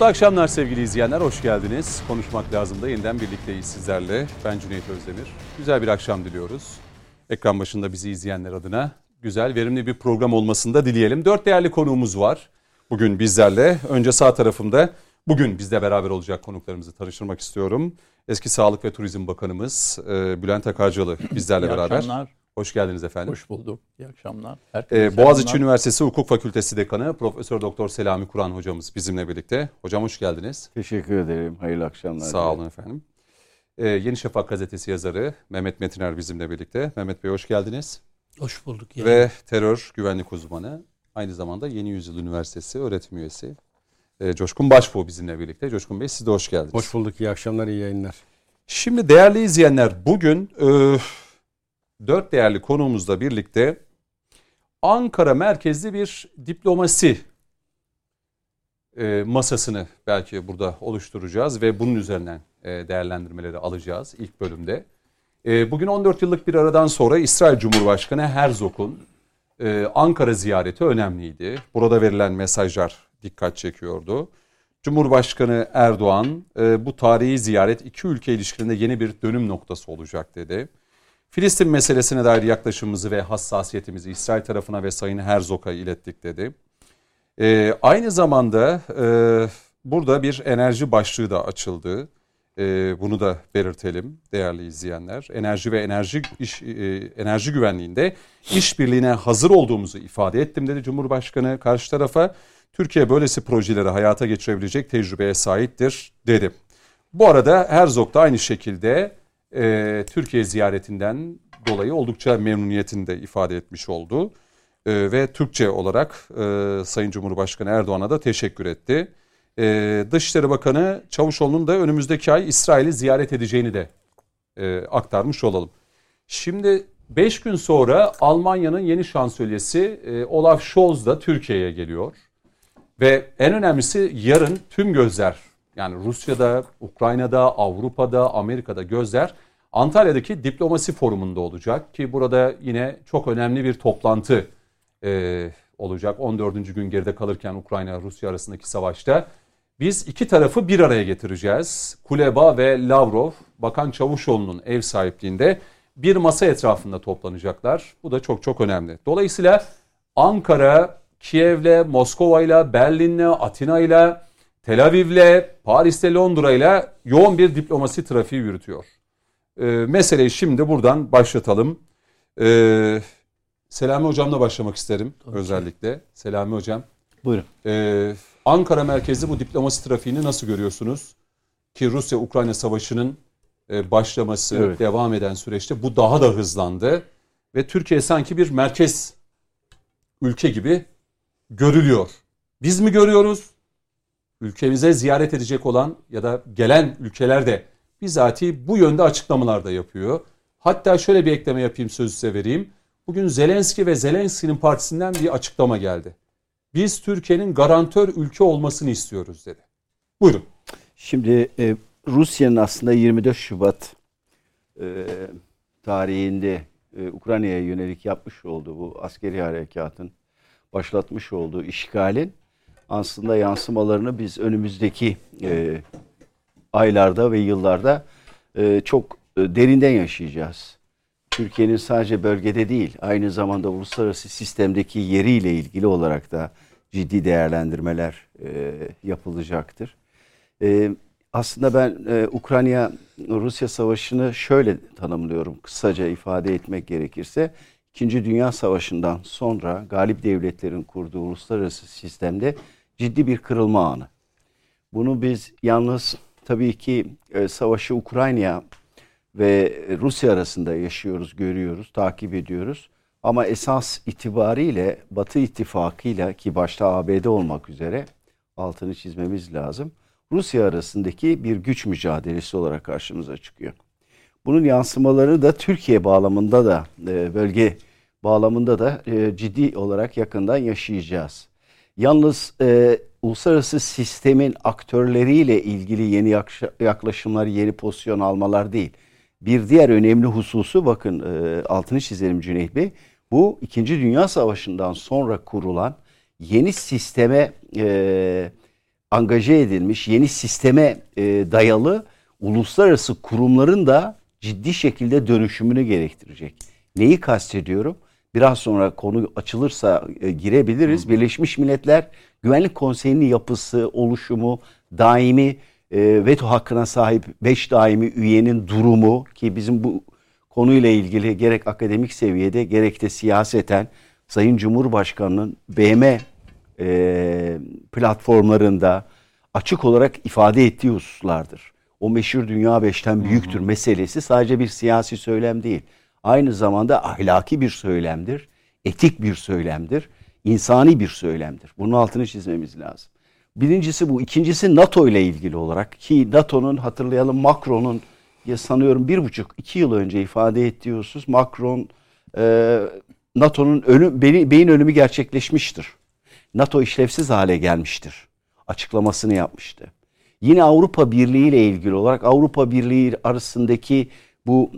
Mutlu akşamlar sevgili izleyenler, hoş geldiniz. Konuşmak lazım da yeniden birlikteyiz sizlerle. Ben Cüneyt Özdemir. Güzel bir akşam diliyoruz. Ekran başında bizi izleyenler adına güzel, verimli bir program olmasını da dileyelim. 4 değerli konuğumuz var bugün bizlerle. Önce sağ tarafımda bugün bizle beraber olacak konuklarımızı tanıştırmak istiyorum. Eski Sağlık ve Turizm Bakanımız Bülent Akarcalı bizlerle beraber. Akşamlar. Hoş geldiniz efendim. Hoş bulduk. İyi akşamlar. Boğaziçi Üniversitesi Hukuk Fakültesi Dekanı Profesör Doktor Selami Kur'an hocamız bizimle birlikte. Hocam hoş geldiniz. Teşekkür ederim. Hayırlı akşamlar. Sağ olun efendim. Yeni Şafak gazetesi yazarı Mehmet Metiner bizimle birlikte. Mehmet Bey hoş geldiniz. Hoş bulduk. Ve terör güvenlik uzmanı, aynı zamanda Yeni Yüzyıl Üniversitesi öğretim üyesi Coşkun Başbuğ bizimle birlikte. Coşkun Bey siz de hoş geldiniz. Hoş bulduk. İyi akşamlar, iyi yayınlar. Şimdi değerli izleyenler, bugün 4 değerli konuğumuzla birlikte Ankara merkezli bir diplomasi masasını belki burada oluşturacağız ve bunun üzerinden değerlendirmeleri alacağız ilk bölümde. Bugün 14 yıllık bir aradan sonra İsrail Cumhurbaşkanı Herzog'un Ankara ziyareti önemliydi. Burada verilen mesajlar dikkat çekiyordu. Cumhurbaşkanı Erdoğan bu tarihi ziyaret iki ülke ilişkilerinde yeni bir dönüm noktası olacak dedi. Filistin meselesine dair yaklaşımımızı ve hassasiyetimizi İsrail tarafına ve Sayın Herzog'a ilettik dedi. Aynı zamanda burada bir enerji başlığı da açıldı. Bunu da belirtelim değerli izleyenler. Enerji ve enerji güvenliğinde işbirliğine hazır olduğumuzu ifade ettim dedi Cumhurbaşkanı karşı tarafa. Türkiye böylesi projeleri hayata geçirebilecek tecrübeye sahiptir dedi. Bu arada Herzog da aynı şekilde Türkiye ziyaretinden dolayı oldukça memnuniyetini de ifade etmiş oldu. Ve Türkçe olarak Sayın Cumhurbaşkanı Erdoğan'a da teşekkür etti. Dışişleri Bakanı Çavuşoğlu'nun da önümüzdeki ay İsrail'i ziyaret edeceğini de aktarmış olalım. Şimdi 5 gün sonra Almanya'nın yeni şansölyesi Olaf Scholz da Türkiye'ye geliyor. Ve en önemlisi yarın tüm gözler, yani Rusya'da, Ukrayna'da, Avrupa'da, Amerika'da gözler Antalya'daki diplomasi forumunda olacak. Ki burada yine çok önemli bir toplantı olacak. 14. gün geride kalırken Ukrayna-Rusya arasındaki savaşta biz iki tarafı bir araya getireceğiz. Kuleba ve Lavrov, Bakan Çavuşoğlu'nun ev sahipliğinde bir masa etrafında toplanacaklar. Bu da çok çok önemli. Dolayısıyla Ankara, Kiev'le, Moskova'yla, Berlin'le, Atina'yla, Tel Aviv'le, Paris'te, Londra'yla yoğun bir diplomasi trafiği yürütüyor. Meseleyi şimdi buradan başlatalım. Selami Hocam'la başlamak isterim özellikle. Selami Hocam. Buyurun. Ankara merkezli bu diplomasi trafiğini nasıl görüyorsunuz? Ki Rusya-Ukrayna savaşının başlaması, evet, devam eden süreçte bu daha da hızlandı. Ve Türkiye sanki bir merkez ülke gibi görülüyor. Biz mi görüyoruz? Ülkemize ziyaret edecek olan ya da gelen ülkeler de bizatihi bu yönde açıklamalar da yapıyor. Hatta şöyle bir ekleme yapayım, sözü size vereyim. Bugün Zelenski ve Zelenski'nin partisinden bir açıklama geldi. Biz Türkiye'nin garantör ülke olmasını istiyoruz dedi. Buyurun. Şimdi Rusya'nın aslında 24 Şubat tarihinde Ukrayna'ya yönelik yapmış olduğu bu askeri harekatın başlatmış olduğu işgalin aslında yansımalarını biz önümüzdeki aylarda ve yıllarda çok derinden yaşayacağız. Türkiye'nin sadece bölgede değil, aynı zamanda uluslararası sistemdeki yeriyle ilgili olarak da ciddi değerlendirmeler yapılacaktır. Aslında ben Ukrayna-Rusya savaşını şöyle tanımlıyorum, kısaca ifade etmek gerekirse. İkinci Dünya Savaşı'ndan sonra galip devletlerin kurduğu uluslararası sistemde ciddi bir kırılma anı. Bunu biz yalnız tabii ki savaşı Ukrayna ve Rusya arasında yaşıyoruz, görüyoruz, takip ediyoruz. Ama esas itibariyle Batı İttifakı'yla, ki başta ABD olmak üzere altını çizmemiz lazım, Rusya arasındaki bir güç mücadelesi olarak karşımıza çıkıyor. Bunun yansımaları da Türkiye bağlamında da, bölge bağlamında da ciddi olarak yakından yaşayacağız. Yalnız uluslararası sistemin aktörleriyle ilgili yeni yaklaşımlar, yeni pozisyon almalar değil. Bir diğer önemli hususu, bakın altını çizelim Cüneyt Bey, bu 2. Dünya Savaşı'ndan sonra kurulan yeni sisteme angaje edilmiş yeni sisteme dayalı uluslararası kurumların da ciddi şekilde dönüşümünü gerektirecek. Neyi kastediyorum? Biraz sonra konu açılırsa girebiliriz. Birleşmiş Milletler Güvenlik Konseyi'nin yapısı, oluşumu, daimi veto hakkına sahip 5 daimi üyenin durumu ki bizim bu konuyla ilgili gerek akademik seviyede gerek de siyaseten Sayın Cumhurbaşkanı'nın BM platformlarında açık olarak ifade ettiği hususlardır. O meşhur dünya beşten büyüktür meselesi sadece bir siyasi söylem değil. Aynı zamanda ahlaki bir söylemdir, etik bir söylemdir, insani bir söylemdir. Bunun altını çizmemiz lazım. Birincisi bu. İkincisi NATO ile ilgili olarak ki NATO'nun hatırlayalım Macron'un sanıyorum 1,5-2 yıl önce ifade ettiği husus Macron NATO'nun beyin ölümü gerçekleşmiştir. NATO işlevsiz hale gelmiştir. Açıklamasını yapmıştı. Yine Avrupa Birliği ile ilgili olarak Avrupa Birliği arasındaki bu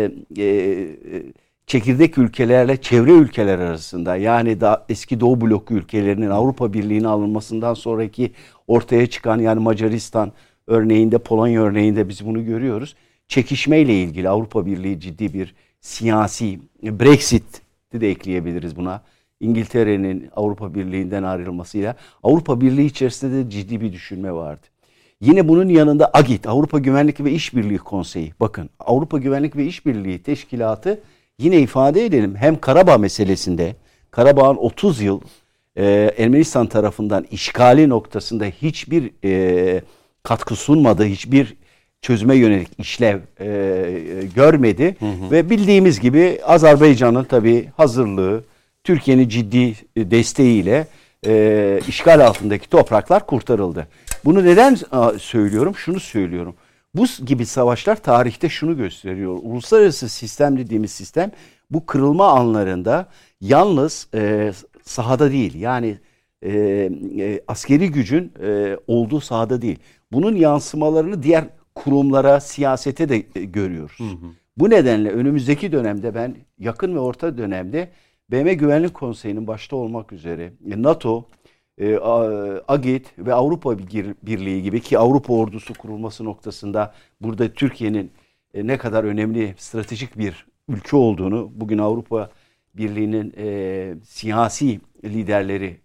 çekirdek ülkelerle çevre ülkeler arasında yani eski Doğu bloku ülkelerinin Avrupa Birliği'ne alınmasından sonraki ortaya çıkan yani Macaristan örneğinde, Polonya örneğinde biz bunu görüyoruz. Çekişmeyle ilgili Avrupa Birliği ciddi bir siyasi Brexit'i de ekleyebiliriz buna. İngiltere'nin Avrupa Birliği'nden ayrılmasıyla Avrupa Birliği içerisinde de ciddi bir düşünme vardı. Yine bunun yanında AGİT, Avrupa Güvenlik ve İşbirliği Konseyi. Bakın Avrupa Güvenlik ve İşbirliği Teşkilatı yine ifade edelim hem Karabağ meselesinde Karabağ'ın 30 yıl Ermenistan tarafından işgali noktasında hiçbir katkı sunmadı, hiçbir çözüme yönelik işlev görmedi. Ve bildiğimiz gibi Azerbaycan'ın tabii hazırlığı, Türkiye'nin ciddi desteğiyle işgal altındaki topraklar kurtarıldı. Bunu neden söylüyorum? Şunu söylüyorum. Bu gibi savaşlar tarihte şunu gösteriyor. Uluslararası sistem dediğimiz sistem bu kırılma anlarında yalnız sahada değil yani askeri gücün olduğu sahada değil. Bunun yansımalarını diğer kurumlara, siyasete de görüyoruz. Bu nedenle önümüzdeki dönemde ben yakın ve orta dönemde BM Güvenlik Konseyi'nin başta olmak üzere NATO, AGİT ve Avrupa Birliği gibi ki Avrupa ordusu kurulması noktasında burada Türkiye'nin ne kadar önemli stratejik bir ülke olduğunu bugün Avrupa Birliği'nin siyasi liderleri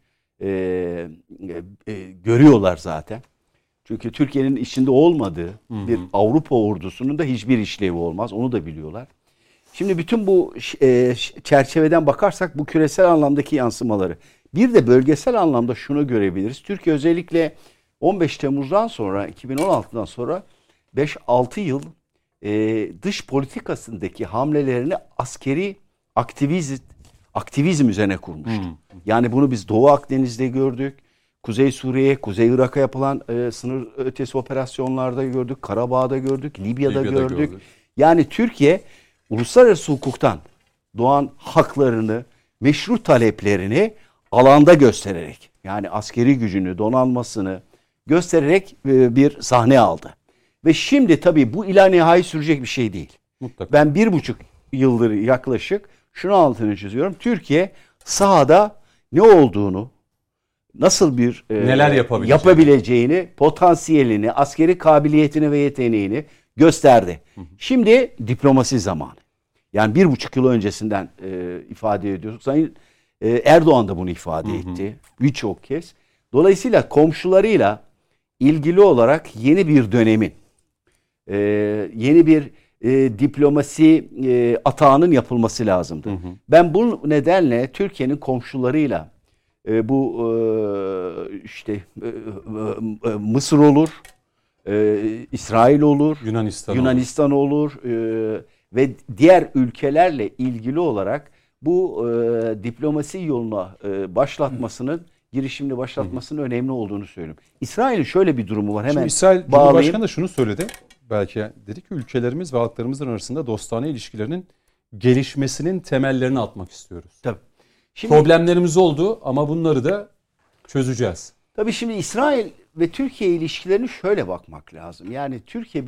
görüyorlar zaten. Çünkü Türkiye'nin içinde olmadığı bir Avrupa ordusunun da hiçbir işlevi olmaz. Onu da biliyorlar. Şimdi bütün bu çerçeveden bakarsak bu küresel anlamdaki yansımaları. Bir de bölgesel anlamda şunu görebiliriz. Türkiye özellikle 15 Temmuz'dan sonra 2016'dan sonra 5-6 yıl dış politikasındaki hamlelerini askeri aktivizm üzerine kurmuştu. Yani bunu biz Doğu Akdeniz'de gördük. Kuzey Suriye, Kuzey Irak'a yapılan sınır ötesi operasyonlarda gördük. Karabağ'da gördük. Libya'da gördük. Yani Türkiye uluslararası hukuktan doğan haklarını, meşru taleplerini alanda göstererek yani askeri gücünü, donanmasını göstererek bir sahne aldı. Ve şimdi tabii bu ilanihai sürecek bir şey değil. Mutlaka. Ben 1,5 yıldır yaklaşık şunu altını çiziyorum. Türkiye sahada ne olduğunu, nasıl bir neler yapabileceğini, potansiyelini, askeri kabiliyetini ve yeteneğini gösterdi. Şimdi diplomasi zamanı. Yani 1,5 yıl öncesinden ifade ediyoruz. Sayın Erdoğan da bunu ifade etti birçok kez. Dolayısıyla komşularıyla ilgili olarak yeni bir dönemin, yeni bir diplomasi atağının yapılması lazımdı. Ben bu nedenle Türkiye'nin komşularıyla bu işte Mısır olur, İsrail olur, Yunanistan olur ve diğer ülkelerle ilgili olarak bu diplomasi yoluna girişimini başlatmasının önemli olduğunu söylüyorum. İsrail'in şöyle bir durumu var. Hemen şimdi İsrail Cumhurbaşkanı da şunu söyledi. Belki dedi ki ülkelerimiz ve halklarımızın arasında dostane ilişkilerinin gelişmesinin temellerini atmak istiyoruz. Tabii. Şimdi, problemlerimiz oldu ama bunları da çözeceğiz. Tabii şimdi İsrail ve Türkiye ilişkilerine şöyle bakmak lazım. Yani Türkiye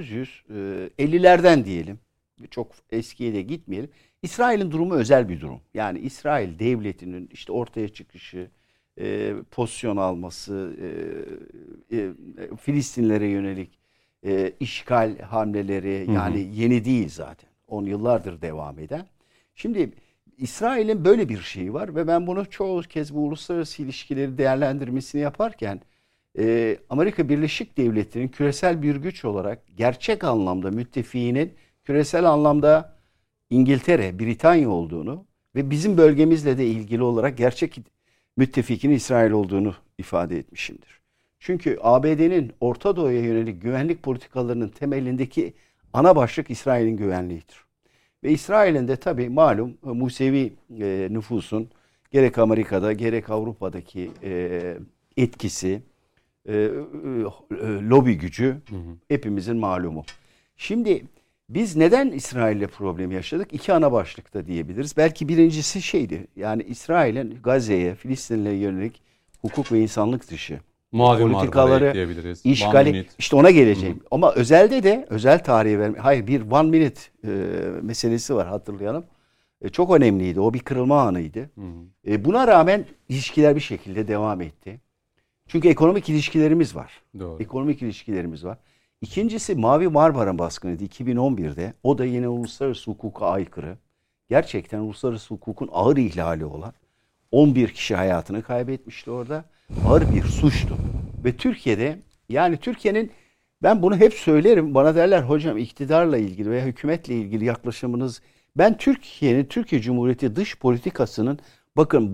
1950'lerden diyelim, çok eskiye de gitmeyelim. İsrail'in durumu özel bir durum. Yani İsrail devletinin işte ortaya çıkışı, pozisyon alması, Filistinlere yönelik işgal hamleleri, yani yeni değil zaten. 10 yıllardır devam eden. Şimdi İsrail'in böyle bir şeyi var ve ben bunu çoğu kez bu uluslararası ilişkileri değerlendirmesini yaparken Amerika Birleşik Devletleri'nin küresel bir güç olarak gerçek anlamda müttefiğinin küresel anlamda İngiltere, Britanya olduğunu ve bizim bölgemizle de ilgili olarak gerçek müttefikinin İsrail olduğunu ifade etmişimdir. Çünkü ABD'nin Orta Doğu'ya yönelik güvenlik politikalarının temelindeki ana başlık İsrail'in güvenliğidir. Ve İsrail'in de tabii malum Musevi nüfusun gerek Amerika'da gerek Avrupa'daki etkisi, lobi gücü hepimizin malumu. Şimdi biz neden İsrail'le problem yaşadık? İki ana başlıkta diyebiliriz. Belki birincisi şeydi. Yani İsrail'in Gazze'ye, Filistin'le yönelik hukuk ve insanlık dışı Mavi politikaları, işgali, işte ona geleceğim. Ama özelde de özel tarihi verme. Hayır, bir one minute meselesi var, hatırlayalım. Çok önemliydi. O bir kırılma anıydı. Buna rağmen ilişkiler bir şekilde devam etti. Çünkü ekonomik ilişkilerimiz var. Doğru. Ekonomik ilişkilerimiz var. İkincisi Mavi Marmara baskınıydı 2011'de. O da yine uluslararası hukuka aykırı. Gerçekten uluslararası hukukun ağır ihlali olan 11 kişi hayatını kaybetmişti orada. Ağır bir suçtu. Ve Türkiye'de, yani Türkiye'nin, ben bunu hep söylerim. Bana derler hocam iktidarla ilgili veya hükümetle ilgili yaklaşımınız. Ben Türkiye Cumhuriyeti dış politikasının, bakın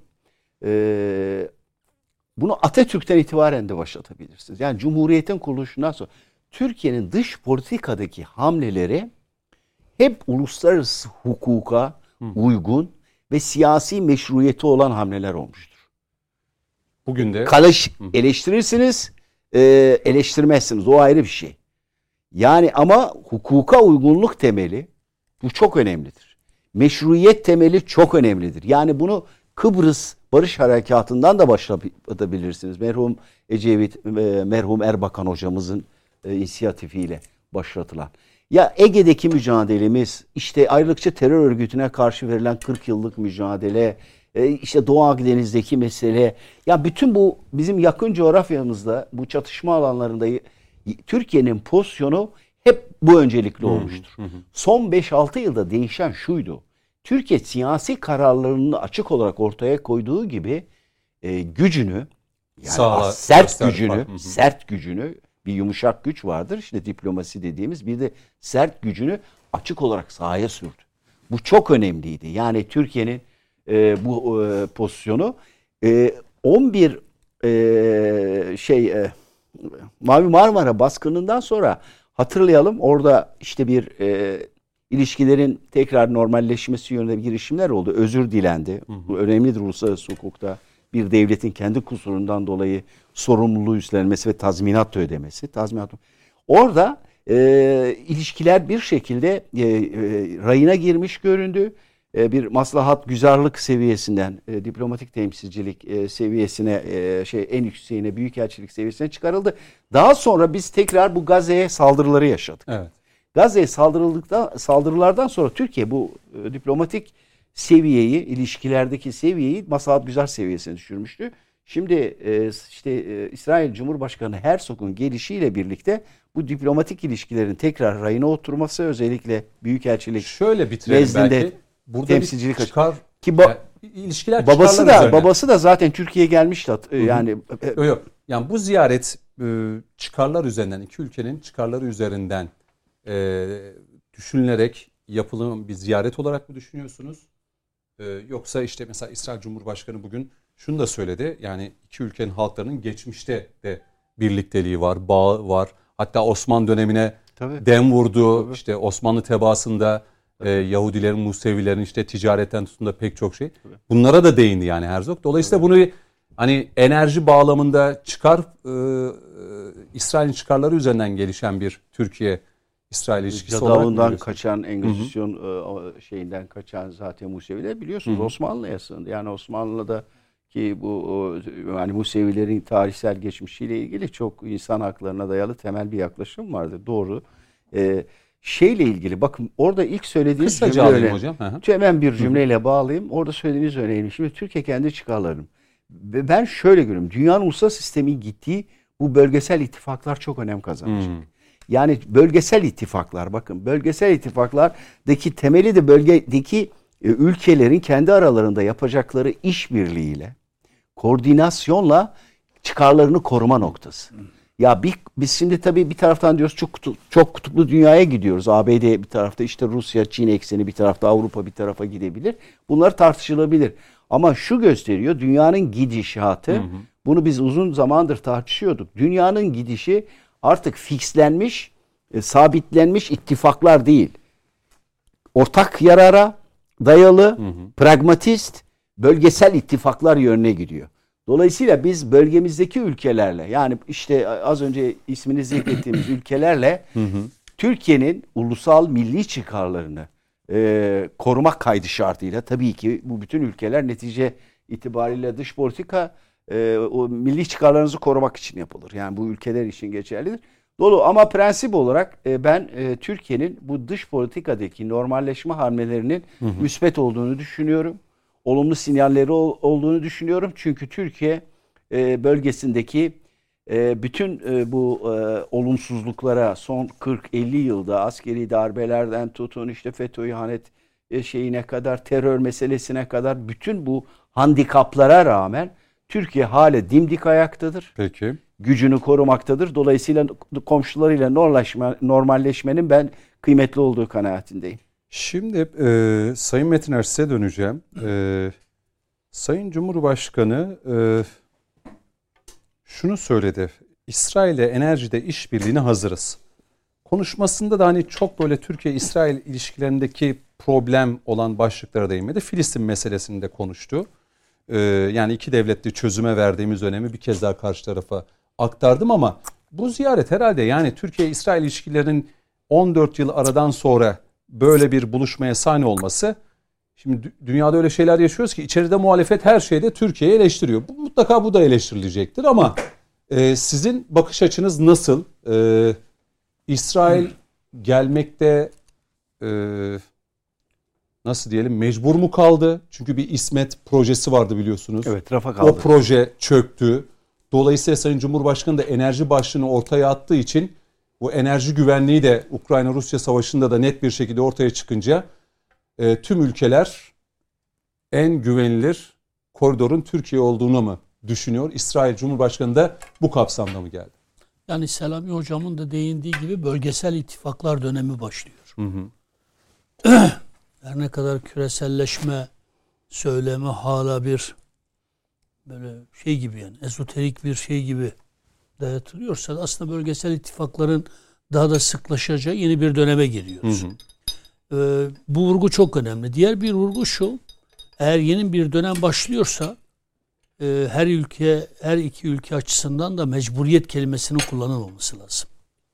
bunu Atatürk'ten itibaren de başlatabilirsiniz. Yani Cumhuriyet'in kuruluşundan sonra Türkiye'nin dış politikadaki hamleleri hep uluslararası hukuka uygun ve siyasi meşruiyeti olan hamleler olmuştur. Bugün de eleştirirsiniz, eleştirmezsiniz. O ayrı bir şey. Yani ama hukuka uygunluk temeli bu çok önemlidir. Meşruiyet temeli çok önemlidir. Yani bunu Kıbrıs Barış Harekatı'ndan da başlatabilirsiniz. Merhum Ecevit, merhum Erbakan hocamızın inisiyatifiyle başlatılan. Ya Ege'deki mücadelemiz, işte ayrılıkçı terör örgütüne karşı verilen 40 yıllık mücadele, işte Doğu Akdeniz'deki mesele. Ya bütün bu bizim yakın coğrafyamızda, bu çatışma alanlarında Türkiye'nin pozisyonu hep bu öncelikli olmuştur. Son 5-6 yılda değişen şuydu. Türkiye siyasi kararlarını açık olarak ortaya koyduğu gibi gücünü, yani sert gücünü, bir yumuşak güç vardır işte diplomasi dediğimiz, bir de sert gücünü açık olarak sahaya sürdü. Bu çok önemliydi. Yani Türkiye'nin bu pozisyonu 11 Mavi Marmara baskınından sonra hatırlayalım, orada işte bir ilişkilerin tekrar normalleşmesi yönünde girişimler oldu. Özür dilendi. Bu önemlidir uluslararası hukukta. Bir devletin kendi kusurundan dolayı sorumluluğu üstlenmesi ve tazminat ödemesi. Orada ilişkiler bir şekilde rayına girmiş göründü. Bir maslahat güzarlık seviyesinden diplomatik temsilcilik seviyesine en yükseğine büyükelçilik seviyesine çıkarıldı. Daha sonra biz tekrar bu Gazze'ye saldırıları yaşadık. Evet. Gazze'ye saldırılardan sonra Türkiye bu diplomatik seviyeyi, ilişkilerdeki seviyeyi maslahat güzar seviyesine düşürmüştü. Şimdi İsrail Cumhurbaşkanı Herzog'un gelişiyle birlikte bu diplomatik ilişkilerin tekrar rayına oturması, özellikle büyükelçilik şöyle bitirelim belki. Burada temsilcilik çıkar ki ilişkiler babası da zaten Türkiye'ye gelmişti. Yani yok. Yani bu ziyaret çıkarlar üzerinden, iki ülkenin çıkarları üzerinden düşünülerek yapılan bir ziyaret olarak mı düşünüyorsunuz? Yoksa işte mesela İsrail Cumhurbaşkanı bugün şunu da söyledi. Yani iki ülkenin halklarının geçmişte de birlikteliği var, bağı var. Hatta Osmanlı dönemine dem vurdu. Tabii. İşte Osmanlı tebaasında Yahudilerin, Musevilerin işte ticaretten tutun da pek çok şey. Tabii. Bunlara da değindi yani Herzog. Dolayısıyla bunu hani enerji bağlamında İsrail'in çıkarları üzerinden gelişen bir Türkiye-İsrail ilişkisi olarak Cadavundan kaçan, Engizisyon şeyinden kaçan zaten Museviler biliyorsunuz Osmanlı'ya sığındı. Yani Osmanlı'da ki bu yani Musevilerin tarihsel geçmişiyle ilgili çok insan haklarına dayalı temel bir yaklaşım vardı. Doğru. Şeyle ilgili bakın orada ilk söylediğiniz cümle hocam. Hemen bir cümleyle bağlayayım. Orada söylediğiniz önemli. Şimdi Türkiye kendi çıkarlarını Ve ben şöyle görüyorum. Dünyanın uluslararası sistemi gittiği bu bölgesel ittifaklar çok önem kazanacak. Yani bölgesel ittifaklar, bakın bölgesel ittifaklardaki temeli de bölgedeki ülkelerin kendi aralarında yapacakları işbirliğiyle, koordinasyonla çıkarlarını koruma noktası. Ya biz şimdi tabii bir taraftan diyoruz çok kutuplu dünyaya gidiyoruz. ABD bir tarafta, işte Rusya, Çin ekseni bir tarafta, Avrupa bir tarafa gidebilir. Bunlar tartışılabilir. Ama şu gösteriyor dünyanın gidişatı. Bunu biz uzun zamandır tartışıyorduk. Dünyanın gidişi artık fixlenmiş, sabitlenmiş ittifaklar değil. Ortak yarara dayalı, pragmatist, bölgesel ittifaklar yönüne gidiyor. Dolayısıyla biz bölgemizdeki ülkelerle, yani işte az önce ismini zikrettiğimiz ülkelerle Türkiye'nin ulusal milli çıkarlarını korumak kaydı şartıyla, tabii ki bu bütün ülkeler netice itibariyle dış politika o milli çıkarlarınızı korumak için yapılır. Yani bu ülkeler için geçerlidir. Ama prensip olarak ben Türkiye'nin bu dış politikadaki normalleşme hamlelerinin müspet olduğunu düşünüyorum. Olumlu sinyalleri olduğunu düşünüyorum. Çünkü Türkiye bölgesindeki bütün bu olumsuzluklara son 40-50 yılda askeri darbelerden tutun işte FETÖ ihanet şeyine kadar, terör meselesine kadar bütün bu handikaplara rağmen Türkiye hala dimdik ayaktadır. Peki. Gücünü korumaktadır. Dolayısıyla komşularıyla normalleşmenin ben kıymetli olduğu kanaatindeyim. Şimdi Sayın Metiner size döneceğim. Sayın Cumhurbaşkanı şunu söyledi. İsrail'le enerjide işbirliğine hazırız. Konuşmasında da hani çok böyle Türkiye-İsrail ilişkilerindeki problem olan başlıklara değinmedi. Filistin meselesini de konuştu. Yani iki devletli çözüme verdiğimiz önemi bir kez daha karşı tarafa aktardım ama bu ziyaret herhalde yani Türkiye-İsrail ilişkilerinin 14 yıl aradan sonra böyle bir buluşmaya sahne olması, şimdi dünyada öyle şeyler yaşıyoruz ki içeride muhalefet her şeyde Türkiye'yi eleştiriyor. Mutlaka bu da eleştirilecektir ama sizin bakış açınız nasıl? İsrail gelmekte nasıl diyelim mecbur mu kaldı? Çünkü bir İsmet projesi vardı biliyorsunuz. Evet, rafa kaldı. O proje çöktü. Dolayısıyla Sayın Cumhurbaşkanı da enerji başlığını ortaya attığı için bu enerji güvenliği de Ukrayna-Rusya savaşında da net bir şekilde ortaya çıkınca tüm ülkeler en güvenilir koridorun Türkiye olduğunu mu düşünüyor? İsrail Cumhurbaşkanı da bu kapsamda mı geldi? Yani Selami Hocam'ın da değindiği gibi bölgesel ittifaklar dönemi başlıyor. Her ne kadar küreselleşme söylemi hala bir böyle şey gibi, yani ezoterik bir şey gibi dayatılıyorsa aslında bölgesel ittifakların daha da sıklaşacağı yeni bir döneme giriyoruz. Bu vurgu çok önemli. Diğer bir vurgu şu: eğer yeni bir dönem başlıyorsa her iki ülke açısından da mecburiyet kelimesinin kullanılmaması lazım.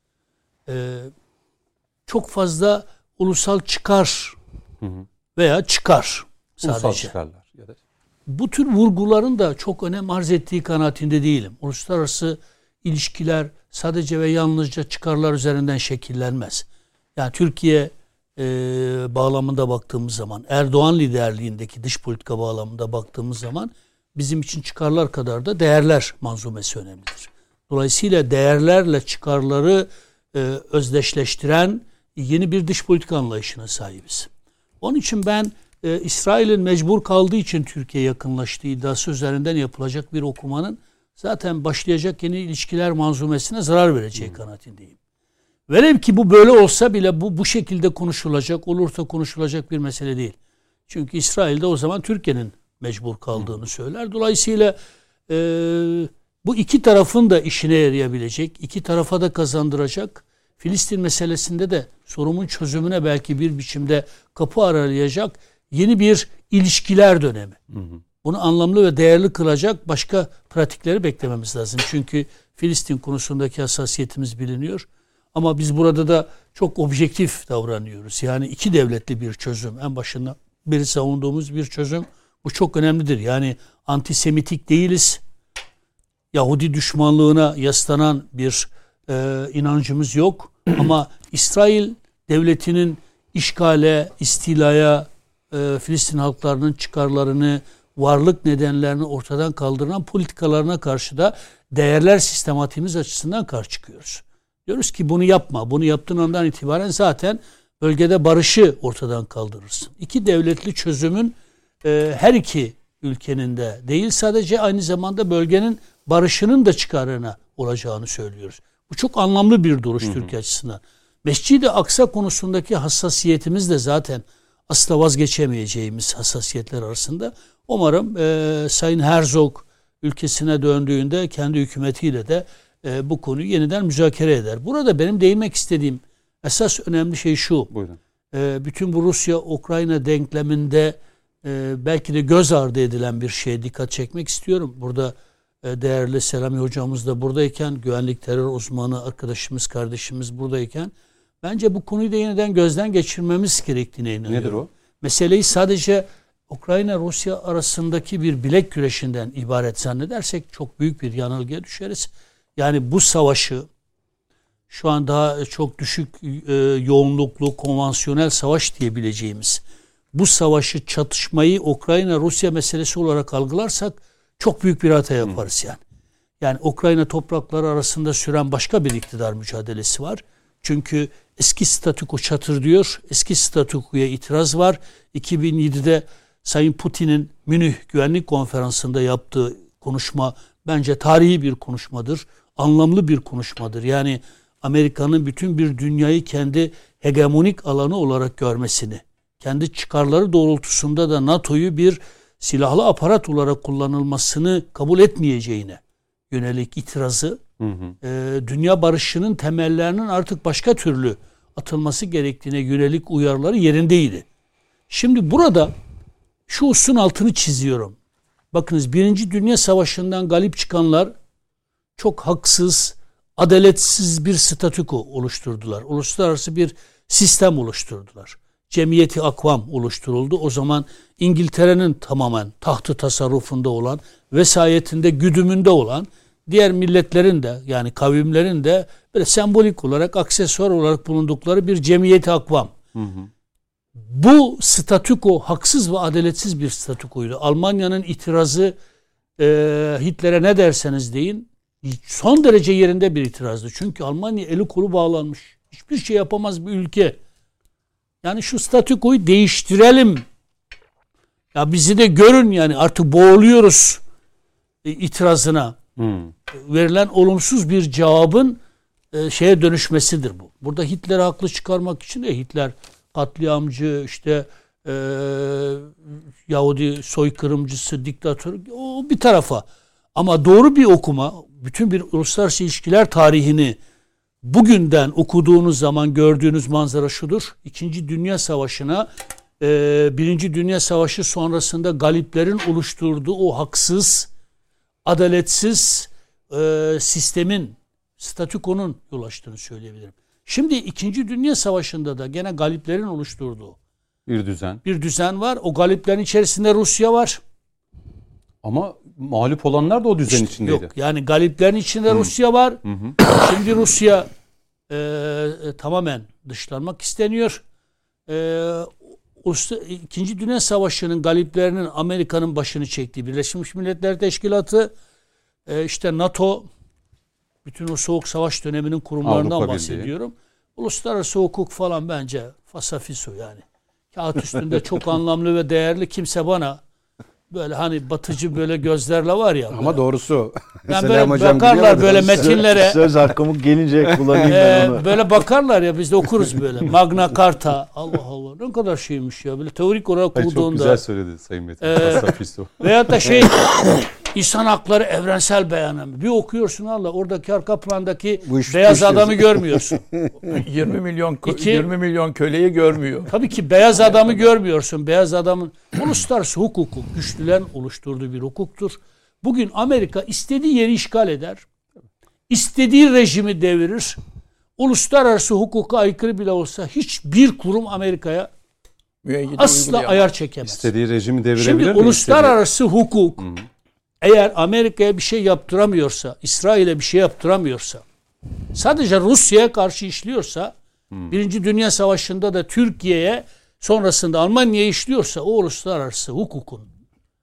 Çok fazla ulusal çıkar veya çıkar sadece. Ulusal çıkarlar. Ya da... Bu tür vurguların da çok önem arz ettiği kanaatinde değilim. Uluslararası ilişkiler sadece ve yalnızca çıkarlar üzerinden şekillenmez. Yani Türkiye bağlamında baktığımız zaman, Erdoğan liderliğindeki dış politika bağlamında baktığımız zaman bizim için çıkarlar kadar da değerler manzumesi önemlidir. Dolayısıyla değerlerle çıkarları özdeşleştiren yeni bir dış politika anlayışına sahibiz. Onun için ben İsrail'in mecbur kaldığı için Türkiye yakınlaştığı iddiası üzerinden yapılacak bir okumanın zaten başlayacak yeni ilişkiler manzumesine zarar vereceği kanaatindeyim. Velev ki bu böyle olsa bile bu şekilde konuşulacak, olursa konuşulacak bir mesele değil. Çünkü İsrail de o zaman Türkiye'nin mecbur kaldığını söyler. Dolayısıyla bu iki tarafın da işine yarayabilecek, iki tarafa da kazandıracak, Filistin meselesinde de sorunun çözümüne belki bir biçimde kapı aralayacak yeni bir ilişkiler dönemi. Bunu anlamlı ve değerli kılacak başka pratikleri beklememiz lazım. Çünkü Filistin konusundaki hassasiyetimiz biliniyor. Ama biz burada da çok objektif davranıyoruz. Yani iki devletli bir çözüm. En başında beri savunduğumuz bir çözüm. Bu çok önemlidir. Yani antisemitik değiliz. Yahudi düşmanlığına yaslanan bir inancımız yok. Ama İsrail devletinin işgale, istilaya, Filistin halklarının çıkarlarını varlık nedenlerini ortadan kaldıran politikalarına karşı da değerler sistematiğimiz açısından karşı çıkıyoruz. Diyoruz ki bunu yapma. Bunu yaptığın andan itibaren zaten bölgede barışı ortadan kaldırırsın. İki devletli çözümün her iki ülkenin de değil, sadece aynı zamanda bölgenin barışının da çıkarına olacağını söylüyoruz. Bu çok anlamlı bir duruş Türkiye açısından. Mescid-i Aksa konusundaki hassasiyetimiz de zaten asla vazgeçemeyeceğimiz hassasiyetler arasında. Umarım Sayın Herzog ülkesine döndüğünde kendi hükümetiyle de bu konuyu yeniden müzakere eder. Burada benim değinmek istediğim esas önemli şey şu. Buyurun. Bütün bu Rusya-Ukrayna denkleminde belki de göz ardı edilen bir şeye dikkat çekmek istiyorum. Burada değerli Selami hocamız da buradayken, güvenlik terör uzmanı arkadaşımız, kardeşimiz buradayken bence bu konuyu da yeniden gözden geçirmemiz gerektiğine inanıyorum. Nedir o? Meseleyi sadece Ukrayna-Rusya arasındaki bir bilek güreşinden ibaret zannedersek çok büyük bir yanılgıya düşeriz. Yani bu savaşı şu an daha çok düşük yoğunluklu konvansiyonel savaş diyebileceğimiz bu savaşı, çatışmayı Ukrayna-Rusya meselesi olarak algılarsak çok büyük bir hata yaparız yani. Yani Ukrayna toprakları arasında süren başka bir iktidar mücadelesi var. Çünkü eski statüko çatır diyor. Eski statükoya itiraz var. 2007'de Sayın Putin'in Münih Güvenlik Konferansı'nda yaptığı konuşma bence tarihi bir konuşmadır. Anlamlı bir konuşmadır. Yani Amerika'nın bütün bir dünyayı kendi hegemonik alanı olarak görmesini, kendi çıkarları doğrultusunda da NATO'yu bir silahlı aparat olarak kullanılmasını kabul etmeyeceğine yönelik itirazı, dünya barışının temellerinin artık başka türlü atılması gerektiğine yönelik uyarıları yerindeydi. Şimdi burada şu hususun altını çiziyorum. Bakınız, Birinci Dünya Savaşı'ndan galip çıkanlar çok haksız, adaletsiz bir statüko oluşturdular. Uluslararası bir sistem oluşturdular. Cemiyeti Akvam oluşturuldu. O zaman İngiltere'nin tamamen tahtı tasarrufunda olan, vesayetinde, güdümünde olan diğer milletlerin de, yani kavimlerin de böyle sembolik olarak, aksesuar olarak bulundukları bir Cemiyeti Akvam. Bu statüko haksız ve adaletsiz bir statükoydu. Almanya'nın itirazı Hitler'e ne derseniz deyin son derece yerinde bir itirazdı. Çünkü Almanya eli kolu bağlanmış. Hiçbir şey yapamaz bir ülke. Yani şu statükoyu değiştirelim. Ya bizi de görün, yani artık boğuluyoruz itirazına. Verilen olumsuz bir cevabın şeye dönüşmesidir bu. Burada Hitler'i haklı çıkarmak için de Hitler katliamcı, işte Yahudi soykırımcısı, diktatör, o bir tarafa. Ama doğru bir okuma, bütün bir uluslararası ilişkiler tarihini bugünden okuduğunuz zaman gördüğünüz manzara şudur. İkinci Dünya Savaşı'na Birinci Dünya Savaşı sonrasında galiplerin oluşturduğu o haksız, adaletsiz sistemin, statükonun yol açtığını söyleyebilirim. Şimdi İkinci Dünya Savaşı'nda da gene galiplerin oluşturduğu bir düzen var. O galiplerin içerisinde Rusya var. Ama mağlup olanlar da o düzen içindeydi. Yok, yani galiplerin içinde Rusya var. Şimdi Rusya tamamen dışlanmak isteniyor. İkinci Dünya Savaşı'nın galiplerinin Amerika'nın başını çektiği Birleşmiş Milletler Teşkilatı, işte NATO, bütün o soğuk savaş döneminin kurumlarından Avrupa bahsediyorum. Uluslararası hukuk falan bence fasafiso yani. Kağıt üstünde çok anlamlı ve değerli, kimse bana böyle hani batıcı böyle gözlerle var ya. Ama böyle, doğrusu. Yani böyle bakarlar böyle metinlere. Söz hakkımı gelince kullanayım ben onu. Böyle bakarlar ya, biz de okuruz böyle. Magna Carta. Allah Allah, ne kadar şeymiş ya. Böyle teorik olarak okuduğunda. Çok güzel söyledi Sayın Metin. Fasafiso. Veyahut da İnsan Hakları Evrensel Beyanı. Bir okuyorsun, Allah, oradaki arka plandaki beyaz adamı görmüyorsun. 20 milyon köleyi görmüyor. Tabii ki beyaz adamı görmüyorsun. Beyaz adamın uluslararası hukuku güçlülerin oluşturduğu bir hukuktur. Bugün Amerika istediği yeri işgal eder. İstediği rejimi devirir. Uluslararası hukuka aykırı bile olsa hiçbir kurum Amerika'ya asla ayar çekemez. İstediği rejimi devirebilir. Şimdi uluslararası hukuk eğer Amerika'ya bir şey yaptıramıyorsa, İsrail'e bir şey yaptıramıyorsa, sadece Rusya'ya karşı işliyorsa, Birinci Dünya Savaşı'nda da Türkiye'ye, sonrasında Almanya'ya işliyorsa, o uluslararası hukukun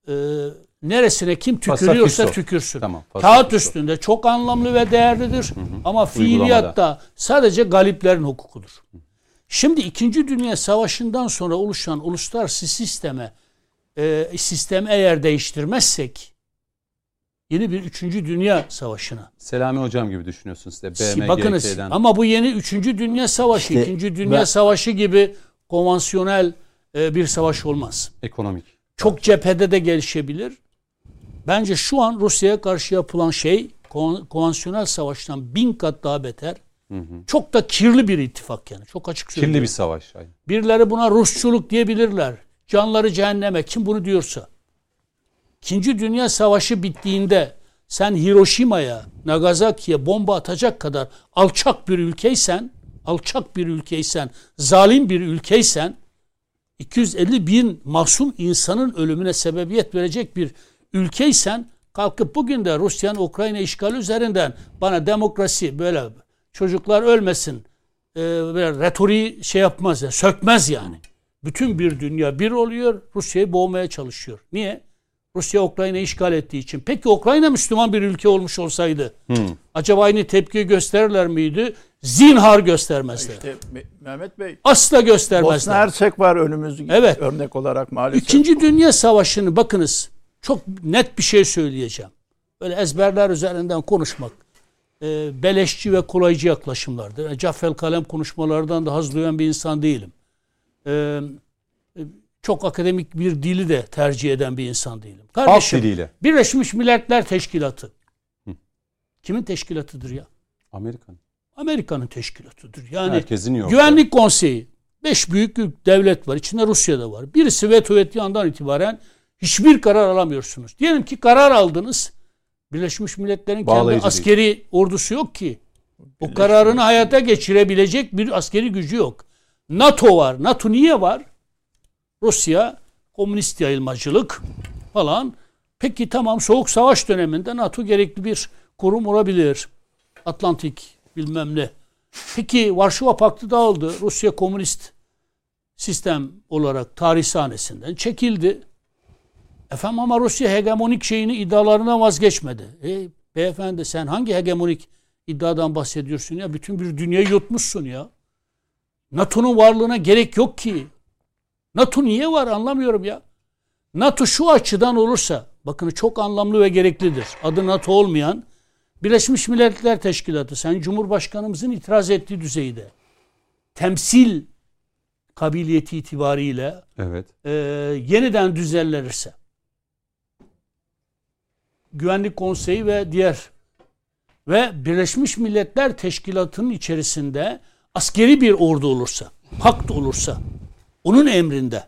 neresine kim tükürüyorsa Fasafiso. tükürsün. Tamam, Kağıt üstünde çok anlamlı ve değerlidir. Ama fiiliyatta sadece galiplerin hukukudur. Şimdi 2. Dünya Savaşı'ndan sonra oluşan uluslararası sistemi eğer değiştirmezsek yeni bir 3. Dünya Savaşı'na. Selami Hocam gibi düşünüyorsunuz size. Bakınız ama bu yeni 3. Dünya Savaşı, İşte 2. Dünya Savaşı gibi konvansiyonel bir savaş olmaz. Ekonomik. Çok cephede de gelişebilir. Bence şu an Rusya'ya karşı yapılan şey konvansiyonel savaştan 1000 kat daha beter. Çok da kirli bir ittifak yani. Çok açık söylüyorum. Kirli bir savaş. Aynen. Birileri buna Rusçuluk diyebilirler. Canları cehenneme. Kim bunu diyorsa. 2. Dünya Savaşı bittiğinde sen Hiroşima'ya, Nagasaki'ye bomba atacak kadar alçak bir ülkeysen, zalim bir ülkeysen, 250 bin masum insanın ölümüne sebebiyet verecek bir ülkeysen, kalkıp bugün de Rusya'nın Ukrayna işgali üzerinden bana demokrasi, böyle çocuklar ölmesin, böyle retoriği yapmaz, sökmez yani. Bütün bir dünya bir oluyor, Rusya'yı boğmaya çalışıyor. Niye? Rusya Ukrayna'yı işgal ettiği için. Peki Ukrayna Müslüman bir ülke olmuş olsaydı acaba aynı tepkiyi gösterirler miydi? Zinhar göstermezler. İşte Mehmet Bey, asla göstermezler. Bosna Hersek var önümüzde örnek olarak maalesef. 2. Dünya Savaşı'nı bakınız, çok net bir şey söyleyeceğim. Böyle ezberler üzerinden konuşmak beleşçi ve kolaycı yaklaşımlardır. Caffel kalem konuşmalardan da haz duyan bir insan değilim. Çok akademik bir dili de tercih eden bir insan değilim. Kardeşim, Halk diliyle. Birleşmiş Milletler Teşkilatı. Kimin teşkilatıdır ya? Amerika'nın teşkilatıdır. Yani herkesin yok. Güvenlik Konseyi. 5 büyük devlet var. İçinde Rusya'da var. Birisi veto ettiği andan itibaren hiçbir karar alamıyorsunuz. Diyelim ki karar aldınız. Birleşmiş Milletler'in kendi askeri ordusu yok ki. O kararını hayata geçirebilecek bir askeri gücü yok. NATO var. NATO niye var? Rusya, komünist yayılmacılık falan. Peki tamam, Soğuk Savaş döneminde NATO gerekli bir kurum olabilir. Atlantik bilmem ne. Peki Varşova Paktı dağıldı. Rusya komünist sistem olarak tarih sahnesinden çekildi. Efendim ama Rusya hegemonik iddialarından vazgeçmedi. Beyefendi sen hangi hegemonik iddiadan bahsediyorsun ya? Bütün bir dünyayı yutmuşsun ya. NATO'nun varlığına gerek yok ki. NATO niye var anlamıyorum ya. NATO şu açıdan olursa, bakın çok anlamlı ve gereklidir. Adı NATO olmayan Birleşmiş Milletler Teşkilatı, Sayın Cumhurbaşkanımızın itiraz ettiği düzeyde temsil kabiliyeti itibariyle yeniden düzenlenirse, Güvenlik Konseyi ve Birleşmiş Milletler Teşkilatı'nın içerisinde askeri bir ordu olursa, pakt olursa, onun emrinde.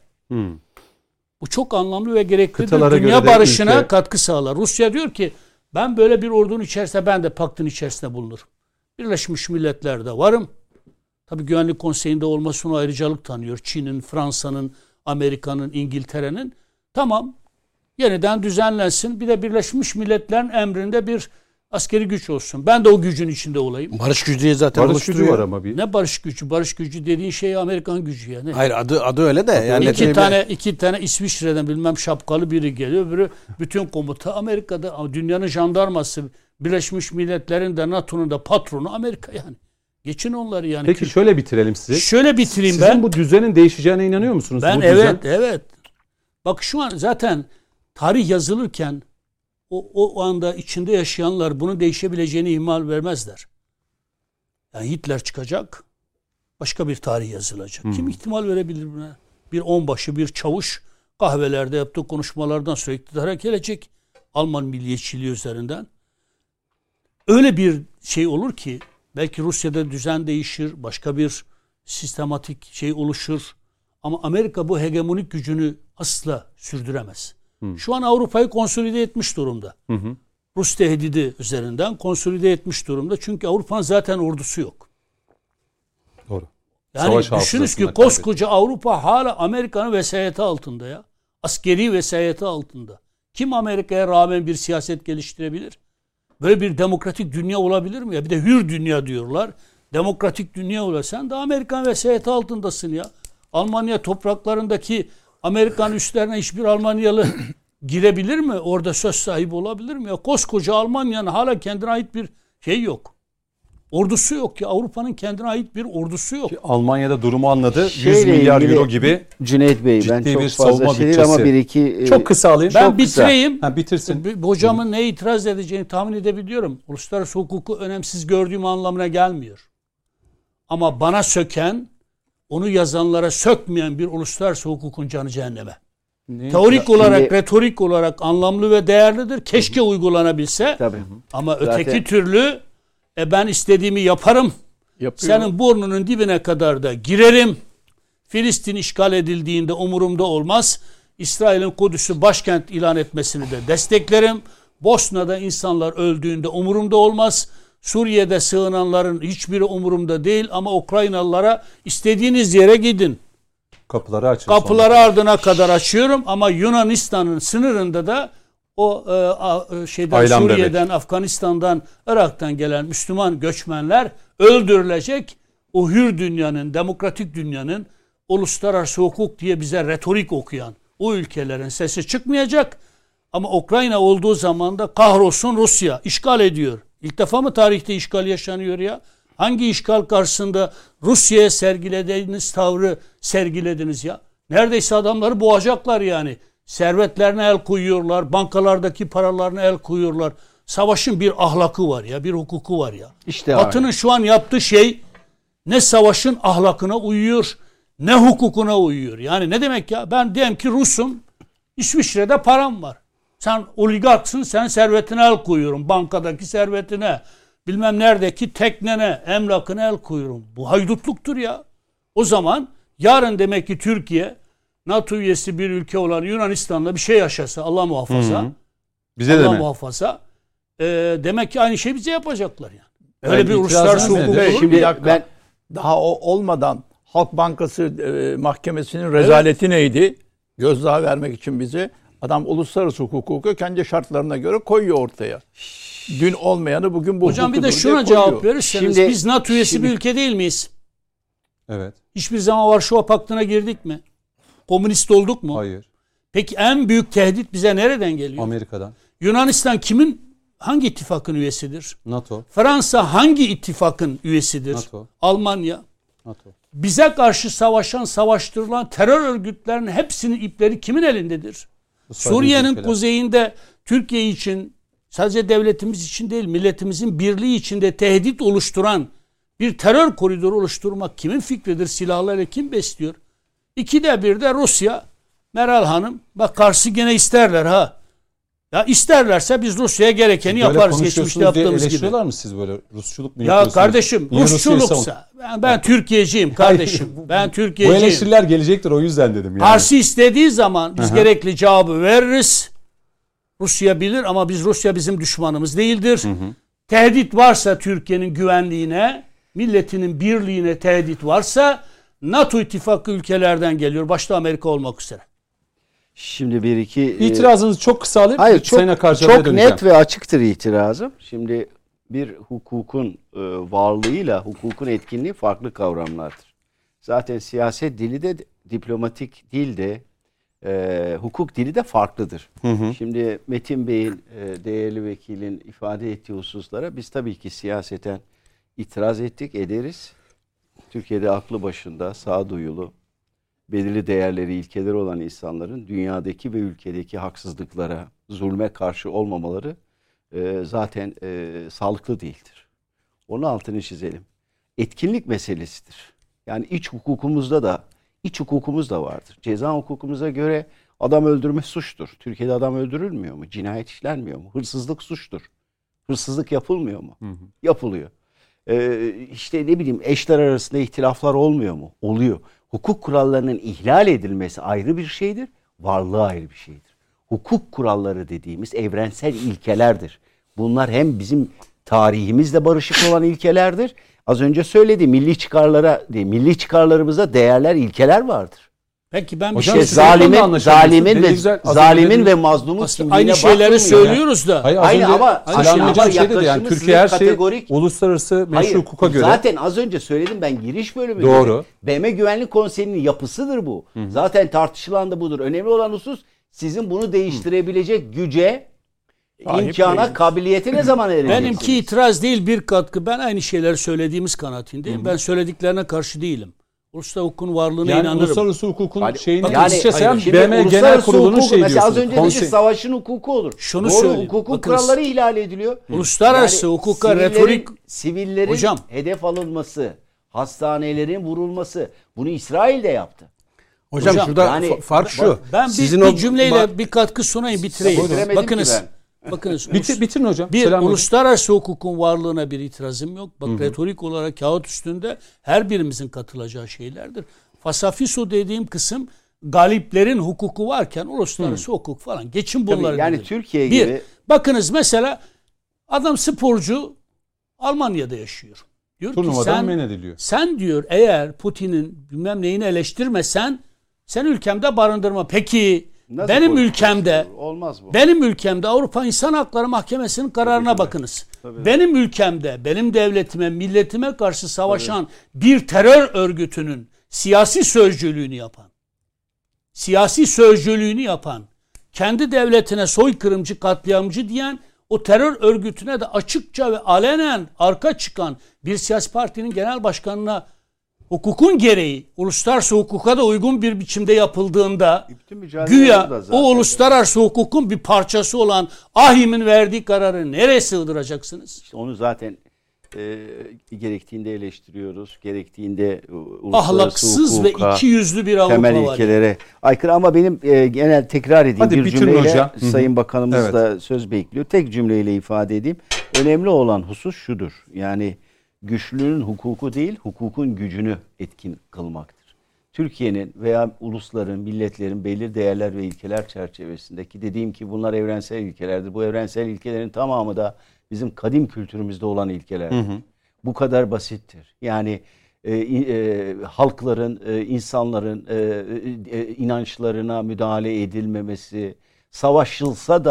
Bu çok anlamlı ve gereklidir. Kıtalara dünya barışına katkı sağlar. Rusya diyor ki ben böyle bir ordunun içerisinde, ben de paktın içerisinde bulunurum. Birleşmiş Milletler'de varım. Tabii Güvenlik Konseyi'nde olmasına ayrıcalık tanıyor. Çin'in, Fransa'nın, Amerika'nın, İngiltere'nin. Tamam, yeniden düzenlensin. Bir de Birleşmiş Milletler'in emrinde bir askeri güç olsun. Ben de o gücün içinde olayım. Barış gücü diye zaten barış gücü var ama bir. Ne barış gücü? Barış gücü dediğin şey Amerikan gücü ya. Ne? Hayır, adı öyle de. Yani iki tane İsviçre'den bilmem şapkalı biri geliyor. Öbürü bütün komuta Amerika'da. Ama dünyanın jandarması, Birleşmiş Milletler'in de NATO'nun da patronu Amerika yani. Geçin onları yani. Peki şöyle bitirelim sizi. Şöyle bitireyim Sizin ben. Sizin bu düzenin değişeceğine inanıyor musunuz? Ben bu evet. Bak şu an zaten tarih yazılırken o anda içinde yaşayanlar bunun değişebileceğini ihmal vermezler. Yani Hitler çıkacak, başka bir tarih yazılacak. Kim ihtimal verebilir buna? Bir onbaşı, bir çavuş kahvelerde yaptığı konuşmalardan sonra iktidara gelecek. Alman milliyetçiliği üzerinden. Öyle bir şey olur ki belki Rusya'da düzen değişir, başka bir sistematik şey oluşur. Ama Amerika bu hegemonik gücünü asla sürdüremez. Şu an Avrupa'yı konsolide etmiş durumda. Rus tehdidi üzerinden konsolide etmiş durumda. Çünkü Avrupa'nın zaten ordusu yok. Doğru. Yani düşünün ki koskoca Avrupa hala Amerika'nın vesayeti altında ya. Askeri vesayeti altında. Kim Amerika'ya rağmen bir siyaset geliştirebilir? Böyle bir demokratik dünya olabilir mi ya? Bir de hür dünya diyorlar. Demokratik dünya olur. Sen de Amerikan vesayeti altındasın ya. Almanya topraklarındaki Amerikan üslerine hiçbir Almanyalı girebilir mi? Orada söz sahibi olabilir mi? Ya koskoca Almanya'nın hala kendine ait bir şey yok. Ordusu yok ya. Avrupa'nın kendine ait bir ordusu yok. Almanya'da durumu anladı. 100 Şeyle milyar ilgili- euro gibi Cüneyt Bey, ben ciddi çok bir fazla savunma şey değil ama bütçesi. bir iki... çok kısa alayım. Ben çok kısa. bitireyim. Bitirsin. Hocamın neye itiraz edeceğini tahmin edebiliyorum. Uluslararası hukuku önemsiz gördüğüm anlamına gelmiyor. Ama bana söken, onu yazanlara sökmeyen bir uluslararası hukukun canı cehenneme. Teorik olarak, retorik olarak anlamlı ve değerlidir. Keşke uygulanabilse. Tabii. Ama Zaten- öteki türlü ben istediğimi yaparım. Yapıyor. Senin burnunun dibine kadar da girerim. Filistin işgal edildiğinde umurumda olmaz. İsrail'in Kudüs'ü başkent ilan etmesini de desteklerim. Bosna'da insanlar öldüğünde umurumda olmaz. Suriye'de sığınanların hiçbiri umurumda değil ama Ukraynalılara istediğiniz yere gidin. Kapıları açın. Kapıları ardına kadar açıyorum ama Yunanistan'ın sınırında da o şeyden Aylan Suriye'den, Afganistan'dan, Irak'tan gelen Müslüman göçmenler öldürülecek. O hür dünyanın, demokratik dünyanın uluslararası hukuk diye bize retorik okuyan o ülkelerin sesi çıkmayacak. Ama Ukrayna olduğu zaman da kahrolsun Rusya işgal ediyor. İlk defa mı tarihte işgal yaşanıyor ya? Hangi işgal karşısında Rusya'ya sergilediğiniz tavrı sergilediniz ya? Neredeyse adamları boğacaklar yani. Servetlerine el koyuyorlar, bankalardaki paralarına el koyuyorlar. Savaşın bir ahlakı var ya, bir hukuku var ya. İşte Batı'nın şu an yaptığı şey ne savaşın ahlakına uyuyor, ne hukukuna uyuyor. Yani ne demek ya? Ben diyelim ki Rus'um, İsviçre'de param var. Sen oligarksın, sen servetine el koyuyorum. Bankadaki servetine, bilmem neredeki teknene, emlakına el koyuyorum. Bu haydutluktur ya. O zaman yarın demek ki Türkiye, NATO üyesi bir ülke olan Yunanistan'la bir şey yaşasa, Allah muhafaza. Bize de Allah mi? muhafaza. Demek ki aynı şey bize yapacaklar yani. Öyle Evet, bir itirazınız uluslararası nedir? hukuk olur mu? Şimdi Bir dakika. ben Daha o olmadan Halk Bankası mahkemesinin rezaleti neydi? Gözdağı vermek için bizi adam uluslararası hukuku kendi şartlarına göre koyuyor ortaya. Dün olmayanı bugün bu Hocam bir de hukukudur şuna diye cevap koyuyor. verirseniz Şimdi- biz NATO üyesi bir ülke değil miyiz? Evet. Hiçbir zaman Varşova Paktı'na girdik mi? Komünist olduk mu? Hayır. Peki en büyük tehdit bize nereden geliyor? Amerika'dan. Yunanistan hangi ittifakın üyesidir? NATO. Fransa hangi ittifakın üyesidir? NATO. Almanya. NATO. Bize karşı savaştırılan terör örgütlerinin hepsinin ipleri kimin elindedir? Suriye'nin ülkeler. kuzeyinde Türkiye için, sadece devletimiz için değil, milletimizin birliği içinde tehdit oluşturan bir terör koridoru oluşturmak kimin fikridir? Silahlarla kim besliyor? 2'de 1'de Rusya. Meral Hanım, bak Kars'ı gene isterler ha. Ya isterlerse biz Rusya'ya gerekeni Böyle yaparız geçmişte konuşuyorsunuz diye yaptığımız gibi. eleştiriyorlar mı siz böyle Rusçuluk mu Ya yapıyorsunuz? kardeşim Niye Rusya'yı Rusçuluksa ben Türkiye'ciyim kardeşim. Ben Bu Türkiye'ciyim. eleştiriler gelecektir o yüzden dedim yani. Parsi istediği zaman biz Aha. gerekli cevabı veririz. Rusya bilir ama Rusya bizim düşmanımız değildir. Tehdit varsa Türkiye'nin güvenliğine, milletinin birliğine tehdit varsa NATO ittifakı ülkelerden geliyor. Başta Amerika olmak üzere. şimdi bir iki İtirazınızı çok kısa alayım. hayır çok Sayın Akarca'ya çok döneceğim. net ve açıktır itirazım. Şimdi bir hukukun varlığıyla hukukun etkinliği farklı kavramlardır. Zaten siyaset dili de diplomatik dil de hukuk dili de farklıdır. Şimdi Metin Bey'in değerli vekilin ifade ettiği hususlara biz tabii ki siyaseten itiraz ettik, ederiz. Türkiye'de aklı başında, sağduyulu, belirli değerleri, ilkeleri olan insanların dünyadaki ve ülkedeki haksızlıklara, zulme karşı olmamaları zaten sağlıklı değildir. Onun altını çizelim. Etkinlik meselesidir. Yani iç hukukumuz da vardır. Ceza hukukumuza göre adam öldürme suçtur. Türkiye'de adam öldürülmüyor mu? Cinayet işlenmiyor mu? Hırsızlık suçtur. Hırsızlık yapılmıyor mu? Yapılıyor. İşte ne bileyim eşler arasında ihtilaflar olmuyor mu? Oluyor. Hukuk kurallarının ihlal edilmesi ayrı bir şeydir. Varlığı ayrı bir şeydir. Hukuk kuralları dediğimiz evrensel ilkelerdir. Bunlar hem bizim tarihimizle barışık olan ilkelerdir. Az önce söyledi milli çıkarlarımıza değerler, ilkeler vardır. Peki ben bir Hocam, şey siz söyleyeyim. Zalimin ve mazlumun Aslında aynı şeyleri söylüyoruz da. Hayır, az Aynı önce ama- Sinan ama Hocam şey dedi yani yaklaşımı Türkiye her sizin şey kategorik- uluslararası meşru Hayır, hukuka göre. zaten az önce söyledim ben giriş bölümünde. Doğru. BM Güvenlik Konseyi'nin yapısıdır bu. Zaten tartışılan da budur. Önemli olan husus Sizin bunu değiştirebilecek güce, Sahip imkana, değiliz. kabiliyete ne zaman ereceksiniz? Benimki itiraz değil, bir katkı. Ben aynı şeyleri söylediğimiz kanaatindeyim. Ben söylediklerine karşı değilim. Uluslararası hukukun varlığına Yani inanırım. uluslararası hukukun Hani- şeyini yani- İsviçre hayır, şimdi BM Genel uluslararası Kurulu'nun hukuk, şey mesela az diyorsun. önce dedik Konsey. savaşın hukuku olur. Şunu Doğru, söyleyeyim. hukukun Bakınız. kuralları ihlal ediliyor. Uluslararası hukuka retorik... Sivillerin Hocam. hedef alınması, hastanelerin vurulması, bunu İsrail de yaptı. Hocam şurada yani- fark şu. Ben Sizin bir o cümleyle bir katkı sunayım, bitireyim. Bitiremedim Bakınız. ki Bakınız. Bitirin hocam. Bir, Selam hocam. uluslararası hukukun varlığına bir itirazım yok. Bak, retorik olarak kağıt üstünde her birimizin katılacağı şeylerdir. Fasafiso dediğim kısım galiplerin hukuku varken uluslararası hukuk falan. Geçin bunları. yani dedim. Türkiye Bir, gibi- bakınız mesela adam sporcu Almanya'da yaşıyor. Diyor ki Turnuvadan men ediliyor. sen diyor eğer Putin'in bilmem neyini eleştirmesen sen ülkemde barındırma. Peki Nasıl benim konuşuyorsun? ülkemde Olmaz bu. benim ülkemde Avrupa İnsan Hakları Mahkemesi'nin kararına bakınız. Benim ülkemde, benim devletime, milletime karşı savaşan bir terör örgütünün siyasi sözcülüğünü yapan, kendi devletine soykırımcı, katliamcı diyen, o terör örgütüne de açıkça ve alenen arka çıkan bir siyasi partinin genel başkanına hukukun gereği, uluslararası hukuka da uygun bir biçimde yapıldığında Bütün mücadele güya burada zaten. o uluslararası hukukun bir parçası olan AHİM'in verdiği kararı nereye sığdıracaksınız? İşte onu zaten gerektiğinde eleştiriyoruz. Gerektiğinde uluslararası Ahlaksız ve hukuka, ikiyüzlü bir Avrupa temel var. ilkelere aykırı, ama benim genel tekrar edeyim Hadi bir bitirin cümleyle hocam. Hı hı. Sayın Bakanımız Evet. da söz bekliyor. Tek cümleyle ifade edeyim. Önemli olan husus şudur. Yani güçlünün hukuku değil, hukukun gücünü etkin kılmaktır. Türkiye'nin veya ulusların, milletlerin belirli değerler ve ilkeler çerçevesindeki, dediğim ki bunlar evrensel ilkelerdir. Bu evrensel ilkelerin tamamı da bizim kadim kültürümüzde olan ilkelerdir. Bu kadar basittir. Yani halkların, insanların inançlarına müdahale edilmemesi, savaşılsa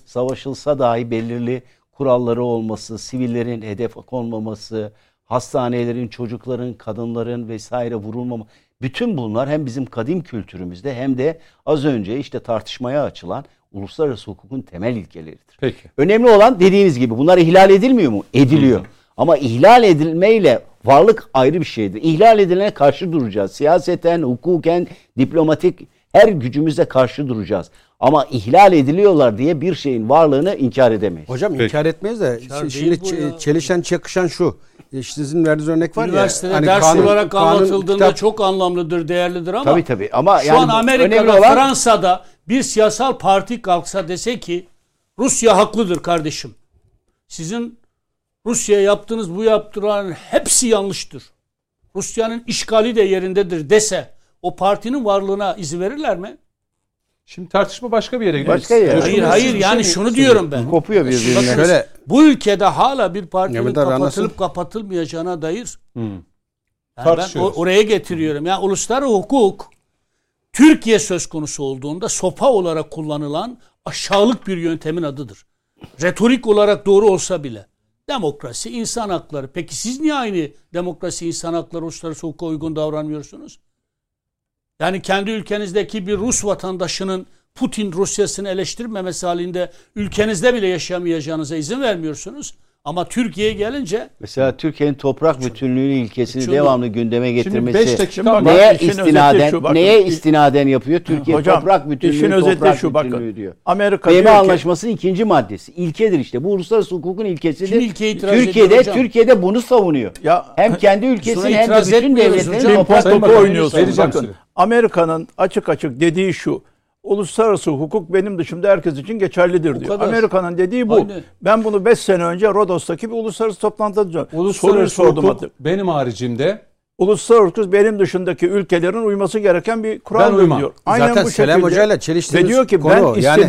dahi belirli kuralları olması, sivillerin hedef konmaması, hastanelerin, çocukların, kadınların vesaire vurulmaması. Bütün bunlar hem bizim kadim kültürümüzde hem de az önce işte tartışmaya açılan uluslararası hukukun temel ilkeleridir. Peki. Önemli olan dediğiniz gibi bunlar ihlal edilmiyor mu? Ediliyor. Ama ihlal edilmeyle varlık ayrı bir şeydir. İhlal edilene karşı duracağız. Siyaseten, hukuken, diplomatik her gücümüzle karşı duracağız. Ama ihlal ediliyorlar diye bir şeyin varlığını inkar edemeyiz. Hocam Peki. inkar etmeyiz de İnkar şimdi değil bu ya. çelişen çakışan şu. İşte sizin verdiğiniz örnek var Üniversitede ya. Hani ders olarak anlatıldığında kitap- çok anlamlıdır, değerlidir ama Tabii ama şu yani an önemli Amerika'da, olan Fransa'da bir siyasal parti kalksa dese ki Rusya haklıdır kardeşim. Sizin Rusya'ya yaptığınız bu yaptıran hepsi yanlıştır. Rusya'nın işgali de yerindedir dese o partinin varlığına izin verirler mi? Şimdi tartışma başka bir yere gidiyor. Başka yere. Hayır yani şunu diyorum ben. kopuyor birbirinden. Bakınız, Şöyle- bu ülkede hala bir partinin Mehmet abi kapatılıp anlasın. kapatılmayacağına dair yani ben Tartışıyoruz. oraya getiriyorum. Yani uluslararası hukuk Türkiye söz konusu olduğunda sopa olarak kullanılan aşağılık bir yöntemin adıdır. Retorik olarak doğru olsa bile. Demokrasi, insan hakları. Peki siz niye aynı demokrasi, insan hakları, uluslararası hukuka uygun davranmıyorsunuz? Yani kendi ülkenizdeki bir Rus vatandaşının Putin Rusya'sını eleştirmemesi halinde ülkenizde bile yaşamayacağınıza izin vermiyorsunuz. Ama Türkiye'ye gelince Mesela Türkiye'nin toprak bütünlüğü ilkesini Şunu- devamlı gündeme getirmesi. 5 dakika var. Neye İşin özeti istinaden şu, bakın. neye istinaden yapıyor? Türkiye Hocam, toprak bütünlüğü, işin özeti toprak şu, bütünlüğü bakın. diyor. Amerika BM diyor ki- Anlaşması'nın 2. maddesi. İlkedir işte. Bu uluslararası hukukun ilkesidir. Kim ilkeye itiraz ediyor hocam? Türkiye'de bunu savunuyor. Ya- hem kendi ülkesini Şuna hem de itiraz bütün etmiyoruz devletlerin hocam. toprak Sayın topu Bakan, oynuyorsunuz. vereceğim Bakın süre. Amerika'nın açık açık dediği şu. Uluslararası hukuk benim dışımda herkes için geçerlidir diyor. kadar. Amerika'nın dediği bu. Aynen. Ben bunu 5 sene önce Rodos'taki bir uluslararası toplantıda diyorum. Soruyu Uluslararası sordum hukuk artık. benim haricimde Uluslararası hukuk benim dışındaki ülkelerin uyması gereken bir Ben kuraldır uymam. diyor. Zaten bu Selam şekilde. Hoca'yla çeliştiğiniz Ve diyor ki konu ben o. Yani-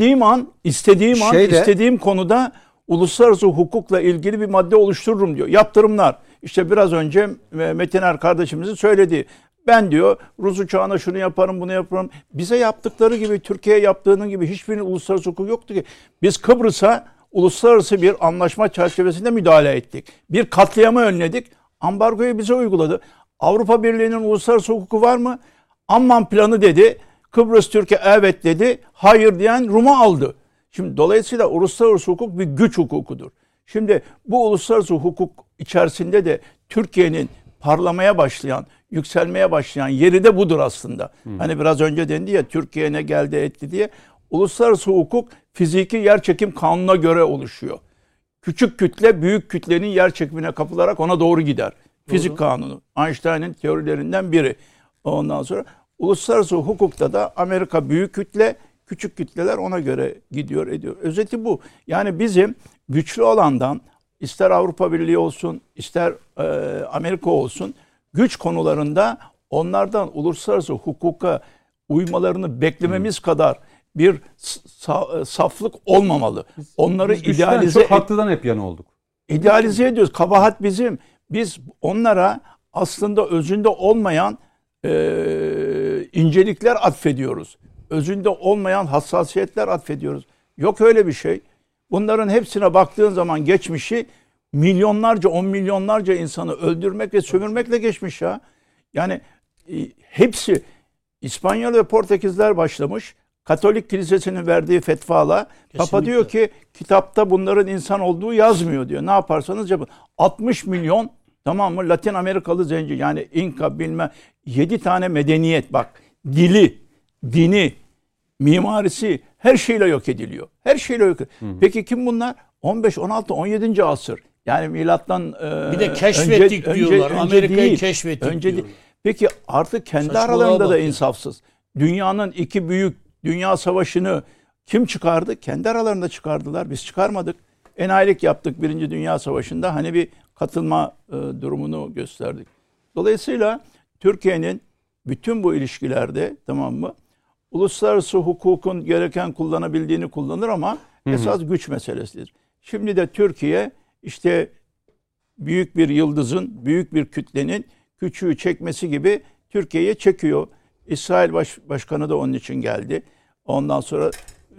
istediğim konuda uluslararası hukukla ilgili bir madde oluştururum diyor. Yaptırımlar. İşte biraz önce Metiner kardeşimizin söylediği. Ben diyor Rus uçağına şunu yaparım, bunu yaparım. Bize yaptıkları gibi, Türkiye'ye yaptığının gibi hiçbirinin uluslararası hukuk yoktu ki. Biz Kıbrıs'a uluslararası bir anlaşma çerçevesinde müdahale ettik. Bir katliamı önledik. Ambargoyu bize uyguladı. Avrupa Birliği'nin uluslararası hukuku var mı? Amman planı dedi. Kıbrıs Türkiye evet dedi. Hayır diyen Rum'u aldı. Şimdi dolayısıyla uluslararası hukuk bir güç hukukudur. Şimdi bu uluslararası hukuk içerisinde de Türkiye'nin parlamaya başlayan, yükselmeye başlayan yeri de budur aslında. Hani biraz önce dendi ya Türkiye ne geldi etti diye. Uluslararası hukuk fiziki yerçekim kanununa göre oluşuyor. Küçük kütle büyük kütlenin yerçekimine kapılarak ona doğru gider. Fizik kanunu. Einstein'ın teorilerinden biri. Ondan sonra uluslararası hukukta da Amerika büyük kütle, küçük kütleler ona göre gidiyor ediyor. Özeti bu. Yani bizim güçlü olandan ister Avrupa Birliği olsun, ister Amerika olsun güç konularında onlardan uluslararası hukuka uymalarını beklememiz kadar bir saflık olmamalı. Onları idealize çok haklıdan hep yana olduk. İdealize ediyoruz. Kabahat bizim. Biz onlara aslında özünde olmayan incelikler atfediyoruz. Özünde olmayan hassasiyetler atfediyoruz. Yok öyle bir şey. Bunların hepsine baktığın zaman geçmişi milyonlarca, 10 milyonlarca insanı öldürmek ve sömürmekle geçmiş ya. Yani hepsi İspanyol ve Portekizler başlamış. Katolik Kilisesi'nin verdiği fetvala Papa diyor ki kitapta bunların insan olduğu yazmıyor diyor. Ne yaparsanız yapın. 60 milyon tamam mı Latin Amerikalı zenci yani İnka bilmem 7 tane medeniyet bak dili, dini, mimarisi her şeyle yok ediliyor. Her şeyle yok ediliyor. Peki kim bunlar? 15, 16, 17. asır. Yani milattan bir de keşfettik diyorlar. Amerika'yı keşfettik diyorlar. Peki artık kendi Saçmalığa aralarında da bak insafsız. Dünyanın iki büyük dünya savaşını kim çıkardı? Kendi aralarında çıkardılar. Biz çıkarmadık. Enayilik yaptık Birinci Dünya Savaşı'nda. Hani bir katılma durumunu gösterdik. Dolayısıyla Türkiye'nin bütün bu ilişkilerde tamam mı? Uluslararası hukukun gereken kullanabildiğini kullanır ama esas güç meselesidir. Şimdi de Türkiye işte büyük bir yıldızın, büyük bir kütlenin küçüğü çekmesi gibi Türkiye'ye çekiyor. İsrail Başkanı da onun için geldi. Ondan sonra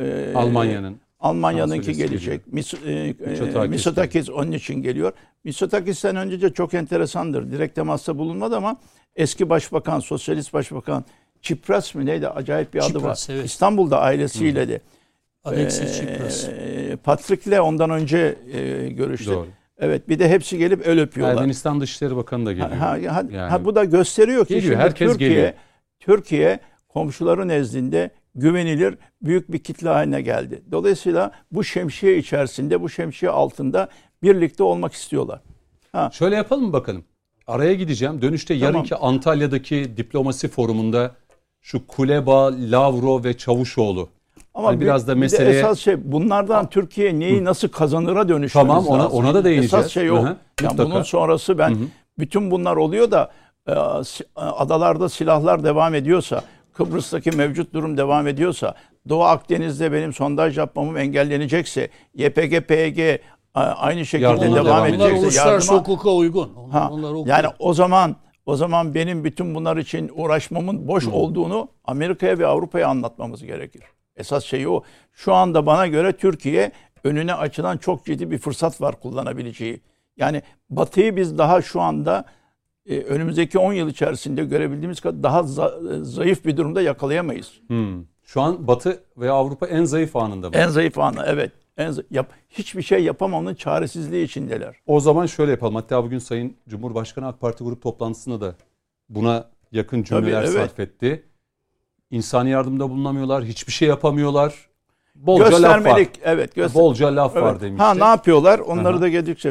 Almanya'nınki gelecek. Mitsotakis onun için geliyor. Mitsotakis'ten önce de çok enteresandır. Direkt temasta bulunmadı ama eski başbakan, sosyalist başbakan Çipras mı neydi? Acayip bir adı var. Evet. İstanbul'da ailesiyle de. Alexis Tsipras. Patrick'le ondan önce görüştü. Doğru. Evet bir de hepsi gelip el öpüyorlar. Ermenistan Dışişleri Bakanı da geliyor. Bu da gösteriyor ki geliyor, herkes geliyor. Türkiye komşuları nezdinde güvenilir büyük bir kitle haline geldi. Dolayısıyla bu şemsiye içerisinde, bu şemsiye altında birlikte olmak istiyorlar. Şöyle yapalım mı bakalım? Araya gideceğim. Dönüşte yarınki Antalya'daki diplomasi forumunda şu Kuleba, Lavrov ve Çavuşoğlu. Ama hani biraz da meseleye... esas bunlardan Türkiye neyi nasıl kazanıra dönüşmemiz lazım. Tamam ona da değineceğiz. Esas şey o. Yani bunun sonrası bütün bunlar oluyor da adalarda silahlar devam ediyorsa, Kıbrıs'taki mevcut durum devam ediyorsa, Doğu Akdeniz'de benim sondaj yapmamım engellenecekse, YPG, PYG aynı şekilde devam edecekse, onlar uluslararası hukuka uygun. Yani o zaman benim bütün bunlar için uğraşmamın boş olduğunu Amerika'ya ve Avrupa'ya anlatmamız gerekir. Esas şey o. Şu anda bana göre Türkiye önüne açılan çok ciddi bir fırsat var kullanabileceği. Yani Batı'yı biz daha şu anda önümüzdeki 10 yıl içerisinde görebildiğimiz kadar daha zayıf bir durumda yakalayamayız. Şu an Batı ve Avrupa en zayıf anında mı? En zayıf anı evet. Hiçbir şey yapamamanın çaresizliği içindeler. O zaman şöyle yapalım. Hatta bugün Sayın Cumhurbaşkanı AK Parti grup toplantısında da buna yakın cümleler sarf etti. İnsani yardımda bulunamıyorlar, hiçbir şey yapamıyorlar. Bolca laf var. Evet, bolca laf var demişti. Ne yapıyorlar? Onları da geldikçe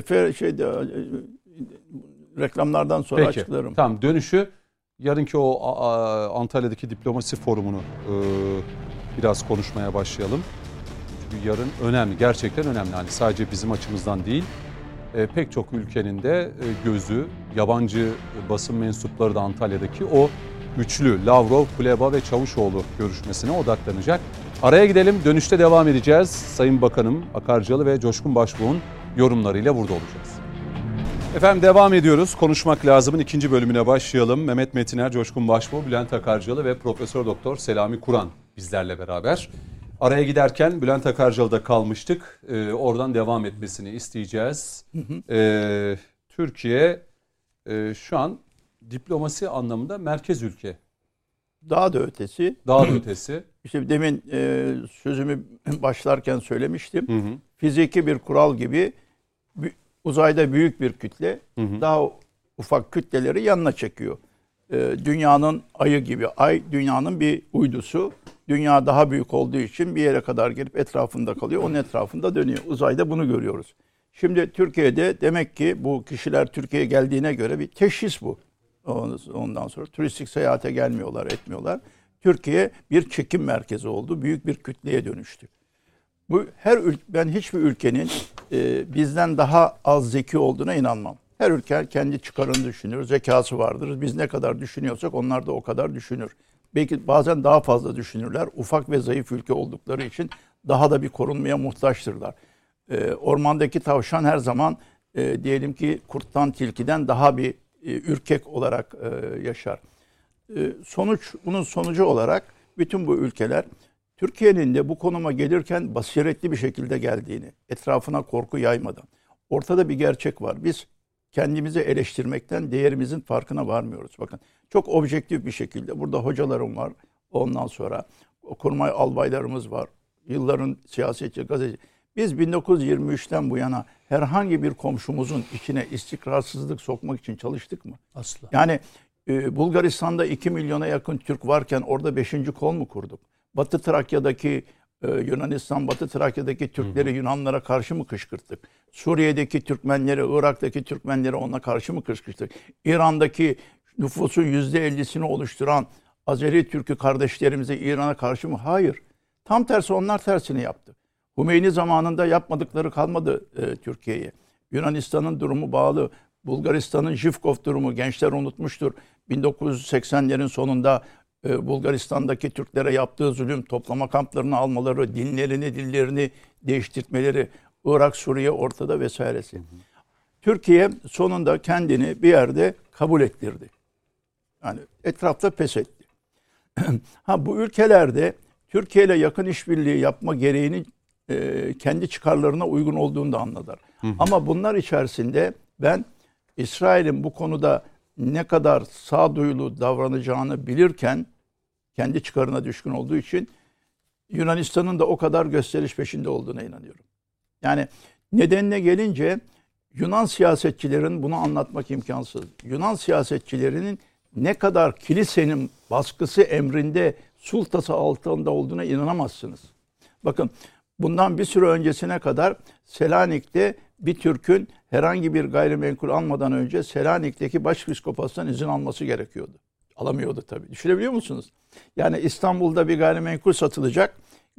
reklamlardan sonra açıklarım. Tamam, dönüşü yarınki o Antalya'daki diplomasi forumunu biraz konuşmaya başlayalım. Çünkü yarın önemli, gerçekten önemli. Hani sadece bizim açımızdan değil, pek çok ülkenin de gözü, yabancı basın mensupları da Antalya'daki o üçlü Lavrov, Kuleba ve Çavuşoğlu görüşmesine odaklanacak. Araya gidelim, dönüşte devam edeceğiz. Sayın Bakanım Akarcalı ve Coşkun Başbuğ'un yorumlarıyla burada olacağız. Efendim devam ediyoruz. Konuşmak lazımın ikinci bölümüne başlayalım. Mehmet Metiner, Coşkun Başbuğ, Bülent Akarcalı ve Profesör Doktor Selami Kur'an bizlerle beraber. Araya giderken Bülent Akarcalı'da kalmıştık. Oradan devam etmesini isteyeceğiz. Türkiye şu an diplomasi anlamında merkez ülke Daha da ötesi. Daha da ötesi. İşte demin sözümü başlarken söylemiştim. Hı hı. Fiziki bir kural gibi uzayda büyük bir kütle daha ufak kütleleri yanına çekiyor. Dünyanın ayı gibi. Ay dünyanın bir uydusu. Dünya daha büyük olduğu için bir yere kadar gelip etrafında kalıyor. Onun etrafında dönüyor. Uzayda bunu görüyoruz. Şimdi Türkiye'de demek ki bu kişiler Türkiye'ye geldiğine göre bir teşhis bu. Ondan sonra turistik seyahate gelmiyorlar, etmiyorlar. Türkiye bir çekim merkezi oldu. Büyük bir kütleye dönüştü. Ben hiçbir ülkenin bizden daha az zeki olduğuna inanmam. Her ülke kendi çıkarını düşünür, zekası vardır. Biz ne kadar düşünüyorsak onlar da o kadar düşünür. Belki bazen daha fazla düşünürler. Ufak ve zayıf ülke oldukları için daha da bir korunmaya muhtaçtırlar. Ormandaki tavşan her zaman diyelim ki kurttan, tilkiden daha bir ürkek olarak yaşar. Bunun sonucu olarak bütün bu ülkeler Türkiye'nin de bu konuma gelirken basiretli bir şekilde geldiğini, etrafına korku yaymadan. Ortada bir gerçek var. Biz kendimizi eleştirmekten değerimizin farkına varmıyoruz. Bakın çok objektif bir şekilde burada hocalarım var. Ondan sonra kurmay albaylarımız var. Yılların siyasetçi, gazeteci. Biz 1923'ten bu yana herhangi bir komşumuzun içine istikrarsızlık sokmak için çalıştık mı? Asla. Yani Bulgaristan'da 2 milyona yakın Türk varken orada 5. kol mu kurduk? Batı Trakya'daki Batı Trakya'daki Türkleri Yunanlara karşı mı kışkırttık? Suriye'deki Türkmenleri, Irak'taki Türkmenleri ona karşı mı kışkırttık? İran'daki nüfusun %50'sini oluşturan Azeri Türk'ü kardeşlerimize İran'a karşı mı? Hayır. Tam tersi onlar tersini yaptı. Hümeyni zamanında yapmadıkları kalmadı Türkiye'ye. Yunanistan'ın durumu bağlı. Bulgaristan'ın Zhivkov durumu gençler unutmuştur. 1980'lerin sonunda Bulgaristan'daki Türklere yaptığı zulüm, toplama kamplarını almaları, dillerini değiştirmeleri, Irak, Suriye ortada vesairesi. Türkiye sonunda kendini bir yerde kabul ettirdi. Yani etrafta pes etti. Bu ülkelerde Türkiye ile yakın işbirliği yapma gereğini kendi çıkarlarına uygun olduğunu da anladılar. Ama bunlar içerisinde ben İsrail'in bu konuda ne kadar sağduyulu davranacağını bilirken kendi çıkarına düşkün olduğu için Yunanistan'ın da o kadar gösteriş peşinde olduğuna inanıyorum. Yani nedenine gelince Yunan siyasetçilerin bunu anlatmak imkansız. Yunan siyasetçilerinin ne kadar kilisenin baskısı emrinde sultası altında olduğuna inanamazsınız. Bakın bundan bir süre öncesine kadar Selanik'te bir Türk'ün herhangi bir gayrimenkul almadan önce Selanik'teki başpiskopattan izin alması gerekiyordu. Alamıyordu tabii. Düşünebiliyor musunuz? Yani İstanbul'da bir gayrimenkul satılacak.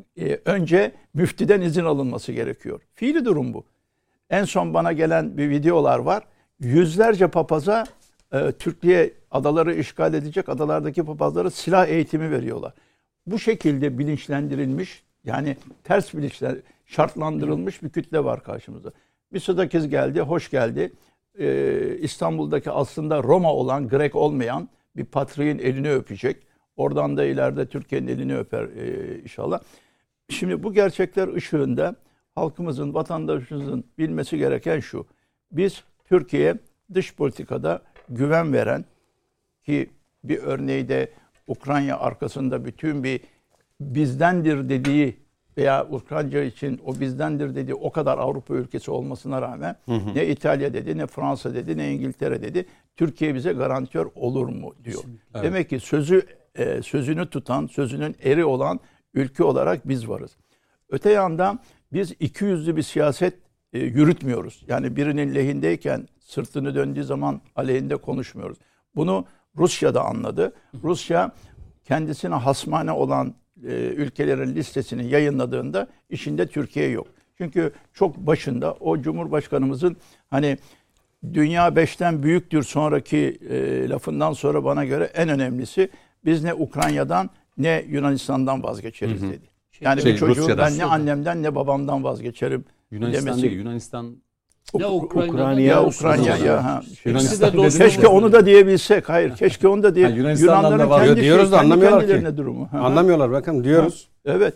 Önce müftiden izin alınması gerekiyor. Fiili durum bu. En son bana gelen bir videolar var. Yüzlerce papaza Türkiye adaları işgal edecek adalardaki papazlara silah eğitimi veriyorlar. Bu şekilde bilinçlendirilmiş, yani ters şartlandırılmış bir kütle var karşımızda. Bir Sodakis geldi, hoş geldi. İstanbul'daki aslında Roma olan, Grek olmayan bir patriğin elini öpecek. Oradan da ileride Türkiye'nin elini öper inşallah. Şimdi bu gerçekler ışığında halkımızın, vatandaşımızın bilmesi gereken şu. Biz Türkiye'ye dış politikada güven veren, ki bir örneği de Ukrayna arkasında bütün bir bizdendir dediği veya Ukrayna için o bizdendir dediği o kadar Avrupa ülkesi olmasına rağmen ne İtalya dedi, ne Fransa dedi, ne İngiltere dedi. Türkiye bize garantör olur mu diyor. Evet. Demek ki sözünü tutan, sözünün eri olan ülke olarak biz varız. Öte yandan biz ikiyüzlü bir siyaset yürütmüyoruz. Yani birinin lehindeyken sırtını döndüğü zaman aleyhinde konuşmuyoruz. Bunu Rusya da anladı. Rusya kendisine hasmane olan ülkelerin listesini yayınladığında içinde Türkiye yok. Çünkü çok başında o Cumhurbaşkanımızın hani dünya 5'ten büyüktür sonraki lafından sonra bana göre en önemlisi biz ne Ukrayna'dan ne Yunanistan'dan vazgeçeriz dedi. Yani bir çocuğu Rusya'dan. Ben ne annemden ne babamdan vazgeçerim Yunanistan demesi. değil, Yunanistan Ya Ukrayna ya. Yunanistan Keşke onu da diyebilsek. Hayır, keşke onu da diye. Yunanistan'dan da Yunanların kendi diyoruz da anlamıyorlar ki. Durumu. Anlamıyorlar bakın diyoruz. Evet.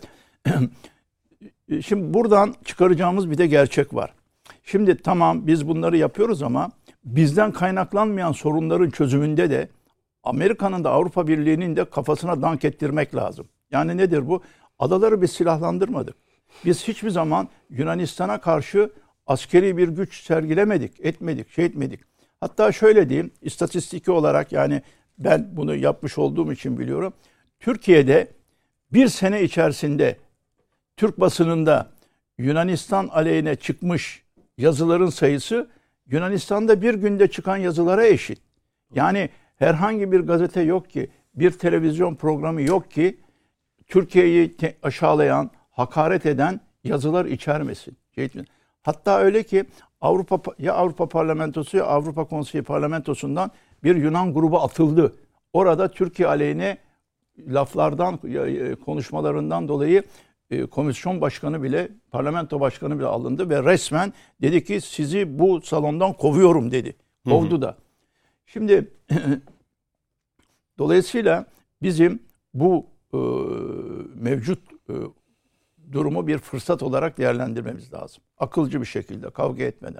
Şimdi buradan çıkaracağımız bir de gerçek var. Şimdi tamam biz bunları yapıyoruz ama bizden kaynaklanmayan sorunların çözümünde de Amerika'nın da Avrupa Birliği'nin de kafasına dank ettirmek lazım. Yani nedir bu? Adaları biz silahlandırmadık. Biz hiçbir zaman Yunanistan'a karşı askeri bir güç sergilemedik, etmedik. Hatta şöyle diyeyim, istatistiki olarak, yani ben bunu yapmış olduğum için biliyorum. Türkiye'de bir sene içerisinde Türk basınında Yunanistan aleyhine çıkmış yazıların sayısı Yunanistan'da bir günde çıkan yazılara eşit. Yani herhangi bir gazete yok ki, bir televizyon programı yok ki Türkiye'yi aşağılayan, hakaret eden yazılar içermesin. Hatta öyle ki Avrupa Parlamentosu ya Avrupa Konseyi Parlamentosu'ndan bir Yunan grubu atıldı. Orada Türkiye aleyhine laflardan, konuşmalarından dolayı komisyon başkanı bile, parlamento başkanı bile alındı ve resmen dedi ki sizi bu salondan kovuyorum dedi. Kovdu da. Şimdi dolayısıyla bizim bu mevcut durumu bir fırsat olarak değerlendirmemiz lazım. Akılcı bir şekilde, kavga etmeden.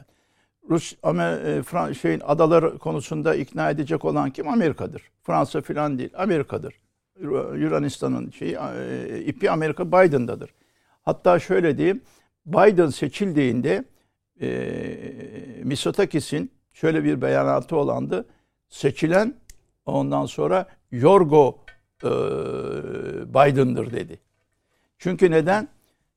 Adalar konusunda ikna edecek olan kim? Amerika'dır. Fransa filan değil, Amerika'dır. Yunanistan'ın ipi Amerika, Biden'dadır. Hatta şöyle diyeyim, Biden seçildiğinde Mitsotakis'in şöyle bir beyanatı olandı. Seçilen ondan sonra Yorgo Biden'dır dedi. Çünkü neden?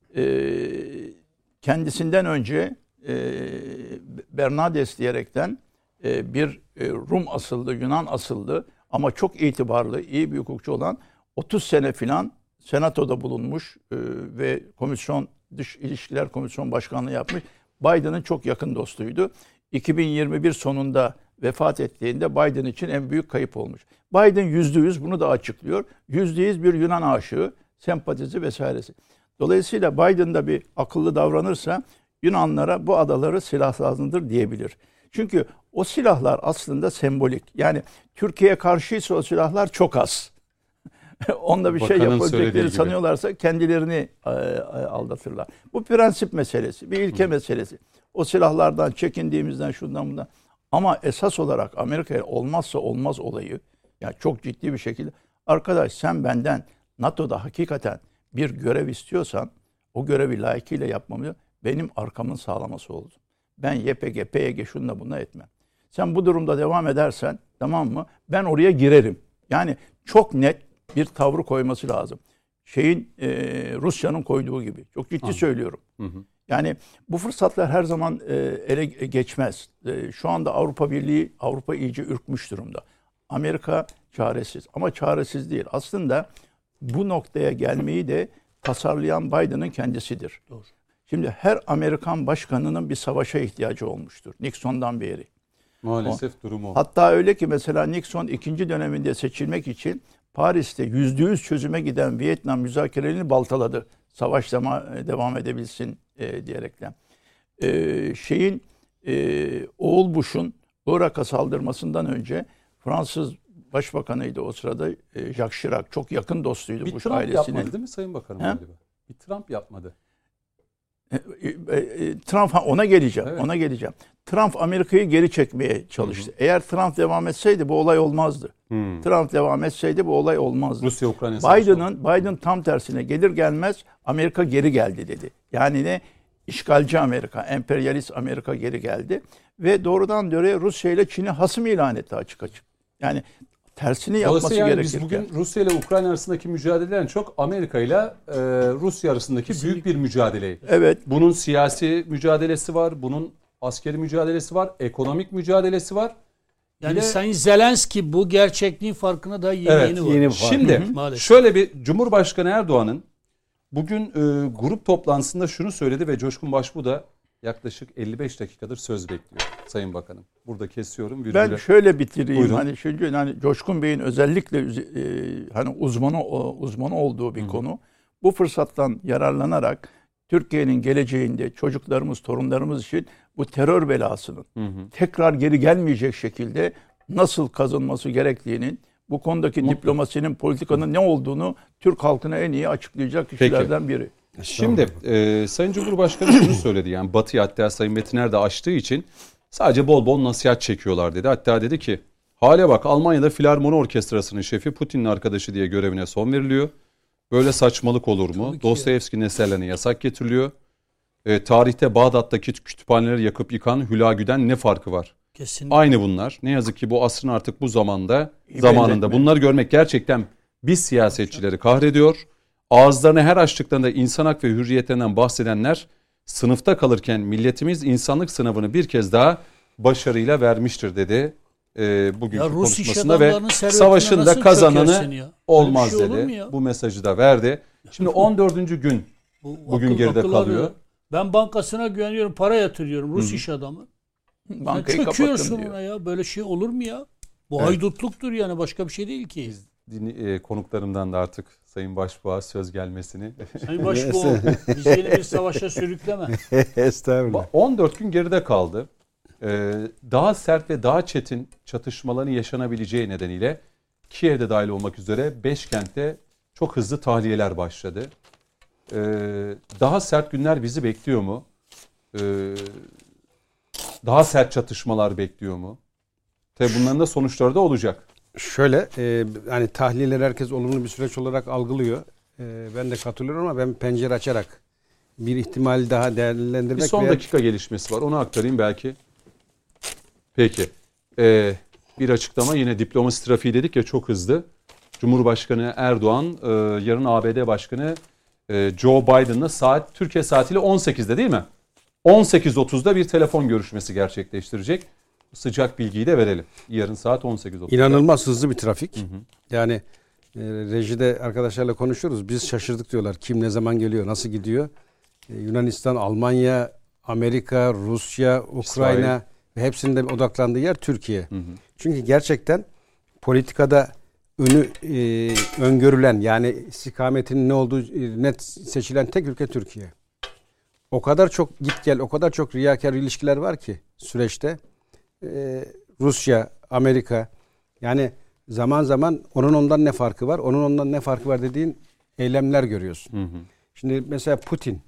Kendisinden önce Bernardes diyerekten bir Rum asıllı, Yunan asıllı ama çok itibarlı, iyi bir hukukçu olan 30 sene filan senatoda bulunmuş ve Dış İlişkiler Komisyon Başkanlığı yapmış. Biden'ın çok yakın dostuydu. 2021 sonunda vefat ettiğinde Biden için en büyük kayıp olmuş. Biden %100 bunu da açıklıyor. %100 bir Yunan aşığı, sempatizi vesairesi. Dolayısıyla Biden da bir akıllı davranırsa Yunanlara bu adaları silahlandır diyebilir. Çünkü o silahlar aslında sembolik. Yani Türkiye'ye karşıysa o silahlar çok az. Onda bir şey yapabilecekleri sanıyorlarsa kendilerini aldatırlar. Bu prensip meselesi, bir ilke meselesi. O silahlardan çekindiğimizden, şundan bundan. Ama esas olarak Amerika'ya olmazsa olmaz olayı, yani çok ciddi bir şekilde, arkadaş sen benden NATO'da hakikaten bir görev istiyorsan o görevi layıkıyla yapmamı benim arkamın sağlaması oldu. Ben YPG, PYG şununla bununla etmem. Sen bu durumda devam edersen, tamam mı? Ben oraya girerim. Yani çok net bir tavrı koyması lazım. Rusya'nın koyduğu gibi. Çok ciddi söylüyorum. Yani bu fırsatlar her zaman ele geçmez. Şu anda Avrupa iyice ürkmüş durumda. Amerika çaresiz ama çaresiz değil. Aslında bu noktaya gelmeyi de tasarlayan Biden'ın kendisidir. Doğru. Şimdi her Amerikan başkanının bir savaşa ihtiyacı olmuştur. Nixon'dan beri. Maalesef durumu. Hatta öyle ki mesela Nixon ikinci döneminde seçilmek için Paris'te %100 çözüme giden Vietnam müzakerelerini baltaladı. Savaş devam edebilsin diyerekten. Oğul Bush'un Irak'a saldırmasından önce Fransız Başbakanıydı o sırada Jacques Chirac. Çok yakın dostuydu bir Bush Trump ailesinin. yapmadı değil mi Sayın Bakanım? Bir Trump yapmadı. Trump, ona geleceğim. Evet. Ona geleceğim. Trump Amerika'yı geri çekmeye çalıştı. Eğer Trump devam etseydi bu olay olmazdı. Trump devam etseydi bu olay olmazdı. Rusya-Ukrayna Biden tam tersine gelir gelmez Amerika geri geldi dedi. Yani ne? İşgalci Amerika, emperyalist Amerika geri geldi ve doğrudan doğruya Rusya ile Çin'i hasım ilan etti açık açık. Yani tersini yapması gerekirken. Biz bugün Rusya ile Ukrayna arasındaki mücadeleden çok Amerika ile Rusya arasındaki büyük bir mücadele. Evet. Bunun siyasi mücadelesi var, bunun askeri mücadelesi var, ekonomik mücadelesi var. Yani Sayın Zelenski bu gerçekliğin farkına da yeni var. Şimdi şöyle bir Cumhurbaşkanı Erdoğan'ın bugün grup toplantısında şunu söyledi ve Coşkun Başbuğ da yaklaşık 55 dakikadır söz bekliyor Sayın Bakanım. Burada kesiyorum. Ben şöyle bitireyim. Buyurun. Çünkü Coşkun Bey'in özellikle uzmanı olduğu bir konu. Bu fırsattan yararlanarak Türkiye'nin geleceğinde çocuklarımız, torunlarımız için bu terör belasının tekrar geri gelmeyecek şekilde nasıl kazanılması gerektiğinin, bu konudaki diplomasinin, politikanın ne olduğunu Türk halkına en iyi açıklayacak kişilerden biri. Şimdi Sayın Cumhurbaşkanı şunu söyledi, yani Batı'yı hatta Sayın Metiner de açtığı için sadece bol bol nasihat çekiyorlar dedi. Hatta dedi ki Hale bak, Almanya'da Filarmoni Orkestrası'nın şefi Putin'in arkadaşı diye görevine son veriliyor. Böyle saçmalık olur mu? Dostoyevski'nin eserlerine yasak getiriliyor. Tarihte Bağdat'taki kütüphaneleri yakıp yıkan Hülagü'den ne farkı var? Kesinlikle. Aynı bunlar. Ne yazık ki bu asrın artık bu zamanında bunları görmek gerçekten biz siyasetçileri kahrediyor. Ağızlarını her açtıklarında insan hak ve hürriyetlerinden bahsedenler sınıfta kalırken milletimiz insanlık sınavını bir kez daha başarıyla vermiştir dedi. Bugünkü konuşmasında ve savaşın da kazananı olmaz dedi. Bu mesajı da verdi. Şimdi 14. gün bugün geride kalıyor. Ben bankasına güveniyorum, para yatırıyorum. Rus iş adamı. Bankayı çöküyorsun ona ya. Böyle şey olur mu ya? Bu haydutluktur yani, başka bir şey değil ki. Konuklarımdan da artık Sayın Başbuğ'a söz gelmesini. Sayın Başbuğ, bizi yeni bir savaşa sürükleme. Estağfurullah. 14 gün geride kaldı. Daha sert ve daha çetin çatışmaların yaşanabileceği nedeniyle Kiev'de dahil olmak üzere 5 kentte çok hızlı tahliyeler başladı. Daha sert günler bizi bekliyor mu? Daha sert çatışmalar bekliyor mu? Tabii bunların da sonuçları da olacak. Şöyle hani tahliyeler herkes olumlu bir süreç olarak algılıyor. Ben de katılıyorum ama ben pencere açarak bir ihtimal daha değerlendirmek. Bir son dakika gelişmesi var. Onu aktarayım belki. Peki. Bir açıklama, yine diplomasi trafiği dedik ya, çok hızlı. Cumhurbaşkanı Erdoğan yarın ABD Başkanı Joe Biden'la Türkiye saatiyle 18'de değil mi? 18.30'da bir telefon görüşmesi gerçekleştirecek. Sıcak bilgiyi de verelim. Yarın saat 18.30'da. İnanılmaz hızlı bir trafik. Hı hı. Yani rejide arkadaşlarla konuşuyoruz. Biz şaşırdık diyorlar. Kim ne zaman geliyor, nasıl gidiyor? Yunanistan, Almanya, Amerika, Rusya, Ukrayna ve hepsinin de odaklandığı yer Türkiye. Hı hı. Çünkü gerçekten politikada öngörülen, yani istikametinin ne olduğu net seçilen tek ülke Türkiye. O kadar çok git gel, o kadar çok riyakar ilişkiler var ki süreçte. Rusya, Amerika, yani zaman zaman onun ondan ne farkı var, onun ondan ne farkı var dediğin eylemler görüyorsun. Hı hı. Şimdi mesela Putin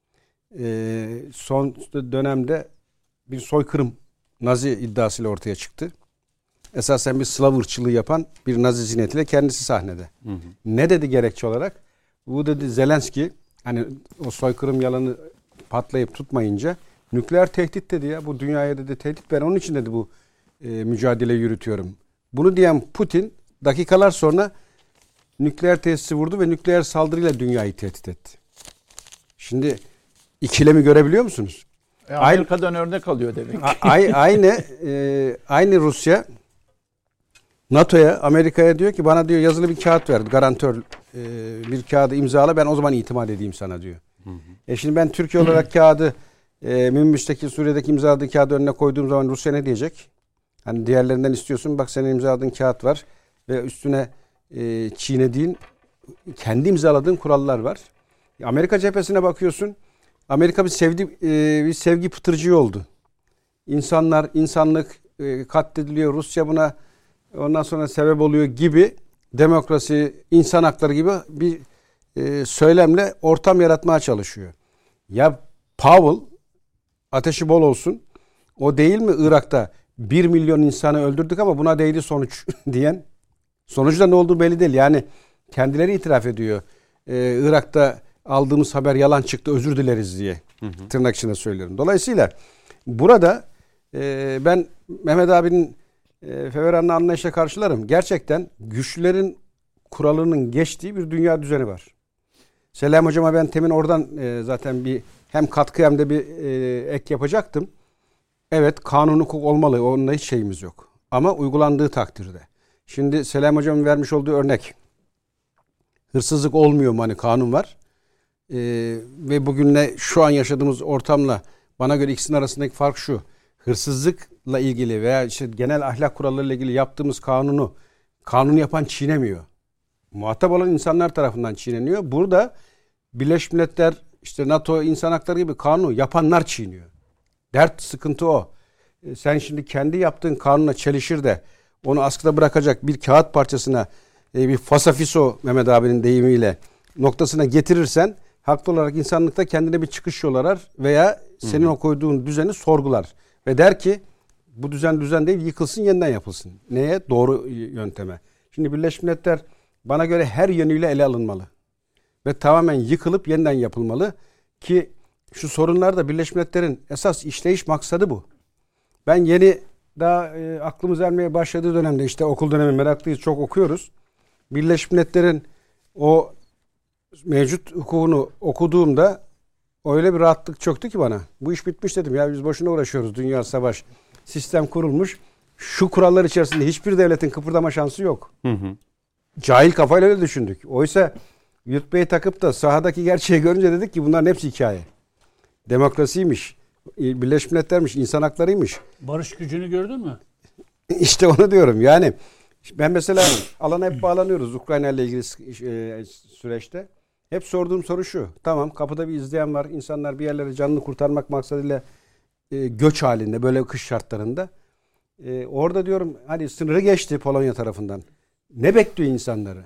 son dönemde bir soykırım Nazi iddiasıyla ortaya çıktı. Esasen bir Slav ırkçılığı yapan bir Nazi zihniyetiyle kendisi sahnede. Hı hı. Ne dedi gerekçe olarak? Bu dedi Zelenski, hani o soykırım yalanı patlayıp tutmayınca nükleer tehdit dedi ya. Bu dünyaya dedi tehdit, ben onun için dedi bu mücadele yürütüyorum. Bunu diyen Putin dakikalar sonra nükleer tesisi vurdu ve nükleer saldırıyla dünyayı tehdit etti. Şimdi ikilemi görebiliyor musunuz? Amerika'dan örnek alıyor demek. Aynı Rusya NATO'ya, Amerika'ya diyor ki bana diyor yazılı bir kağıt ver, garantör bir kağıdı imzala, ben o zaman itimat edeyim sana diyor. Hı hı. Şimdi ben Türkiye olarak kağıdı Münbiş'teki, Suriye'deki imzaladığı kağıdı önüne koyduğum zaman Rusya ne diyecek? Hani diğerlerinden istiyorsun, bak senin imzaladığın kağıt var ve üstüne çiğnediğin, kendi imzaladığın kurallar var. Amerika cephesine bakıyorsun. Amerika bir sevgi pıtırcığı oldu. İnsanlık katlediliyor. Rusya buna ondan sonra sebep oluyor gibi, demokrasi, insan hakları gibi bir söylemle ortam yaratmaya çalışıyor. Ya Powell, ateşi bol olsun, o değil mi Irak'ta 1 milyon insanı öldürdük ama buna değdi sonuç diyen? Sonucu da ne olduğu belli değil. Yani kendileri itiraf ediyor. Irak'ta aldığımız haber yalan çıktı, özür dileriz diye. Hı hı. Tırnak içinde söylüyorum. Dolayısıyla burada ben Mehmet abinin feveranlı anlayışla karşılarım. Gerçekten güçlerin kuralının geçtiği bir dünya düzeni var. Selam hocama ben temin oradan zaten bir hem katkı hem de bir ek yapacaktım. Evet, kanun hukuk olmalı. Onunla hiç şeyimiz yok. Ama uygulandığı takdirde. Şimdi Selam hocamın vermiş olduğu örnek. Hırsızlık olmuyor mu, hani kanun var. Ve bugünle şu an yaşadığımız ortamla bana göre ikisinin arasındaki fark şu. Hırsızlıkla ilgili veya işte genel ahlak kurallarıyla ilgili yaptığımız kanunu yapan çiğnemiyor. Muhatap olan insanlar tarafından çiğneniyor. Burada Birleşmiş Milletler, işte NATO, insan hakları gibi kanunu yapanlar çiğniyor. Dert, sıkıntı o. Sen şimdi kendi yaptığın kanunla çelişir de onu askıda bırakacak bir kağıt parçasına bir fasafiso, Mehmet abinin deyimiyle, noktasına getirirsen haklı olarak insanlıkta kendine bir çıkış yol arar veya senin o koyduğun düzeni sorgular. Ve der ki Bu düzen değil, yıkılsın, yeniden yapılsın. Neye? Doğru yönteme. Şimdi Birleşmiş Milletler bana göre her yönüyle ele alınmalı. Ve tamamen yıkılıp yeniden yapılmalı ki şu sorunlarda Birleşmiş Milletler'in esas işleyiş maksadı bu. Ben daha aklımız ermeye başladığı dönemde, işte okul dönemi meraklıyız, çok okuyoruz. Birleşmiş Milletler'in o mevcut hukukunu okuduğumda öyle bir rahatlık çöktü ki bana. Bu iş bitmiş dedim. Ya biz boşuna uğraşıyoruz. Dünya savaş. Sistem kurulmuş. Şu kurallar içerisinde hiçbir devletin kıpırdama şansı yok. Cahil kafayla öyle düşündük. Oysa yutmayı takıp da sahadaki gerçeği görünce dedik ki bunların hepsi hikaye. Demokrasiymiş, Birleşmiş Milletler'miş, insan haklarıymış. Barış gücünü gördün mü? İşte onu diyorum. Yani ben mesela alana hep bağlanıyoruz Ukrayna ile ilgili süreçte. Hep sorduğum soru şu. Tamam, kapıda bir izleyen var. İnsanlar bir yerlere canını kurtarmak maksadıyla göç halinde, böyle kış şartlarında. Orada diyorum hani sınırı geçti Polonya tarafından. Ne bekliyor insanları?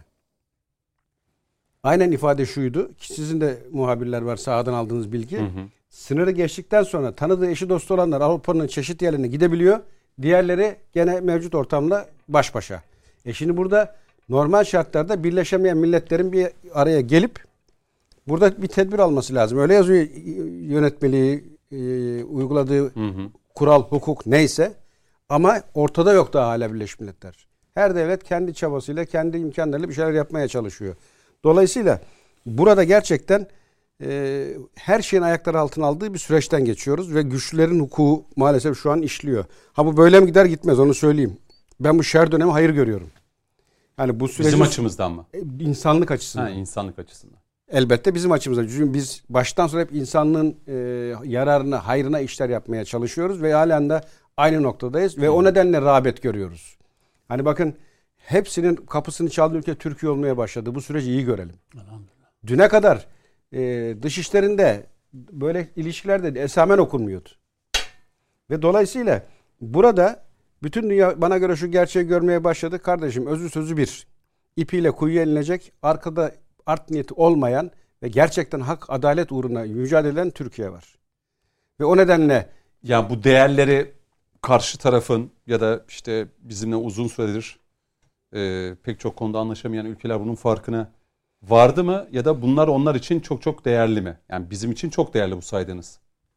Aynen ifade şuydu. Ki sizin de muhabirler var, sahadan aldığınız bilgi. Sınırı geçtikten sonra tanıdığı eşi dostu olanlar Avrupa'nın çeşitli yerlerine gidebiliyor. Diğerleri gene mevcut ortamla baş başa. Şimdi burada normal şartlarda birleşemeyen milletlerin bir araya gelip burada bir tedbir alması lazım. Öyle yazıyor yönetmeliği, uyguladığı kural, hukuk neyse. Ama ortada yok daha hala Birleşmiş Milletler. Her devlet kendi çabasıyla, kendi imkanlarıyla bir şeyler yapmaya çalışıyor. Dolayısıyla burada gerçekten her şeyin ayakları altına aldığı bir süreçten geçiyoruz ve güçlülerin hukuku maalesef şu an işliyor. Ha bu böyle mi gider gitmez, onu söyleyeyim. Ben bu şer dönemi hayır görüyorum. Yani bu sürecin, bizim açımızdan mı? İnsanlık açısından. İnsanlık açısından. Elbette bizim açımızdan. Çünkü biz baştan sonra hep insanlığın yararına, hayrına işler yapmaya çalışıyoruz ve halen de aynı noktadayız ve o nedenle rağbet görüyoruz. Hani bakın, hepsinin kapısını çaldığı ülke Türkiye olmaya başladı. Bu süreci iyi görelim. Düne kadar dış işlerinde böyle ilişkilerde esamen okunmuyordu. Ve dolayısıyla burada bütün dünya bana göre şu gerçeği görmeye başladı. Kardeşim, özü sözü bir. İpiyle kuyuya inilecek, arkada art niyeti olmayan ve gerçekten hak, adalet uğruna mücadele eden Türkiye var. Ve o nedenle yani bu değerleri karşı tarafın ya da işte bizimle uzun süredir pek çok konuda anlaşamayan ülkeler bunun farkına vardı mı? Ya da bunlar onlar için çok çok değerli mi? Yani bizim için çok değerli bu saydığınız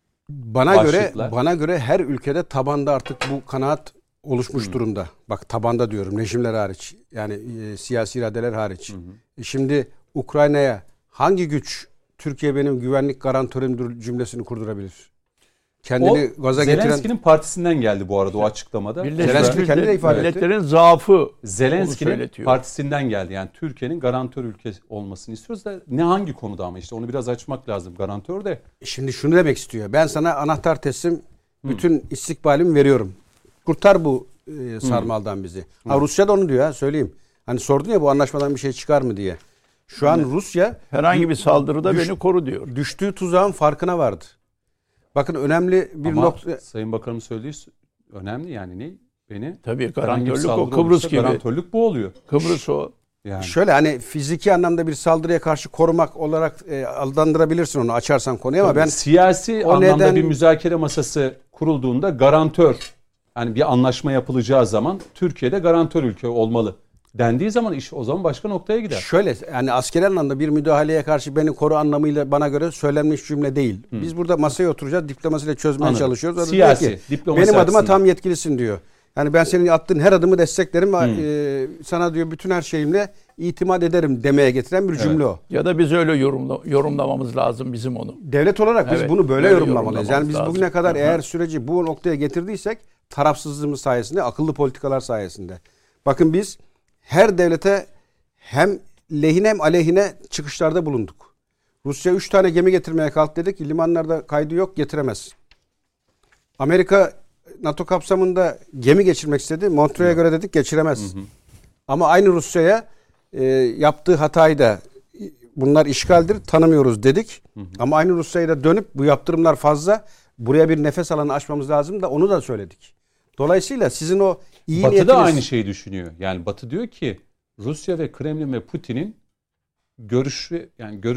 bana göre her ülkede tabanda artık bu kanaat oluşmuş durumda. Bak, tabanda diyorum, rejimler hariç. Yani siyasi iradeler hariç. Şimdi Ukrayna'ya hangi güç Türkiye benim güvenlik garantörümdür cümlesini kurdurabilir? Kendini gaza getiren... Zelenski'nin partisinden geldi bu arada o açıklamada. Zelenski kendi de ifade etti. Milletlerin zaafı. Zelenski'nin partisinden geldi. Yani Türkiye'nin garantör ülke olmasını istiyoruz da ne hangi konuda, ama işte onu biraz açmak lazım. Garantör de. Şimdi şunu demek istiyor. Ben sana anahtar teslim bütün istikbalimi veriyorum. Kurtar bu sarmaldan bizi. Ha, Rusya da onu diyor, söyleyeyim. Hani sordun ya bu anlaşmadan bir şey çıkar mı diye. Şu an Rusya herhangi bir saldırıda beni koru diyor. Düştüğü tuzağın farkına vardı. Bakın önemli bir nokta. Sayın Bakanım söylediği önemli, yani ne? Tabii garantörlük o, Kıbrıs gibi. Garantörlük bu oluyor. Kıbrıs o. Yani. Şöyle hani fiziki anlamda bir saldırıya karşı korumak olarak aldandırabilirsin onu açarsan konuyu, ama ben siyasi anlamda bir müzakere masası kurulduğunda garantör, yani bir anlaşma yapılacağı zaman Türkiye'de garantör ülke olmalı dendiği zaman iş o zaman başka noktaya gider. Şöyle, yani askeri anlamda bir müdahaleye karşı beni koru anlamıyla bana göre söylenmiş cümle değil. Biz burada masaya oturacağız, diplomasiyle çözmeye çalışıyoruz. Orada siyasi, diplomasi benim adıma açısından. tam yetkilisin diyor. Yani ben senin attığın her adımı desteklerim ve sana diyor bütün her şeyimle itimat ederim demeye getiren bir cümle o. Ya da biz öyle yorumlamamız lazım bizim onu. Devlet olarak biz bunu böyle yorumlamalıyız. Yani biz lazım. bugüne kadar eğer süreci bu noktaya getirdiysek tarafsızlığımız sayesinde, akıllı politikalar sayesinde. Bakın biz her devlete hem lehine hem aleyhine çıkışlarda bulunduk. Rusya 3 tane gemi getirmeye kalktı, dedik ki limanlarda kaydı yok, getiremez. Amerika NATO kapsamında gemi geçirmek istedi. Montreux'e göre dedik geçiremez. Ama aynı Rusya'ya yaptığı hatayı da bunlar işgaldir, tanımıyoruz dedik. Ama aynı Rusya'ya da dönüp bu yaptırımlar fazla, buraya bir nefes alanı açmamız lazım da onu da söyledik. Dolayısıyla sizin o iyi Batı niyetiniz... da aynı şeyi düşünüyor. Yani Batı diyor ki Rusya ve Kremlin ve Putin'in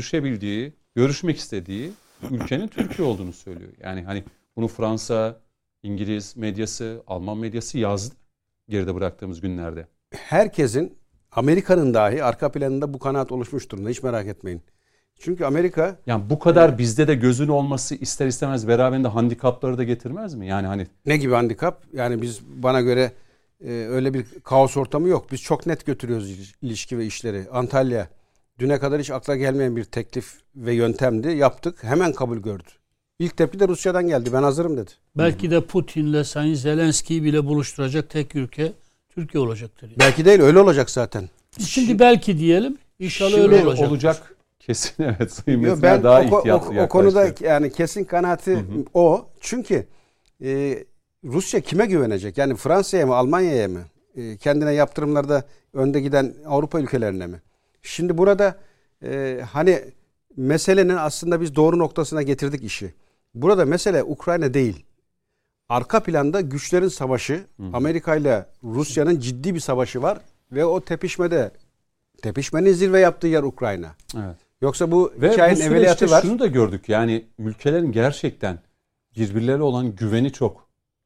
görüşebildiği, görüşmek istediği ülkenin Türkiye olduğunu söylüyor. Yani hani bunu Fransa, İngiliz medyası, Alman medyası yazdı geride bıraktığımız günlerde. Herkesin, Amerika'nın dahi arka planında bu kanaat oluşmuş durumda. Hiç merak etmeyin. Çünkü Amerika... Yani bu kadar bizde de gözün olması ister istemez beraberinde handikapları da getirmez mi? Yani hani... Ne gibi handikap? Yani bana göre öyle bir kaos ortamı yok. Biz çok net götürüyoruz ilişki ve işleri. Antalya düne kadar hiç akla gelmeyen bir teklif ve yöntemdi. Yaptık. Hemen kabul gördü. İlk tepki de Rusya'dan geldi. Ben hazırım dedi. Belki de Putin'le Sayın Zelenski'yi bile buluşturacak tek ülke Türkiye olacaktır. Yani. Belki değil, öyle olacak zaten. Şimdi belki diyelim. İnşallah öyle olacak. Kesin evet. Sayın Yo, Metiner ben daha ihtiyatlı o konuda yani kesin kanaati o. Çünkü Rusya kime güvenecek? Yani Fransa'ya mı, Almanya'ya mı? Kendine yaptırımlarda önde giden Avrupa ülkelerine mi? Şimdi burada hani meselenin aslında biz doğru noktasına getirdik işi. Burada mesele Ukrayna değil. Arka planda güçlerin savaşı, Amerika ile Rusya'nın ciddi bir savaşı var ve o tepişmenin zirve yaptığı yer Ukrayna. Evet. Yoksa bu ve hikayenin bu evveliyatı süreçte var. şunu da gördük. Yani ülkelerin gerçekten birbirleriyle olan güveni çok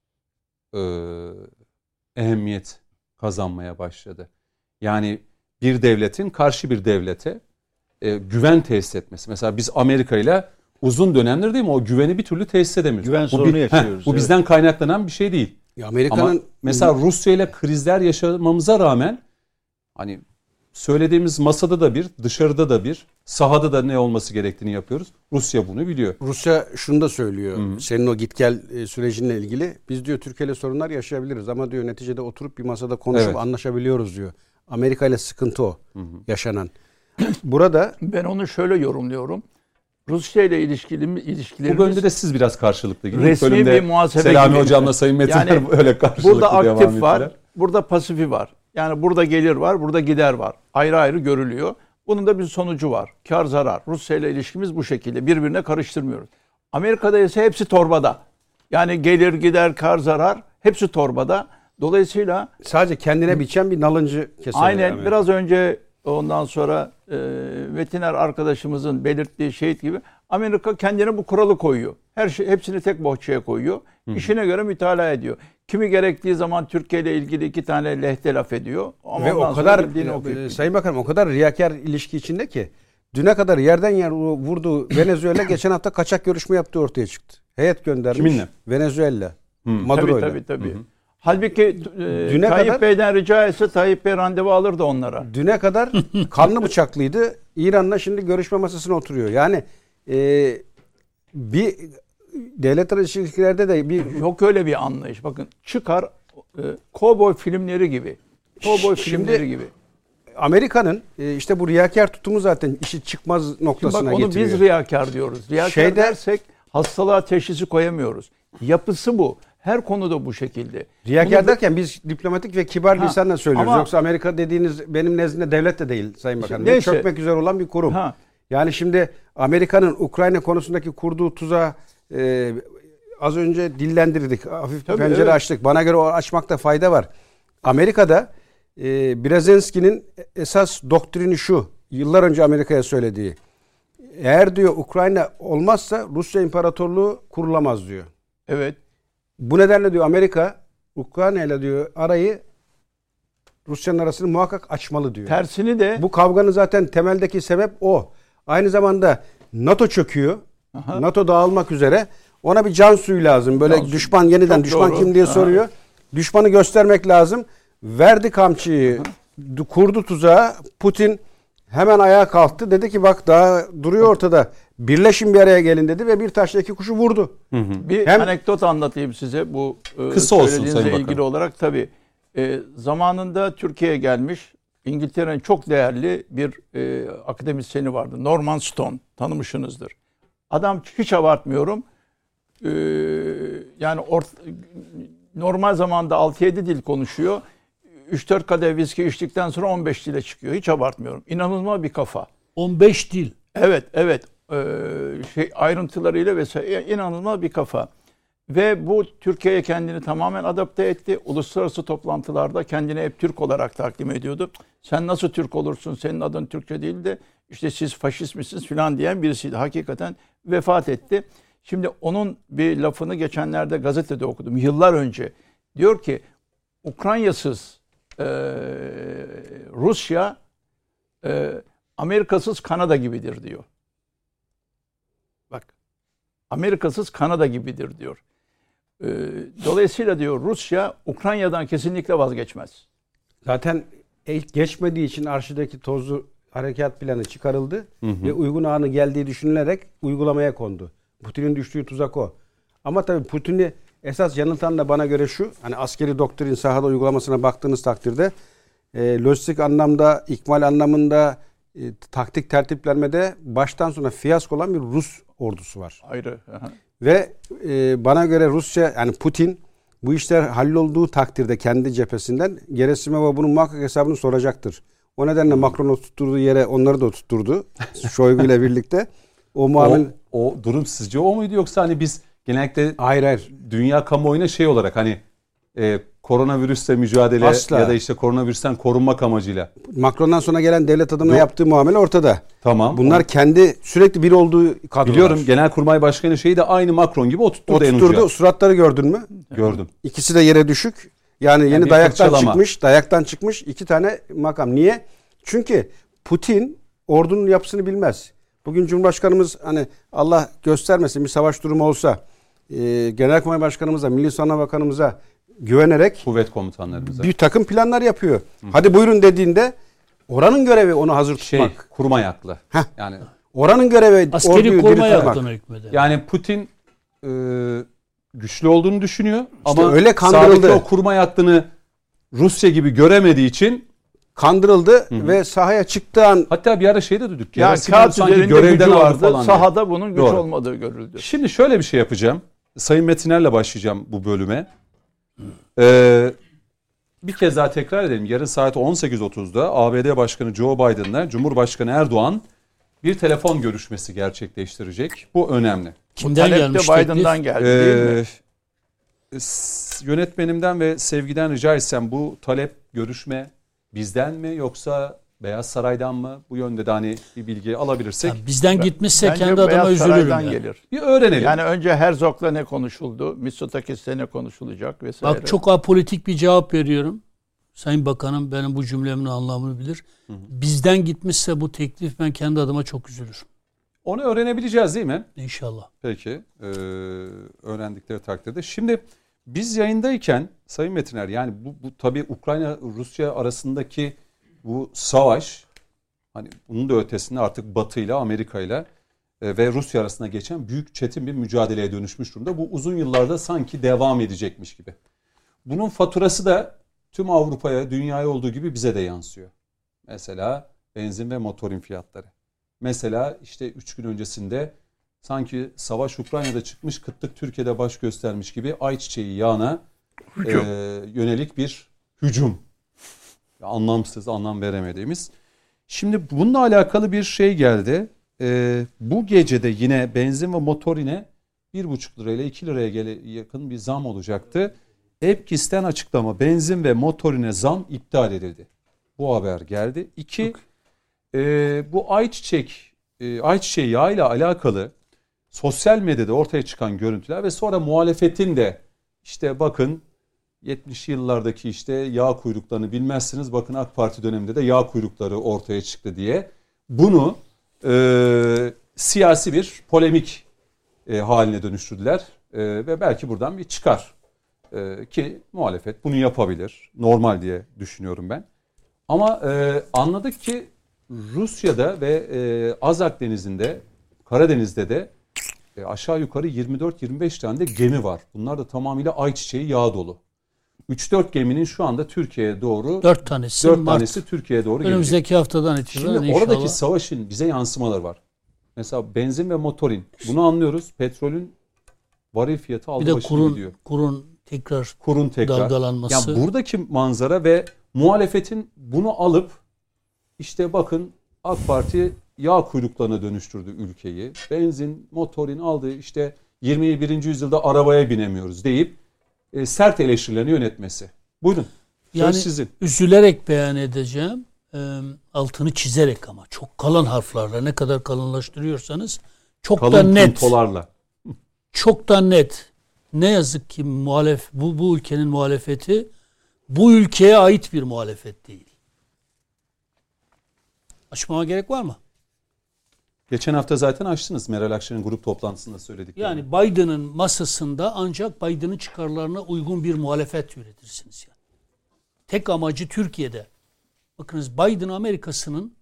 ehemmiyet kazanmaya başladı. Yani bir devletin karşı bir devlete güven tesis etmesi. Mesela biz Amerika ile uzun dönemdir değil mi o güveni bir türlü tesis edemiyoruz. Güven sorunu yaşıyoruz. Bu bizden kaynaklanan bir şey değil. Amerika'nın Ama mesela Rusya ile krizler yaşamamıza rağmen hani söylediğimiz masada da bir, dışarıda da bir, sahada da ne olması gerektiğini yapıyoruz. Rusya bunu biliyor. Rusya şunu da söylüyor. Senin o git gel sürecinle ilgili. Biz diyor Türkiye ile sorunlar yaşayabiliriz ama diyor neticede oturup bir masada konuşup anlaşabiliyoruz diyor. Amerika ile sıkıntı o yaşanan. Burada ben onu şöyle yorumluyorum. Rusya ile ilişkilerimiz... Bu bölümde de siz biraz karşılıklı gibi. Resmi Bölümde bir muhasebe Selami gibi. Hocam'la Sayın Metiner Yani öyle karşılıklı burada devam aktif var, ettiler. burada pasifi var. Yani burada gelir var, burada gider var. Ayrı ayrı görülüyor. Bunun da bir sonucu var. Kar zarar. Rusya ile ilişkimiz bu şekilde. Birbirine karıştırmıyoruz. Amerika'da ise hepsi torbada. Yani gelir gider kar zarar hepsi torbada. Dolayısıyla sadece kendine biçen bir nalıncı kesim. aynen Amerika. biraz önce ondan sonra Metiner arkadaşımızın belirttiği şey gibi Amerika kendine bu kuralı koyuyor. Her şey hepsini tek bohçaya koyuyor. İşine göre mütalaa ediyor. Kimi gerektiği zaman Türkiye ile ilgili 2 tane lehte laf ediyor. Ama ve o kadar Sayın Bakanım o kadar riyakar ilişki içinde ki düne kadar yerden yer vurduğu Venezuela geçen hafta kaçak görüşme yaptığı ortaya çıktı. Heyet göndermiş. Kiminle? Venezuela. Maduro'yla. Tabii. Halbuki Düne Tayyip kadar- Bey'den rica etse Tayyip Bey randevu alırdı onlara. Düne kadar kanlı bıçaklıydı. İran'la şimdi görüşme masasına oturuyor. Yani bir devlet arası ilişkilerde de bir Yok öyle bir anlayış. Bakın çıkar kovboy filmleri gibi. Kovboy Şimdi- filmleri gibi. Amerika'nın işte bu riyakar tutumu zaten işi çıkmaz Şimdi noktasına bak onu getiriyor. biz riyakar diyoruz. Riyakar dersek hastalığa teşhisi koyamıyoruz. Yapısı bu. Her konuda bu şekilde. Riyakar Bunu- derken biz diplomatik ve kibar lisanla söylüyoruz. ama- Yoksa Amerika dediğiniz benim nezdimde devlet de değil Sayın Bakanım. Neyse. Çökmek üzere olan bir kurum. Ha. Yani şimdi Amerika'nın Ukrayna konusundaki kurduğu tuzağı az önce dillendirdik. Hafif Tabii, pencere evet. açtık. Bana göre o açmakta fayda var. Amerika'da Brzezinski'nin esas doktrini şu. Yıllar önce Amerika'ya söylediği. Eğer diyor Ukrayna olmazsa Rusya İmparatorluğu kurulamaz diyor. Evet. Bu nedenle diyor Amerika Ukrayna ile diyor arayı Rusya'nın arasını muhakkak açmalı diyor. Tersini de Bu kavganın zaten temeldeki sebep o. Aynı zamanda NATO çöküyor. Aha. NATO dağılmak üzere. Ona bir can suyu lazım. Böyle Can suyu. düşman yeniden Çok düşman doğru. kim diye Aha. soruyor. Düşmanı göstermek lazım. Verdi kamçıyı. Kurdu tuzağı. Putin hemen ayağa kalktı. Dedi ki bak daha duruyor ortada. Birleşin bir araya gelin dedi ve bir taşla 2 kuşu vurdu. bir Hem- anekdot anlatayım size bu Kısa olsun söylediğinizle Sayın ilgili Bakan. olarak tabii. Zamanında Türkiye'ye gelmiş İngiltere'nin çok değerli bir akademisyeni vardı. Norman Stone. Tanımışsınızdır. Adam hiç abartmıyorum. Yani normal zamanda 6-7 dil konuşuyor. 3-4 kadeh viski içtikten sonra 15 dile çıkıyor. Hiç abartmıyorum. İnanılmaz bir kafa. 15 dil. Evet. Ayrıntılarıyla vesaire inanılmaz bir kafa. Ve bu Türkiye'ye kendini tamamen adapte etti. Uluslararası toplantılarda kendini hep Türk olarak takdim ediyordu. Sen nasıl Türk olursun? Senin adın Türkçe değil de işte siz faşist misiniz falan diyen birisiydi. Hakikaten vefat etti. Şimdi onun bir lafını geçenlerde gazetede okudum. Yıllar önce. Diyor ki Ukraynasız Rusya Amerikasız Kanada gibidir diyor. Bak, Amerikasız Kanada gibidir diyor. Dolayısıyla diyor Rusya Ukrayna'dan kesinlikle vazgeçmez. Zaten geçmediği için arşideki tozlu harekat planı çıkarıldı ve uygun anı geldiği düşünülerek uygulamaya kondu. Putin'in düştüğü tuzak o. Ama tabii Putin'i esas yanıltan da bana göre şu, hani askeri doktrin sahada uygulamasına baktığınız takdirde lojistik anlamda, ikmal anlamında, taktik tertiplenmede baştan sona fiyasko olan bir Rus ordusu var. Ayrı. Aha. Ve bana göre Rusya, yani Putin bu işler hallolduğu takdirde kendi cephesinden Gerasimov'a bunun muhakkak hesabını soracaktır. O nedenle Macron'u tutturduğu yere onları da tutturdu. Shoigu ile birlikte. O durum sizce o muydu, yoksa hani biz genellikle hayır. Dünya kamuoyuna şey olarak hani koronavirüsle mücadele Asla. ya da işte koronavirüsten korunmak amacıyla. Macron'dan sonra gelen devlet adamına yaptığı muamele ortada. Tamam. Bunlar kendi sürekli bir olduğu kadrolar. Biliyorum, Genelkurmay Başkanı şeyi de aynı Macron gibi oturtturdu en ucuya. Suratları gördün mü? Gördüm. İkisi de yere düşük. Yani yeni bir dayaktan çıkmış iki tane makam. Niye? Çünkü Putin ordunun yapısını bilmez. Bugün Cumhurbaşkanımız, hani Allah göstermesin bir savaş durumu olsa, Genelkurmay Başkanımıza, Milli Savunma Bakanımıza güvenerek kuvvet komutanlarımıza bir takım planlar yapıyor. Hadi buyurun dediğinde oranın görevi onu hazır tutmak. Kurmay aklı. Yani oranın görevi askeri kurmay aklına hükmeder. Yani Putin güçlü olduğunu düşünüyor İşte ama öyle kandırıldı. sahadaki o kurmay aklını Rusya gibi göremediği için kandırıldı ve sahaya çıktığı an, hatta bir ara şey de duyduk. Yani kağıt üzerinde gücü vardı. Sahada bunun güç olmadığı görüldü. Şimdi şöyle bir şey yapacağım. Sayın Metiner'le başlayacağım bu bölüme. Bir kez daha tekrar edelim. Yarın saat 18.30'da ABD Başkanı Joe Biden'la Cumhurbaşkanı Erdoğan bir telefon görüşmesi gerçekleştirecek. Bu önemli. Kimden gelmiş? Biden'dan geldi değil mi? Yönetmenimden ve Sevgi'den rica etsem, bu talep, görüşme bizden mi yoksa Beyaz Saray'dan mı? Bu yönde de hani bir bilgi alabilirsek. Yani bizden gitmişse Bence kendi adıma Beyaz üzülürüm. Saray'dan Yani. gelir. Bir öğrenelim. Yani önce Herzog'la ne konuşuldu? Mitsotakis'le ne konuşulacak vesaire. Bak, çok apolitik bir cevap veriyorum. Sayın Bakanım benim bu cümlemin anlamını bilir. Bizden gitmişse bu teklif, ben kendi adıma çok üzülürüm. Onu öğrenebileceğiz değil mi? İnşallah. Peki. Öğrendikleri takdirde. Şimdi biz yayındayken Sayın Metiner, yani bu tabii Ukrayna-Rusya arasındaki bu savaş, hani bunun da ötesinde artık Batı ile Amerika ile ve Rusya arasında geçen büyük çetin bir mücadeleye dönüşmüş durumda. Bu uzun yıllarda sanki devam edecekmiş gibi. Bunun faturası da tüm Avrupa'ya, dünyaya olduğu gibi bize de yansıyor. Mesela benzin ve motorin fiyatları. Mesela işte 3 gün öncesinde sanki savaş Ukrayna'da çıkmış, kıtlık Türkiye'de baş göstermiş gibi ayçiçeği yağına yönelik bir hücum. Anlamsız, anlam veremediğimiz. Şimdi bununla alakalı bir şey geldi. Bu gecede yine benzin ve motorine 1,5 lirayla 2 liraya yakın bir zam olacaktı. EPKİS'ten açıklama: benzin ve motorine zam iptal edildi. Bu haber geldi. 2, bu ayçiçeği yağı ile alakalı sosyal medyada ortaya çıkan görüntüler ve sonra muhalefetin de işte bakın 70'li yıllardaki işte yağ kuyruklarını bilmezsiniz, bakın AK Parti döneminde de yağ kuyrukları ortaya çıktı diye bunu siyasi bir polemik haline dönüştürdüler ve belki buradan bir çıkar ki muhalefet bunu yapabilir, normal diye düşünüyorum ben. Ama anladık ki Rusya'da ve Azak Denizi'nde, Karadeniz'de de aşağı yukarı 24-25 tane de gemi var. Bunlar da tamamıyla ayçiçeği yağı dolu. 3-4 geminin şu anda Türkiye'ye doğru, 4 tanesi Türkiye'ye doğru gelecek. Önümüzdeki haftadan itibaren Şimdi inşallah. oradaki savaşın bize yansımaları var. Mesela benzin ve motorin. Bunu anlıyoruz. Petrolün varil fiyatı aldı bir de başını gidiyor. kurun tekrar dalgalanması. Yani buradaki manzara ve muhalefetin bunu alıp işte bakın AK Parti yağ kuyruklarına dönüştürdü ülkeyi. Benzin, motorin aldı, işte 21. yüzyılda arabaya binemiyoruz deyip sert eleştirilerini yönetmesi. Buyurun. Yani söz sizin. Üzülerek beyan edeceğim. Altını çizerek, ama çok kalın harflerle, ne kadar kalınlaştırıyorsanız çok Kalın da net. puntolarla. çok da net. Ne yazık ki bu ülkenin muhalefeti bu ülkeye ait bir muhalefet değil. Açmama gerek var mı? Geçen hafta zaten açtınız. Meral Akşener'in grup toplantısında söyledik. Yani Biden'ın masasında ancak Biden'ın çıkarlarına uygun bir muhalefet üretirsiniz. Yani. Tek amacı Türkiye'de. Bakınız Biden Amerika'sının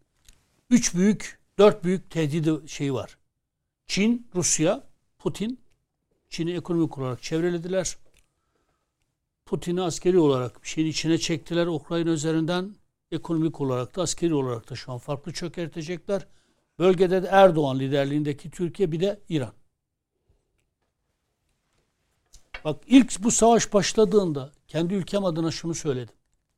4 büyük tehdidi var. Çin, Rusya, Putin. Çin'i ekonomik olarak çevrelediler. Putin'i askeri olarak bir şeyin içine çektiler. Ukrayna üzerinden ekonomik olarak da askeri olarak da şu an farklı çökertecekler. Bölgede de Erdoğan liderliğindeki Türkiye, bir de İran. Bak ilk bu savaş başladığında kendi ülkem adına şunu söyledim.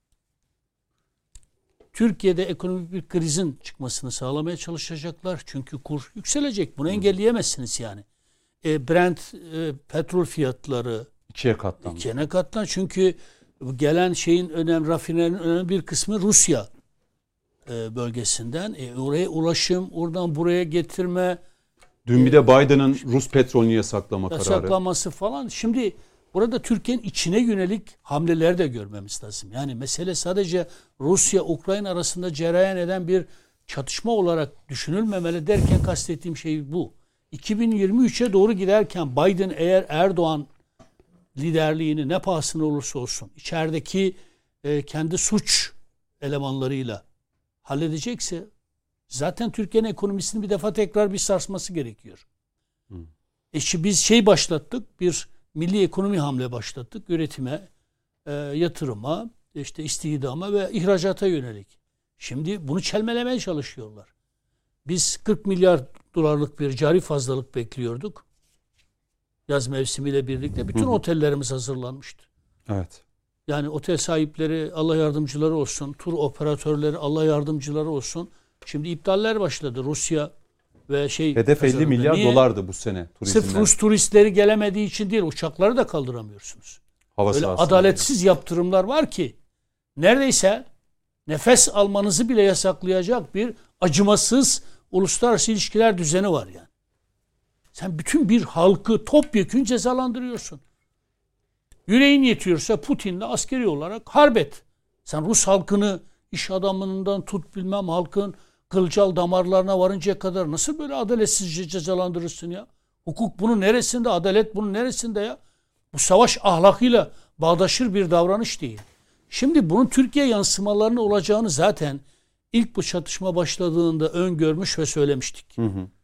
Türkiye'de ekonomik bir krizin çıkmasını sağlamaya çalışacaklar. Çünkü kur yükselecek. Bunu engelleyemezsiniz yani. Brent petrol fiyatları ikiye katlandı. İkiye katlandı. Çünkü gelen rafinerinin önemli bir kısmı Rusya bölgesinden. Oraya ulaşım, oradan buraya getirme. Dün bir de Biden'ın Rus petrolünü yasaklaması falan. Şimdi burada Türkiye'nin içine yönelik hamleler de görmemiz lazım. Yani mesele sadece Rusya-Ukrayna arasında cereyan eden bir çatışma olarak düşünülmemeli derken kastettiğim şey bu. 2023'e doğru giderken Biden eğer Erdoğan liderliğini ne pahasına olursa olsun içerideki kendi suç elemanlarıyla halledecekse zaten Türkiye'nin ekonomisini bir defa tekrar bir sarsması gerekiyor. Biz başlattık, bir milli ekonomi hamle başlattık. Üretime, yatırıma, istihdama ve ihracata yönelik. Şimdi bunu çelmelemeye çalışıyorlar. Biz 40 milyar dolarlık bir cari fazlalık bekliyorduk. Yaz mevsimiyle birlikte bütün otellerimiz hazırlanmıştı. Evet. Yani otel sahipleri Allah yardımcıları olsun, tur operatörleri Allah yardımcıları olsun. Şimdi iptaller başladı. Rusya ve hedef 50 milyar dolardı bu sene turizmden. Sırf Rus turistleri gelemediği için değil, uçakları da kaldıramıyorsunuz. Öyle adaletsiz yaptırımlar var ki neredeyse nefes almanızı bile yasaklayacak bir acımasız uluslararası ilişkiler düzeni var yani. Sen bütün bir halkı topyekün cezalandırıyorsun. Yüreğin yetiyorsa Putin'le askeri olarak harp et. Sen Rus halkını iş adamından tut bilmem halkın kılcal damarlarına varıncaya kadar nasıl böyle adaletsizce cezalandırırsın ya? Hukuk bunun neresinde? Adalet bunun neresinde ya? Bu savaş ahlakıyla bağdaşır bir davranış değil. Şimdi bunun Türkiye yansımalarının olacağını zaten ilk bu çatışma başladığında öngörmüş ve söylemiştik.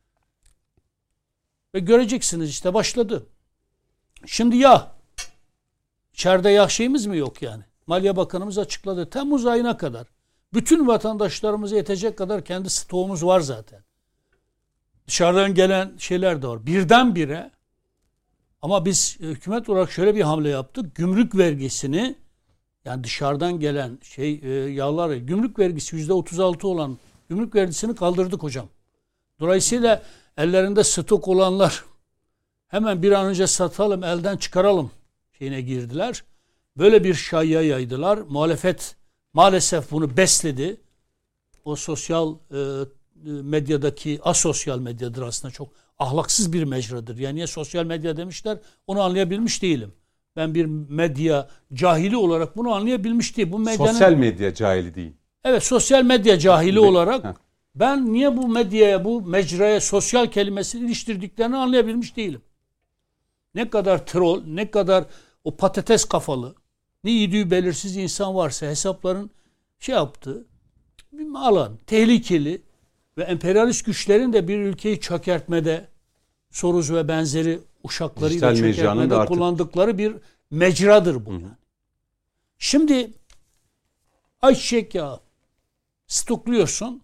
Ve göreceksiniz başladı. Şimdi içeride yağ şeyimiz mi yok yani? Maliye Bakanımız açıkladı. Temmuz ayına kadar bütün vatandaşlarımıza yetecek kadar kendi stoğumuz var zaten. Dışarıdan gelen şeyler de var. Birdenbire ama biz hükümet olarak şöyle bir hamle yaptık. Gümrük vergisini yani dışarıdan gelen yağlar, gümrük vergisi %36 olan gümrük vergisini kaldırdık hocam. Dolayısıyla ellerinde stok olanlar hemen bir an önce satalım, elden çıkaralım girdiler. Böyle bir şaya yaydılar. Muhalefet maalesef bunu besledi. O sosyal medyadaki asosyal medyadır aslında, çok ahlaksız bir mecradır. Yani niye sosyal medya demişler onu anlayabilmiş değilim. Ben bir medya cahili olarak bunu anlayabilmiş değilim. Bu sosyal medya cahili değil. Evet, sosyal medya cahili olarak ben niye bu medyaya, bu mecraya sosyal kelimesini iliştirdiklerini anlayabilmiş değilim. Ne kadar troll, ne kadar o patates kafalı, ne idüğü belirsiz insan varsa hesapların yaptığı bir alan, tehlikeli ve emperyalist güçlerin de bir ülkeyi çökertmede, Soros ve benzeri uşaklarıyla çökertmede artık kullandıkları bir mecradır bu. Yani. Şimdi ayçiçek yağı stokluyorsun.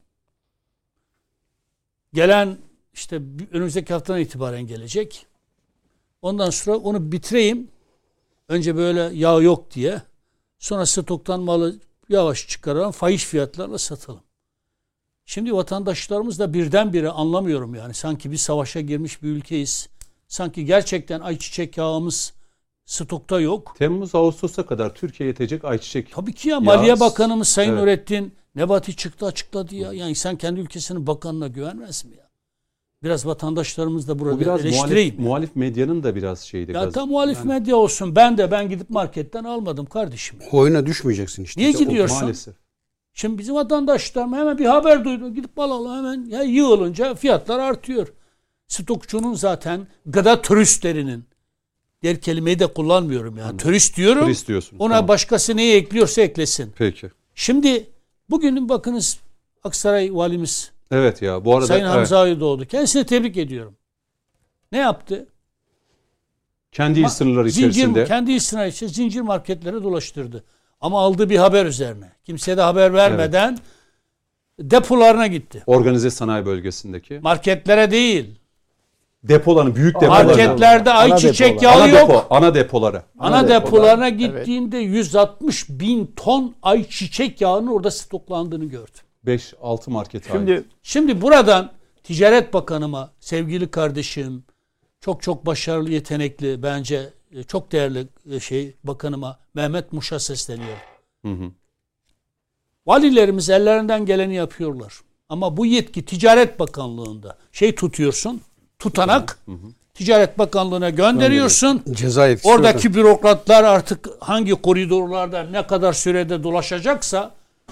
Gelen önümüzdeki haftadan itibaren gelecek. Ondan sonra onu bitireyim. Önce böyle yağ yok diye. Sonra stoktan malı yavaş çıkaralım. Fahiş fiyatlarla satalım. Şimdi vatandaşlarımız da birdenbire anlamıyorum yani. Sanki bir savaşa girmiş bir ülkeyiz. Sanki gerçekten ayçiçek yağımız stokta yok. Temmuz-Ağustos'a kadar Türkiye'ye yetecek ayçiçek. Tabii ki ya. Maliye Bakanımız Sayın Nurettin Nebati çıktı açıkladı ya. Yani insan kendi ülkesinin bakanına güvenmez mi ya? Biraz vatandaşlarımız da Bu burada biraz eleştireyim. muhalif medyanın da biraz şeydi. Ya tam muhalif medya olsun. Ben gidip marketten almadım kardeşim. O oyuna düşmeyeceksin işte. Niye gidiyorsun? Maalesef. Şimdi bizim vatandaşlarım hemen bir haber duydu. Gidip alalım hemen. Ya yığılınca fiyatlar artıyor. Stokçunun zaten gıda turistlerinin, diğer kelimeyi de kullanmıyorum yani. Turist diyorum. Turist diyorsun. Ona Tamam. başkası neyi ekliyorsa eklesin. Peki. Şimdi bugün bakınız Aksaray valimiz Evet ya bu arada Sayın evet, Hamza Aydoğdu. Kendisini tebrik ediyorum. Ne yaptı? kendi il sınırları içerisinde. Kendi il sınırları içerisinde zincir marketlere dolaştırdı. Ama aldığı bir haber üzerine. Kimseye de haber vermeden depolarına gitti. Organize sanayi bölgesindeki. Marketlere değil. Depoların büyük depoları. Marketlerde Ana ayçiçek depolar. yağı yok. Ana depoları. Ana depolarına Evet. gittiğinde 160 bin ton ayçiçek yağının orada stoklandığını gördüm. 5-6 market ait. Şimdi buradan Ticaret Bakanıma, sevgili kardeşim, çok başarılı, yetenekli, bence çok değerli bakanıma Mehmet Muş'a sesleniyorum. Valilerimiz ellerinden geleni yapıyorlar. Ama bu yetki Ticaret Bakanlığı'nda tutuyorsun, tutanak, Ticaret Bakanlığı'na gönderiyorsun. Ceza yetkisi Oradaki bürokratlar artık hangi koridorlarda ne kadar sürede dolaşacaksa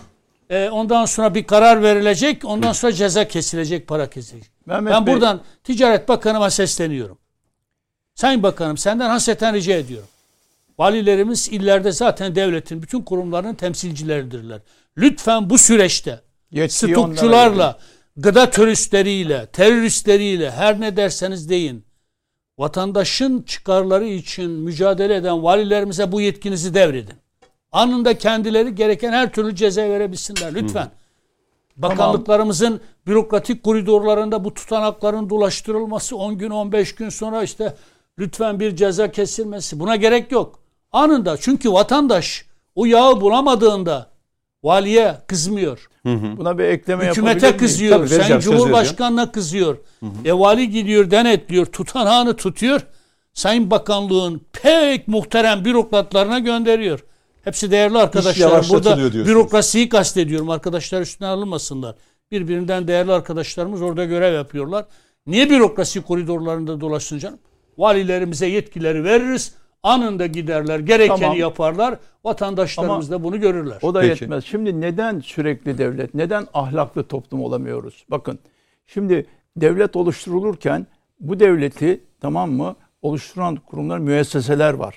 ondan sonra bir karar verilecek. Ondan sonra ceza kesilecek, para kesilecek. Ben buradan Ticaret Bakanıma sesleniyorum. Sayın Bakanım, senden hasreten rica ediyorum. Valilerimiz illerde zaten devletin bütün kurumlarının temsilcileridirler. Lütfen bu süreçte stokçularla, gıda turistleriyle, teröristleriyle her ne derseniz deyin, vatandaşın çıkarları için mücadele eden valilerimize bu yetkinizi devredin. Anında kendileri gereken her türlü ceza verebilsinler. Lütfen. Bakanlıklarımızın bürokratik koridorlarında bu tutanakların dolaştırılması 10 gün 15 gün sonra lütfen bir ceza kesilmesi. Buna gerek yok. Anında. Çünkü vatandaş o yağı bulamadığında valiye kızmıyor. Buna bir ekleme hükümete kızıyor. Tabii, Sayın Cumhurbaşkanı'na kızıyor. Vali gidiyor, denetliyor, tutanağını tutuyor. Sayın Bakanlığın pek muhterem bürokratlarına gönderiyor. Hepsi değerli arkadaşlar. Burada bürokrasiyi kastediyorum. Arkadaşlar üstüne alınmasınlar. Birbirinden değerli arkadaşlarımız orada görev yapıyorlar. Niye bürokrasi koridorlarında dolaşsın canım? Valilerimize yetkileri veririz. Anında giderler. Gerekeni yaparlar. Vatandaşlarımız da bunu görürler. O da yetmez. Şimdi neden sürekli devlet, neden ahlaklı toplum olamıyoruz? Bakın şimdi devlet oluşturulurken bu devleti oluşturan kurumlar, müesseseler var.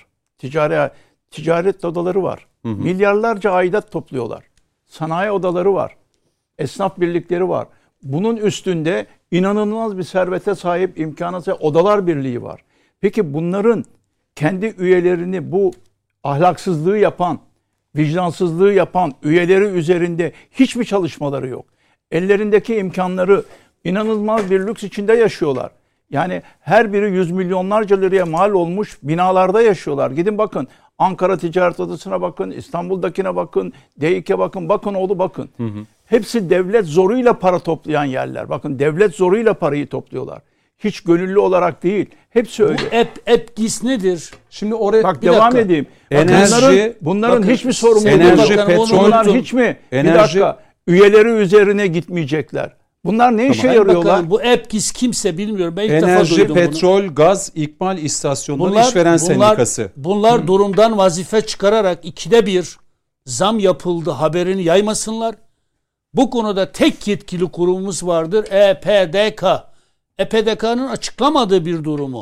Ticaret odaları var. Milyarlarca aidat topluyorlar. Sanayi odaları var. Esnaf birlikleri var. Bunun üstünde inanılmaz bir servete sahip, imkana sahip odalar birliği var. Peki bunların kendi üyelerini bu ahlaksızlığı yapan, vicdansızlığı yapan üyeleri üzerinde hiçbir çalışmaları yok. Ellerindeki imkanları inanılmaz bir lüks içinde yaşıyorlar. Yani her biri yüz milyonlarca liraya mal olmuş binalarda yaşıyorlar. Gidin bakın Ankara Ticaret Odası'na bakın, İstanbul'dakine bakın, D2'ye bakın, bakın. Hepsi devlet zoruyla para toplayan yerler. Bakın devlet zoruyla parayı topluyorlar. Hiç gönüllü olarak değil. Hepsi öyle. Bu EPGİS nedir? Şimdi oraya Bak devam edeyim. Bunların hiçbir sorumluluğu yok. Bunlar hiç mi? Bir dakika. Üyeleri üzerine gitmeyecekler. Bunlar ne işe yarıyorlar? Bakalım, bu EPGİS kimse bilmiyorum. Ben ilk defa Enerji, duydum Petrol, bunu. Gaz, İkmal İstasyonları İşveren Sendikası. Bunlar durumdan vazife çıkararak 2'de 1 zam yapıldı haberini yaymasınlar. Bu konuda tek yetkili kurumumuz vardır. EPDK. EPDK'nın açıklamadığı bir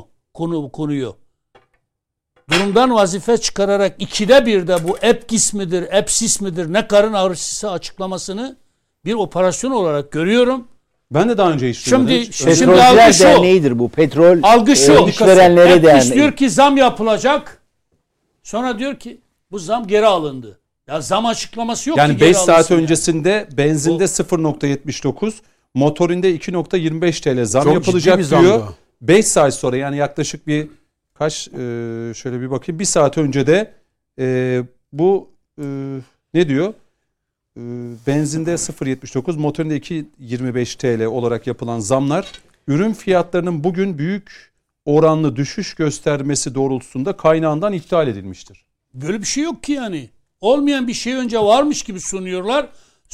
konuyu. Durumdan vazife çıkararak 2'de 1'de bu EPGİS midir, EPSİS midir, ne karın ağrısı açıklamasını bir operasyon olarak görüyorum. Ben de daha önce hiç duymadım. Şimdi algı şu. Derneği'dir bu. Petrol algı şu. işverenleri derneği. Diyor ki zam yapılacak. Sonra diyor ki bu zam geri alındı. Ya zam açıklaması yok yani ki geri 5 saat alınsın öncesinde benzinde 0.79, motorinde 2.25 TL zam Çok yapılacak ciddi bir diyor. zamdı. 5 saat sonra yani yaklaşık bir şöyle bir bakayım. 1 saat önce de bu ne diyor? Benzinde 0.79, motorinde 2.25 TL olarak yapılan zamlar ürün fiyatlarının bugün büyük oranlı düşüş göstermesi doğrultusunda kaynağından iptal edilmiştir. Böyle bir şey yok ki yani. Olmayan bir şey önce varmış gibi sunuyorlar.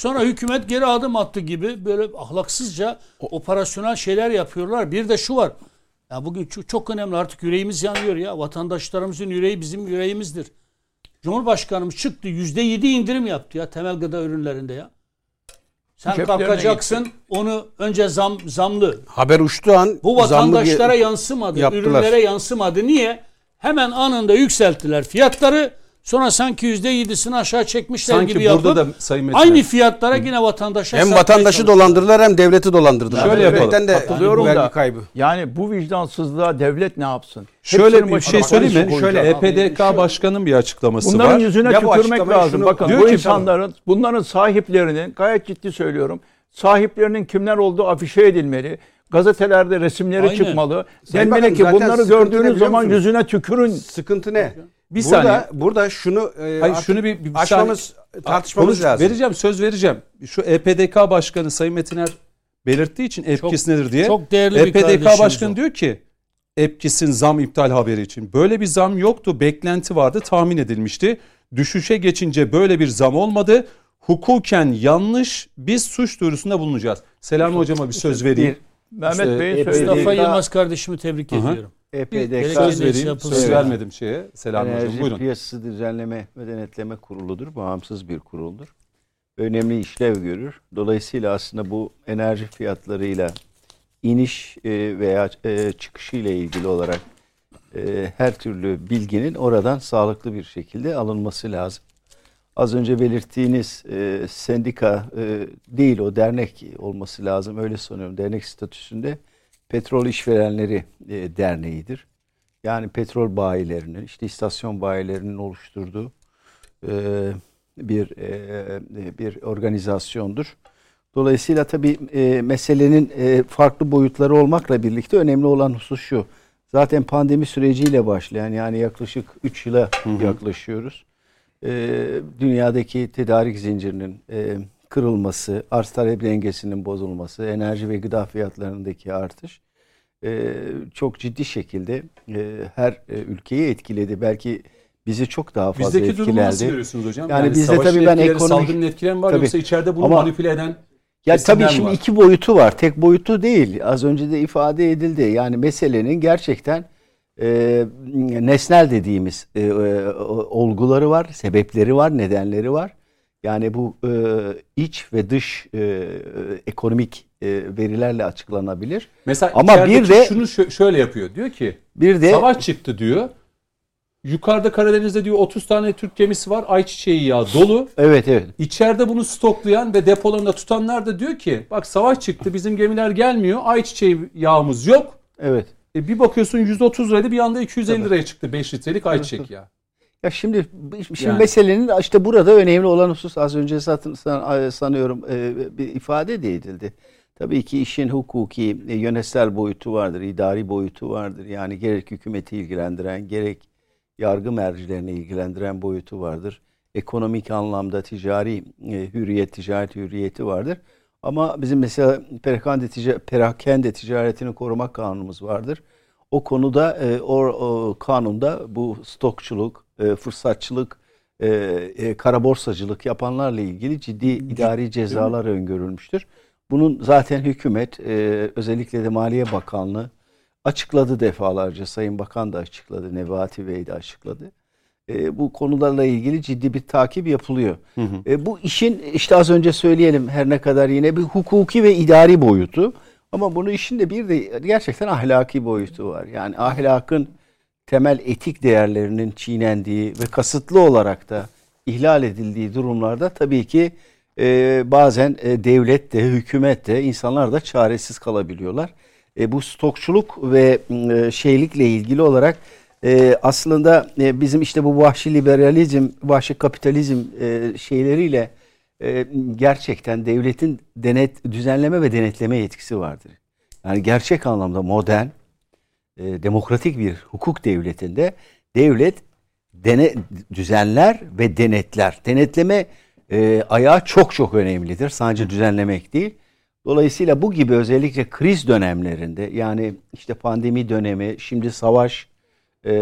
Sonra hükümet geri adım attı gibi böyle ahlaksızca operasyonel şeyler yapıyorlar. Bir de şu var. Ya bugün çok önemli, artık yüreğimiz yanıyor ya. Vatandaşlarımızın yüreği bizim yüreğimizdir. Cumhurbaşkanımız çıktı, %7 indirim yaptı ya temel gıda ürünlerinde ya. Sen Ceplerine kalkacaksın onu önce zamlı. Haber uçtuğu an Bu vatandaşlara yansımadı, yaptılar. ürünlere yansımadı. Niye? Hemen anında yükselttiler fiyatları. Sonra sanki %7'sini aşağı çekmişler Sanki gibi burada yapıp da Sayın Metiner, aynı fiyatlara yine vatandaşa hem satmaya vatandaşı çalıştılar. dolandırdılar hem devleti dolandırdılar. Şöyle yapalım. Devletten de Katılıyorum vergi da. kaybı. Yani bu vicdansızlığa devlet ne yapsın? şöyle Hepsinin bir başına şey söyleyeyim mi? polis Şöyle koyacak. EPDK Başkanı'nın bir açıklaması Bunların var. yüzüne Ya bu tükürmek açıklamayı lazım. şunu- Bakın Diyor bu ki- insanların, bunların sahiplerinin, gayet ciddi söylüyorum, sahiplerinin kimler olduğu afişe edilmeli. Gazetelerde resimleri Aynen. çıkmalı. Sayın Denmeli Bakanım, ki zaten bunları sıkıntı ne gördüğünüz biliyor zaman musunuz? yüzüne tükürün. Sıkıntı ne? Bir saniye. Burada şunu Hayır, artık şunu bir açmamız, tartışmamız Konuş- lazım. Vereceğim, söz vereceğim. Şu EPDK Başkanı Sayın Metiner belirttiği için EPKİS nedir diye. çok değerli bir EPDK kardeşimiz Başkanı o. diyor ki EPKİS'in zam iptal haberi için. Böyle bir zam yoktu. Beklenti vardı, tahmin edilmişti. Düşüşe geçince böyle bir zam olmadı. Hukuken yanlış, biz suç duyurusunda bulunacağız. Selami Hocama bir söz vereyim. Mehmet İşte Bey'in EPDK söylediği. Mustafa Yılmaz kardeşimi tebrik Hı hı. ediyorum. EPDK Gerekli Söz neyse vereyim. yapılsın. Söz Ya. vermedim Selami Hocam. Enerji Buyurun. Piyasası Düzenleme ve Denetleme Kurulu'dur. Bağımsız bir kuruldur. Önemli işlev görür. Dolayısıyla aslında bu enerji fiyatlarıyla iniş veya çıkışı ile ilgili olarak her türlü bilginin oradan sağlıklı bir şekilde alınması lazım. Az önce belirttiğiniz sendika değil, o dernek olması lazım. Öyle sanıyorum. Dernek statüsünde Petrol İşverenleri Derneği'dir. Yani petrol bayilerinin, işte istasyon bayilerinin oluşturduğu bir organizasyondur. Dolayısıyla tabii meselenin farklı boyutları olmakla birlikte önemli olan husus şu. Zaten pandemi süreciyle başlayan, yani yaklaşık 3 yıla yaklaşıyoruz. Dünyadaki tedarik zincirinin kırılması, arz talep dengesinin bozulması, enerji ve gıda fiyatlarındaki artış çok ciddi şekilde her ülkeyi etkiledi. Belki bizi çok daha fazla Bizdeki durumu nasıl etkilerdi. görüyorsunuz hocam? Yani bizde savaşın tabii ben etkileri, ekonomik- salgının etkileri mi var, Tabii. yoksa içeride bunu Ama- manipüle eden Ya kesimler tabii mi şimdi var? iki boyutu var. Tek boyutu değil. Az önce de ifade edildi. Yani meselenin gerçekten nesnel dediğimiz olguları var, sebepleri var, nedenleri var. Yani bu iç ve dış ekonomik verilerle açıklanabilir. Mesela Ama içerideki bir de- şunu şöyle yapıyor. Diyor ki Bir de savaş çıktı diyor. Yukarıda Karadeniz'de diyor 30 tane Türk gemisi var. Ayçiçeği yağı dolu. evet. İçeride bunu stoklayan ve depolarında tutanlar da diyor ki bak savaş çıktı, bizim gemiler gelmiyor. Ayçiçeği yağımız yok. Evet. Bir bakıyorsun 130 liraydı, bir anda 250 liraya çıktı 5 litrelik ayçiçek yağı. Ya şimdi Yani- meselenin işte burada önemli olan husus, az önce sanıyorum bir ifade de edildi. Tabii ki işin hukuki, yönetsel boyutu vardır, idari boyutu vardır. Yani gerek hükümeti ilgilendiren, gerek yargı mercilerini ilgilendiren boyutu vardır. Ekonomik anlamda ticari hürriyet, ticaret hürriyeti vardır. Ama bizim mesela perakende ticaretini korumak kanunumuz vardır. O konuda o kanunda bu stokçuluk, fırsatçılık, kara borsacılık yapanlarla ilgili ciddi idari cezalar öngörülmüştür. Bunun zaten hükümet, özellikle de Maliye Bakanlığı açıkladı defalarca. Sayın Bakan da açıkladı, Nebati Bey de açıkladı. Bu konularla ilgili ciddi bir takip yapılıyor. Bu işin işte az önce söyleyelim, her ne kadar yine bir hukuki ve idari boyutu, ama bunun işin de bir de gerçekten ahlaki boyutu var. Yani ahlakın temel etik değerlerinin çiğnendiği ve kasıtlı olarak da ihlal edildiği durumlarda tabii ki bazen devlet de, hükümet de, insanlar da çaresiz kalabiliyorlar. Bu stokçuluk ve şeylikle ilgili olarak aslında bizim işte bu vahşi liberalizm, vahşi kapitalizm şeyleriyle gerçekten devletin düzenleme ve denetleme yetkisi vardır. Yani gerçek anlamda modern, demokratik bir hukuk devletinde devlet düzenler ve denetler. Denetleme ayağı çok çok önemlidir. Sadece düzenlemek değil. Dolayısıyla bu gibi özellikle kriz dönemlerinde, yani işte pandemi dönemi, şimdi savaş,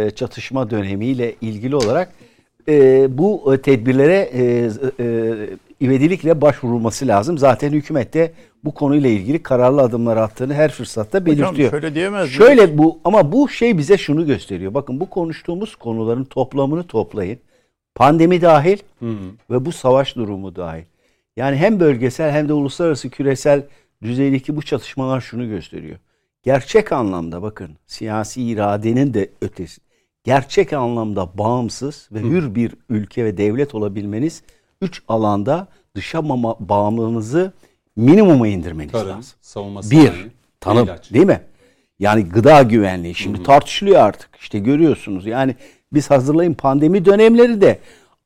çatışma dönemiyle ilgili olarak bu tedbirlere ivedilikle başvurulması lazım. Zaten hükümet de bu konuyla ilgili kararlı adımlar attığını her fırsatta belirtiyor. Hocam şöyle diyemez miyiz? Şöyle ama bu şey bize şunu gösteriyor. Bakın bu konuştuğumuz konuların toplamını toplayın. Pandemi dahil ve bu savaş durumu dahil. Yani hem bölgesel hem de uluslararası küresel düzeydeki bu çatışmalar şunu gösteriyor. Gerçek anlamda bakın siyasi iradenin de ötesi. Gerçek anlamda bağımsız ve hür bir ülke ve devlet olabilmeniz 3 alanda dışa bağımlılığınızı minimuma indirmeniz Tarım, lazım. savunma Bir, sanayi, tanım ilaç. değil mi? Yani gıda güvenliği şimdi tartışılıyor artık. İşte görüyorsunuz yani biz hazırlayın pandemi dönemleri de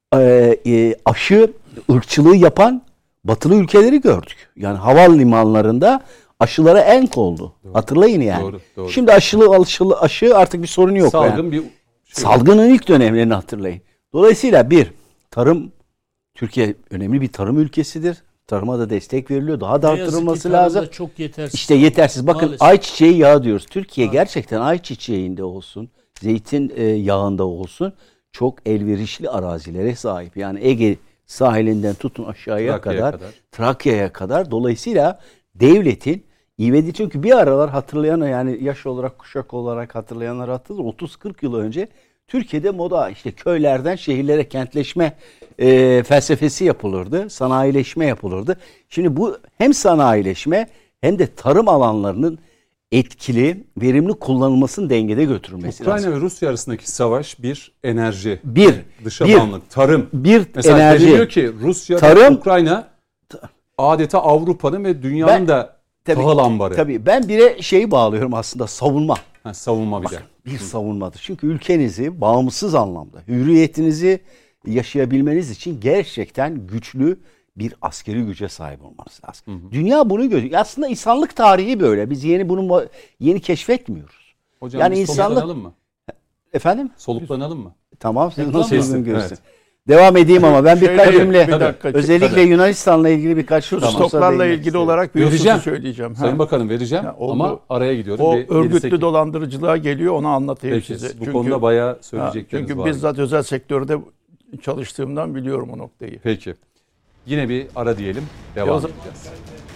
aşı ırkçılığı yapan batılı ülkeleri gördük. Yani havalimanlarında aşılara en oldu. Doğru. Hatırlayın yani. Doğru. Şimdi aşı artık bir sorun yok. Salgın yani. bir Salgının ilk dönemlerini hatırlayın. Dolayısıyla tarım, Türkiye önemli bir tarım ülkesidir. Tarıma da destek veriliyor. Daha da arttırılması lazım. Çok yetersiz. İşte yetersiz. Bakın maalesef. ayçiçeği yağı diyoruz. Türkiye gerçekten ayçiçeğinde olsun, zeytin yağında olsun çok elverişli arazilere sahip. Yani Ege sahilinden tutun aşağıya Trakya'ya kadar. Dolayısıyla devletin ivedi çünkü bir aralar hatırlayan yani yaş olarak kuşak olarak hatırlayanlar hatırlar 30-40 yıl önce Türkiye'de moda işte köylerden şehirlere kentleşme felsefesi yapılırdı. Sanayileşme yapılırdı. Şimdi bu hem sanayileşme hem de tarım alanlarının etkili, verimli kullanılmasının dengede götürülmesi lazım. Ukrayna ve Rusya arasındaki savaş bir enerji, dışa bir bağımlılık, tarım. Bir mesela enerji. deniliyor ki Rusya ve Ukrayna adeta Avrupa'nın ve dünyanın da tahıl ambarı. Tabii ben bire bağlıyorum aslında savunma. Savunma bir de. Bir savunmadır. Çünkü ülkenizi bağımsız anlamda, hürriyetinizi yaşayabilmeniz için gerçekten güçlü bir askeri güce sahip olmanız lazım. Dünya bunu görüyor. Aslında insanlık tarihi böyle. Biz bunu yeni keşfetmiyoruz. Hocam yani biz soluklanalım mı? Efendim? Soluklanalım mı? Tamam. Siz Tamam. nasıl uygun görürsünüz? Devam edeyim ama ben birkaç cümle özellikle Yunanistan'la ilgili birkaç stoklarla ilgili olarak bir hususu söyleyeceğim. Sayın Bakanım vereceğim ama araya gidiyorum. O örgütlü dolandırıcılığa geliyor onu anlatayım size. Bu konuda bayağı söyleyecekleriniz çünkü var. Çünkü bizzat özel sektörde çalıştığımdan biliyorum o noktayı. Peki. Yine bir ara diyelim. Devam edeceğiz.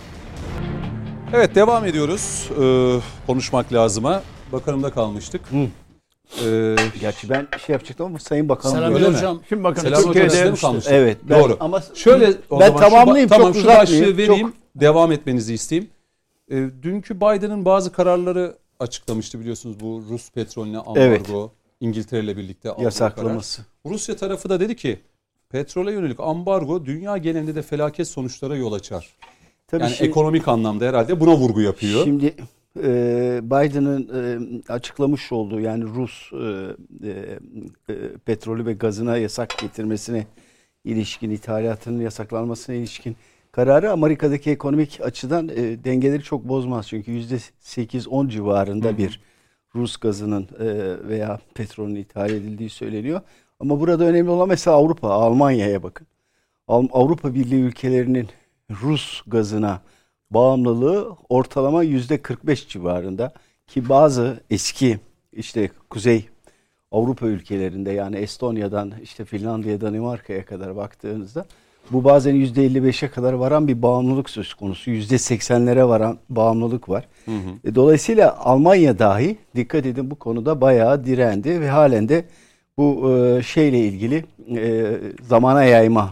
Evet devam ediyoruz. Konuşmak lazıma. Bakanımda kalmıştık. Gerçi ben yapacaktım ama Sayın Bakanım. Selami Hocam. Şimdi bakın Türkiye'de mi kalmıştık? Evet. Doğru. Ama şöyle ben tamamlayayım. Tamam çok şu başlığı vereyim. Devam etmenizi isteyeyim. Dünkü Biden'ın bazı kararları açıklamıştı biliyorsunuz bu Rus petrolüne ambargo, İngiltere ile birlikte yasaklaması. Rusya tarafı da dedi ki petrole yönelik ambargo dünya genelinde de felaket sonuçlara yol açar. Tabii yani ekonomik anlamda herhalde buna vurgu yapıyor. Şimdi Biden'ın açıklamış olduğu yani Rus petrolü ve gazına yasak getirmesine ilişkin, ithalatının yasaklanmasına ilişkin kararı Amerika'daki ekonomik açıdan dengeleri çok bozmaz. Çünkü %8-10 civarında bir Rus gazının veya petrolün ithal edildiği söyleniyor. Ama burada önemli olan mesela Avrupa, Almanya'ya bakın. Avrupa Birliği ülkelerinin Rus gazına bağımlılığı ortalama %45 civarında ki bazı eski işte Kuzey Avrupa ülkelerinde yani Estonya'dan işte Finlandiya, Danimarka'ya kadar baktığınızda bu bazen %55'e kadar varan bir bağımlılık söz konusu. %80'lere varan bağımlılık var. Dolayısıyla Almanya dahi dikkat edin bu konuda bayağı direndi ve halen de bu şeyle ilgili zamana yayma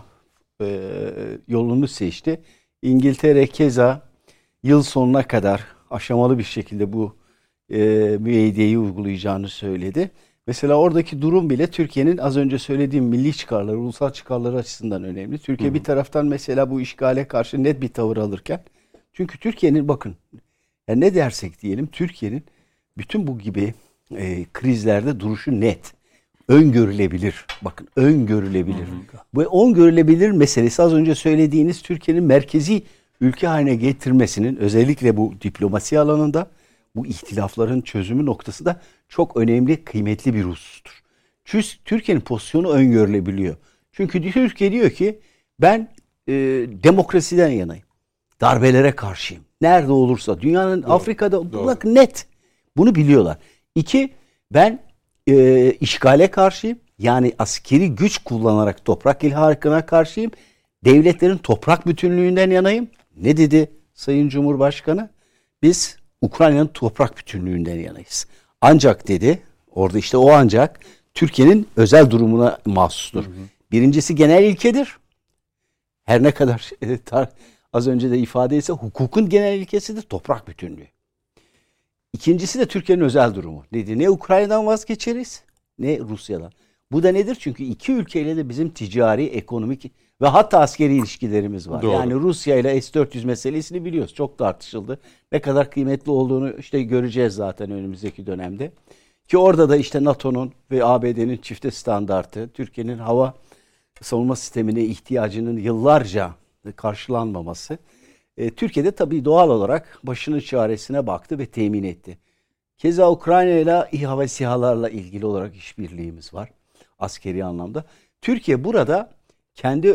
yolunu seçti. İngiltere keza yıl sonuna kadar aşamalı bir şekilde bu müeyyideyi uygulayacağını söyledi. Mesela oradaki durum bile Türkiye'nin az önce söylediğim milli çıkarları, ulusal çıkarları açısından önemli. Türkiye bir taraftan mesela bu işgale karşı net bir tavır alırken çünkü Türkiye'nin bakın yani ne dersek diyelim Türkiye'nin bütün bu gibi krizlerde duruşu net. Öngörülebilir. Bakın öngörülebilir. Bu öngörülebilir meselesi az önce söylediğiniz Türkiye'nin merkezi ülke haline getirmesinin özellikle bu diplomasi alanında bu ihtilafların çözümü noktası da çok önemli, kıymetli bir husustur. Çünkü Türkiye'nin pozisyonu öngörülebiliyor. Çünkü Türkiye diyor ki ben demokrasiden yanayım. Darbelere karşıyım. Nerede olursa dünyanın Afrika'da bakın net. Bunu biliyorlar. 2 ben işgale karşıyım. Yani askeri güç kullanarak toprak ilhakına karşıyım. devletlerin toprak bütünlüğünden yanayım. Ne dedi Sayın Cumhurbaşkanı? Biz Ukrayna'nın toprak bütünlüğünden yanayız. Ancak dedi, orada işte o ancak Türkiye'nin özel durumuna mahsustur. Birincisi genel ilkedir. Her ne kadar az önce de ifade etse hukukun genel ilkesidir, toprak bütünlüğü. İkincisi de Türkiye'nin özel durumu. Dedi, ne Ukrayna'dan vazgeçeriz ne Rusya'dan. Bu da nedir? Çünkü iki ülkeyle de bizim ticari, ekonomik ve hatta askeri ilişkilerimiz var. Doğru. Yani Rusya ile S-400 meselesini biliyoruz. Çok tartışıldı. Ne kadar kıymetli olduğunu işte göreceğiz zaten önümüzdeki dönemde. Ki orada da işte NATO'nun ve ABD'nin çifte standartı, Türkiye'nin hava savunma sistemine ihtiyacının yıllarca karşılanmaması. Türkiye'de tabii doğal olarak başının çaresine baktı ve temin etti. Keza Ukrayna ile İHA ve SİHA'larla ilgili olarak işbirliğimiz var. Askeri anlamda. Türkiye burada kendi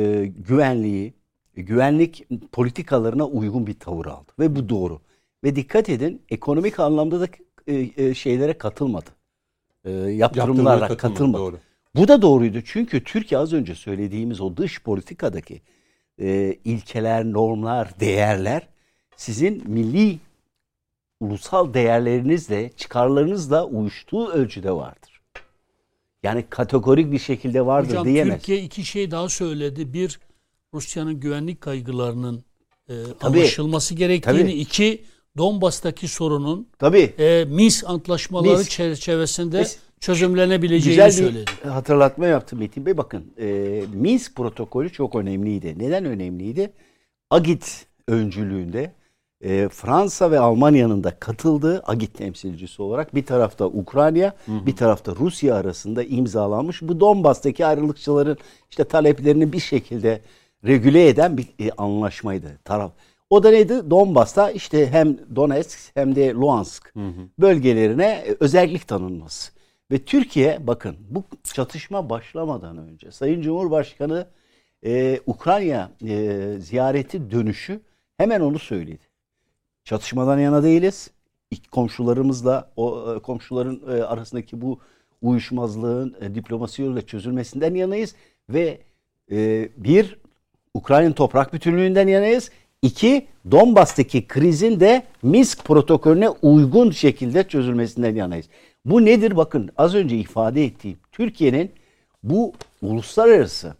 güvenlik politikalarına uygun bir tavır aldı. Ve bu doğru. Ve dikkat edin, ekonomik anlamda da şeylere katılmadı. Yaptırımlarla katılmadı. Doğru. Bu da doğruydu. Çünkü Türkiye az önce söylediğimiz o dış politikadaki ilkeler, normlar, değerler sizin milli ulusal değerlerinizle, çıkarlarınızla uyuştuğu ölçüde vardır. Yani kategorik bir şekilde vardır hocam, diyemez. Türkiye iki şey daha söyledi. Bir, Rusya'nın güvenlik kaygılarının Tabii. anlaşılması gerektiğini. Tabii. İki, Donbas'taki sorunun Tabii. Minsk antlaşmaları Minsk. çerçevesinde Biz- çözümlenebileceğini Güzel bir söyledi. hatırlatma yaptı Metin Bey. Bakın Minsk protokolü çok önemliydi. Neden önemliydi? AGİT öncülüğünde Fransa ve Almanya'nın da katıldığı AGİT temsilcisi olarak bir tarafta Ukrayna, bir tarafta Rusya arasında imzalanmış bu Donbas'taki ayrılıkçıların işte taleplerini bir şekilde regüle eden bir anlaşmaydı. O da neydi? Donbas'ta işte hem Donetsk hem de Luhansk bölgelerine özellik tanınması. Ve Türkiye, bakın bu çatışma başlamadan önce Sayın Cumhurbaşkanı Ukrayna ziyareti dönüşü hemen onu söyledi. Çatışmadan yana değiliz. Komşularımızla, komşuların arasındaki bu uyuşmazlığın diplomasi yoluyla çözülmesinden yanayız. Ve bir, Ukrayna'nın toprak bütünlüğünden yanayız. İki, Donbas'taki krizin de Minsk protokolüne uygun şekilde çözülmesinden yanayız. Bu nedir? Bakın az önce ifade ettiğim Türkiye'nin bu uluslararası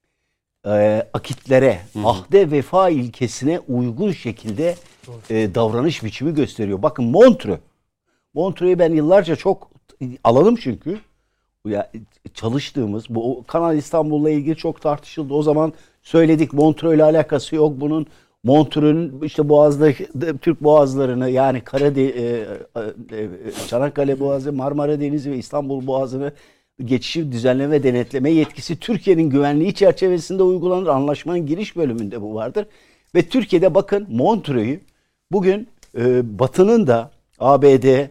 akitlere, ahde vefa ilkesine uygun şekilde davranış biçimi gösteriyor. Bakın Montreux'u ben yıllarca çok alalım çünkü çalıştığımız bu Kanal İstanbul'la ilgili çok tartışıldı. O zaman söyledik Montreux ile alakası yok bunun. Montreux'un işte Türk boğazlarını yani Çanakkale Boğazı, Marmara Denizi ve İstanbul Boğazı'nı geçişi düzenleme ve denetleme yetkisi Türkiye'nin güvenliği çerçevesinde uygulanır. Anlaşmanın giriş bölümünde bu vardır. Ve Türkiye'de bakın Montreux'u bugün Batı'nın da ABD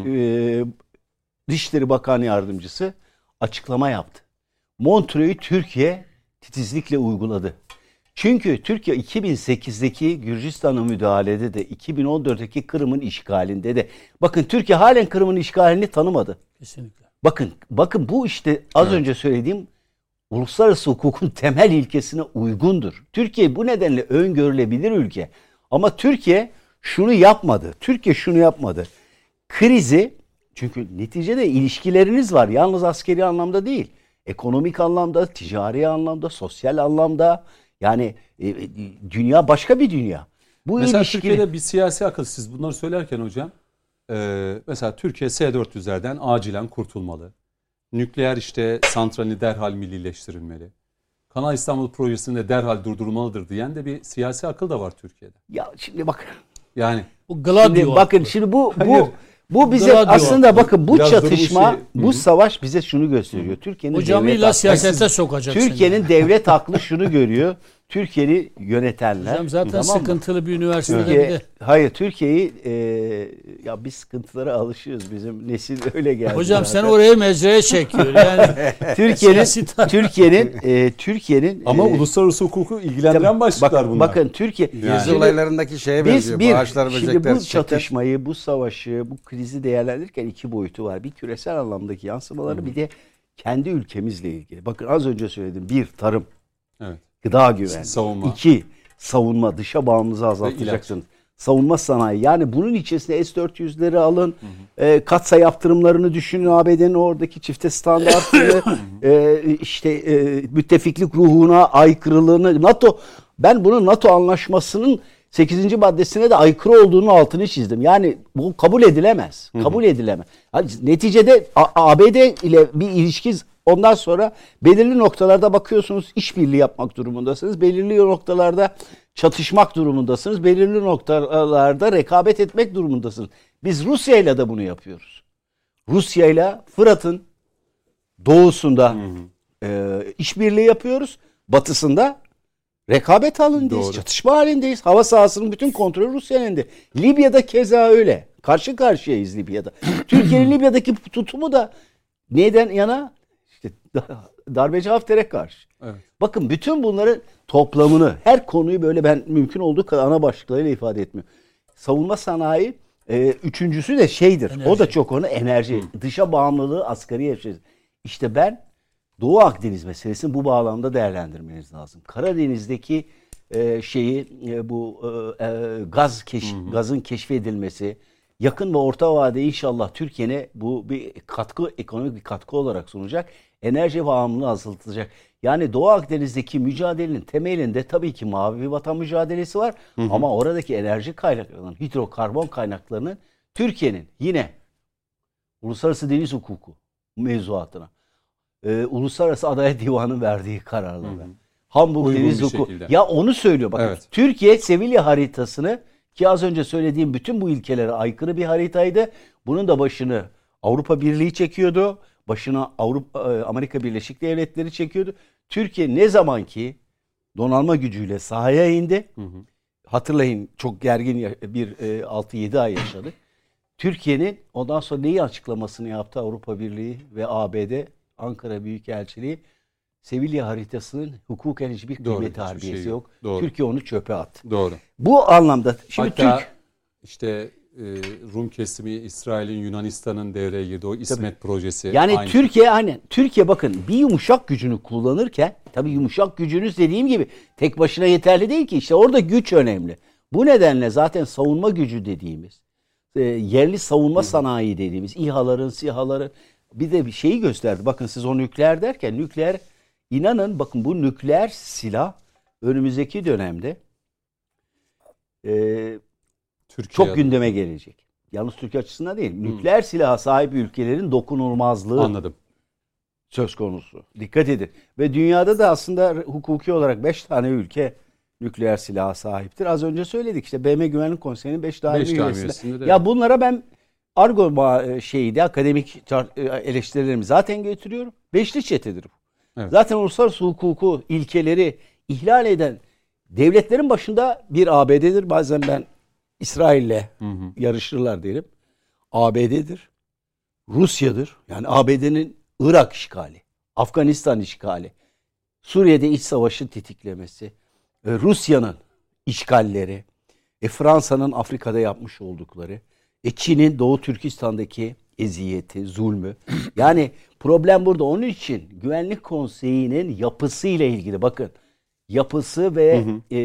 Dışişleri Bakan Yardımcısı açıklama yaptı. Montreux'u Türkiye titizlikle uyguladı. Çünkü Türkiye 2008'deki Gürcistan'a müdahalede de 2014'teki Kırım'ın işgalinde de bakın Türkiye halen Kırım'ın işgalini tanımadı. Kesinlikle. Bakın bu işte az önce söylediğim uluslararası hukukun temel ilkesine uygundur. Türkiye bu nedenle öngörülebilir ülke. Ama Türkiye şunu yapmadı. Krizi, çünkü neticede ilişkileriniz var. Yalnız askeri anlamda değil. Ekonomik anlamda, ticari anlamda, sosyal anlamda. Yani dünya başka bir dünya. Bu Mesela ilişkiler... Türkiye'de bir siyasi akıl, siz bunları söylerken hocam, mesela Türkiye S-400'lerden acilen kurtulmalı. Nükleer işte santralini derhal millileştirilmeli. Kanal İstanbul projesinde derhal durdurulmalıdır diyen de bir siyasi akıl da var Türkiye'de. Ya şimdi bak. Yani Bu Gladio. Şimdi bu bize Gladio aslında bakın bu Biraz çatışma, bu bu savaş bize şunu gösteriyor. Türkiye'nin Hocamıyla siyasete sokacak Türkiye'nin devlet aklı şunu görüyor. Türkiye'yi yönetenler. Hocam zaten tamam mı? sıkıntılı bir üniversitede bir de. Hayır, Türkiye'yi ya biz sıkıntılara alışığız. Bizim nesil öyle geldi. Hocam zaten. sen oraya mecraya çekiyor. Yani Türkiye'nin ama uluslararası hukuku ilgilendiren başlıklar bunlar. Bakın Türkiye Gezi olaylarındaki şeye benziyor. Bağışlar, şimdi böcekler, bu çiçekler. çatışmayı, bu savaşı, bu krizi değerlendirirken iki boyutu var. Bir küresel anlamdaki yansımaları, bir de kendi ülkemizle ilgili. Bakın az önce söyledim. Bir, tarım. Evet. Gıda güvenliği. Savunma. 2. Savunma. Dışa bağımlılığı azaltacaksınız. Savunma sanayi. Yani bunun içerisinde S-400'leri alın. Katsa yaptırımlarını düşünün. ABD'nin oradaki çifte standartını müttefiklik ruhuna aykırılığını. Ben bunun NATO anlaşmasının 8. maddesine de aykırı olduğunu altını çizdim. Yani bu kabul edilemez. Kabul edilemez. Yani neticede ABD ile bir ilişki, ondan sonra belirli noktalarda bakıyorsunuz işbirliği yapmak durumundasınız. Belirli noktalarda çatışmak durumundasınız. Belirli noktalarda rekabet etmek durumundasınız. Biz Rusya ile de bunu yapıyoruz. Rusya ile Fırat'ın doğusunda işbirliği yapıyoruz. Batısında rekabet halindeyiz. Doğru. Çatışma halindeyiz. Hava sahasının bütün kontrolü Rusya'nın elinde. Libya'da keza öyle. Karşı karşıyayız Libya'da. Türkiye'nin Libya'daki tutumu da neden yana? İşte darbeci Hafter'e karşı. Evet. Bakın bütün bunların toplamını, her konuyu böyle ben mümkün olduğu kadar ana başlıklarıyla ifade etmiyorum. Savunma sanayi, üçüncüsü de şeydir. Enerji. O da çok enerji. Dışa bağımlılığı asgari yaşayacağız. İşte ben Doğu Akdeniz meselesini bu bağlamda değerlendirmeniz lazım. Karadeniz'deki gazın keşfedilmesi, yakın ve orta vadede inşallah Türkiye'ne bu bir katkı, ekonomik bir katkı olarak sunacak. Enerji bağımlılığı azaltılacak. Yani Doğu Akdeniz'deki mücadelenin temelinde tabii ki mavi bir vatan mücadelesi var. Ama oradaki enerji kaynaklarının, hidrokarbon kaynaklarının Türkiye'nin yine uluslararası deniz hukuku mevzuatına, Uluslararası Adalet Divanı'nın verdiği kararlara, Hamburg Uygun deniz bir hukuku. şekilde. Ya onu söylüyor. Bakın Evet. Türkiye Sevilla haritasını, ki az önce söylediğim bütün bu ilkelere aykırı bir haritaydı. Bunun da başını Avrupa Birliği çekiyordu. Başına Amerika Birleşik Devletleri çekiyordu. Türkiye ne zaman ki donanma gücüyle sahaya indi. Hatırlayın, çok gergin bir 6-7 ay yaşadık. Türkiye'nin ondan sonra neyi açıklamasını yaptı Avrupa Birliği ve ABD, Ankara Büyükelçiliği? Sevilla haritasının hukuken hiçbir Doğru, kıymeti hiçbir harbiyesi şey yok. yok. Doğru. Türkiye onu çöpe attı. Doğru. Bu anlamda şimdi Hatta Türk işte Rum kesimi, İsrail'in, Yunanistan'ın devreye girdiği o İsmet projesi. yani aynı. Türkiye bakın bir yumuşak gücünü kullanırken, tabii yumuşak gücünüz dediğim gibi tek başına yeterli değil ki, işte orada güç önemli. Bu nedenle zaten savunma gücü dediğimiz, yerli savunma sanayi dediğimiz İHA'ların, SİHA'ların bir de bir şeyi gösterdi. Bakın siz o nükleer derken, nükleer, inanın bakın bu nükleer silah önümüzdeki dönemde Türkiye çok gündeme gelecek. Yalnız Türkiye açısından değil. Nükleer silaha sahip ülkelerin dokunulmazlığı Anladım. söz konusu. Dikkat edin. Ve dünyada da aslında hukuki olarak 5 tane ülke nükleer silaha sahiptir. Az önce söyledik işte BM Güvenlik Konseyi'nin 5 daimi üyesinde. Ya bunlara ben akademik eleştirilerimi zaten getiriyorum. Beşli çetedir bu. Evet. Zaten uluslararası hukuku, ilkeleri ihlal eden devletlerin başında bir ABD'dir. Bazen ben İsrail'le yarışırlar derim. ABD'dir. Rusya'dır. Yani ABD'nin Irak işgali, Afganistan işgali, Suriye'de iç savaşı tetiklemesi, Rusya'nın işgalleri, Fransa'nın Afrika'da yapmış oldukları, Çin'in Doğu Türkistan'daki eziyeti, zulmü. Yani problem burada. Onun için Güvenlik Konseyi'nin yapısıyla ilgili, bakın, yapısı ve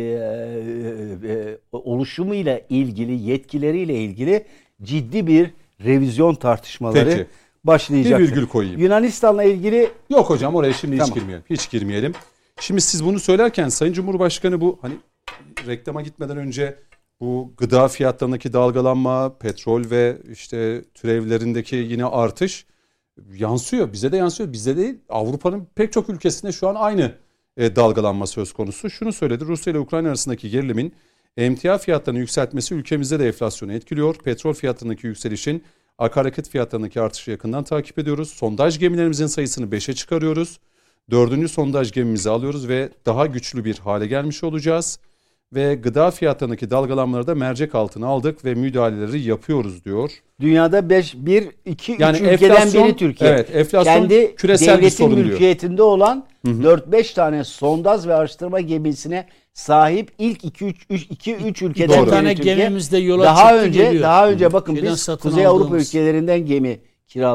oluşumuyla ilgili, yetkileriyle ilgili ciddi bir revizyon tartışmaları Peki. başlayacak. Bir virgül koyayım. Yunanistan'la ilgili Yok hocam, oraya şimdi Tamam. hiç girmeyelim. Şimdi siz bunu söylerken Sayın Cumhurbaşkanı bu hani reklama gitmeden önce bu gıda fiyatlarındaki dalgalanma, petrol ve işte türevlerindeki yine artış yansıyor. Bize de yansıyor. Bize değil, Avrupa'nın pek çok ülkesinde şu an aynı dalgalanma söz konusu. Şunu söyledi: Rusya ile Ukrayna arasındaki gerilimin emtia fiyatlarını yükseltmesi ülkemizde de enflasyonu etkiliyor. Petrol fiyatlarındaki yükselişin akaryakıt fiyatlarındaki artışı yakından takip ediyoruz. Sondaj gemilerimizin sayısını 5'e çıkarıyoruz. 4. sondaj gemimizi alıyoruz ve daha güçlü bir hale gelmiş olacağız. Ve gıda fiyatlarındaki dalgalanmaları da mercek altına aldık ve müdahaleleri yapıyoruz diyor. dünyada 2 Yani ülkeden enflasyon- biri Türkiye. evet, enflasyon kendi küresel bir devletin sorun diyor. mülkiyetinde olan 4-5 tane sondaj ve araştırma gemisine sahip ilk 2-3 ülkeden Doğru. biri Bir tane Türkiye. gemimiz de yola Daha çıktı, geliyor. Daha önce bakın Şeyden biz satın Kuzey Avrupa aldığımız. ülkelerinden gemi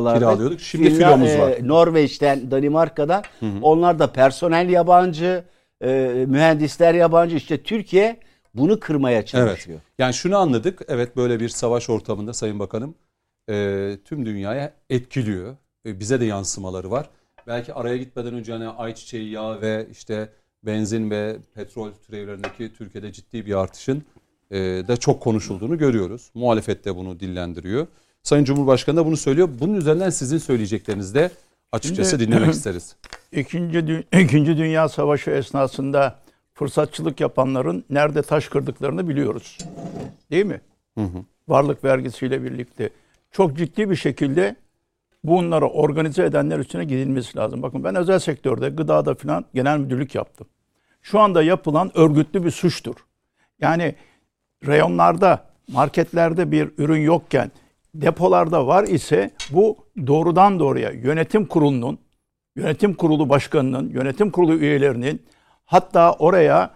Kiralıyorduk. Şimdi filomuz var. Norveç'ten, Danimarka'dan. Onlar da personel yabancı, Mühendisler yabancı. İşte Türkiye bunu kırmaya çalışıyor. Evet. Yani şunu anladık. Evet, böyle bir savaş ortamında Sayın Bakanım tüm dünyaya etkiliyor. Bize de yansımaları var. Belki araya gitmeden önce hani ayçiçeği yağı ve işte benzin ve petrol türevlerindeki Türkiye'de ciddi bir artışın da çok konuşulduğunu görüyoruz. Muhalefet de bunu dillendiriyor. Sayın Cumhurbaşkanı da bunu söylüyor. Bunun üzerinden sizin söyleyeceklerinizi de açıkçası dinlemek isteriz. İkinci Dünya Savaşı esnasında fırsatçılık yapanların nerede taş kırdıklarını biliyoruz. Değil mi? Varlık vergisiyle birlikte. Çok ciddi bir şekilde bunları organize edenler üstüne gidilmesi lazım. Bakın ben özel sektörde, gıdada falan genel müdürlük yaptım. Şu anda yapılan örgütlü bir suçtur. Yani reyonlarda, marketlerde bir ürün yokken depolarda var ise bu doğrudan doğruya yönetim kurulunun, yönetim kurulu başkanının, yönetim kurulu üyelerinin, hatta oraya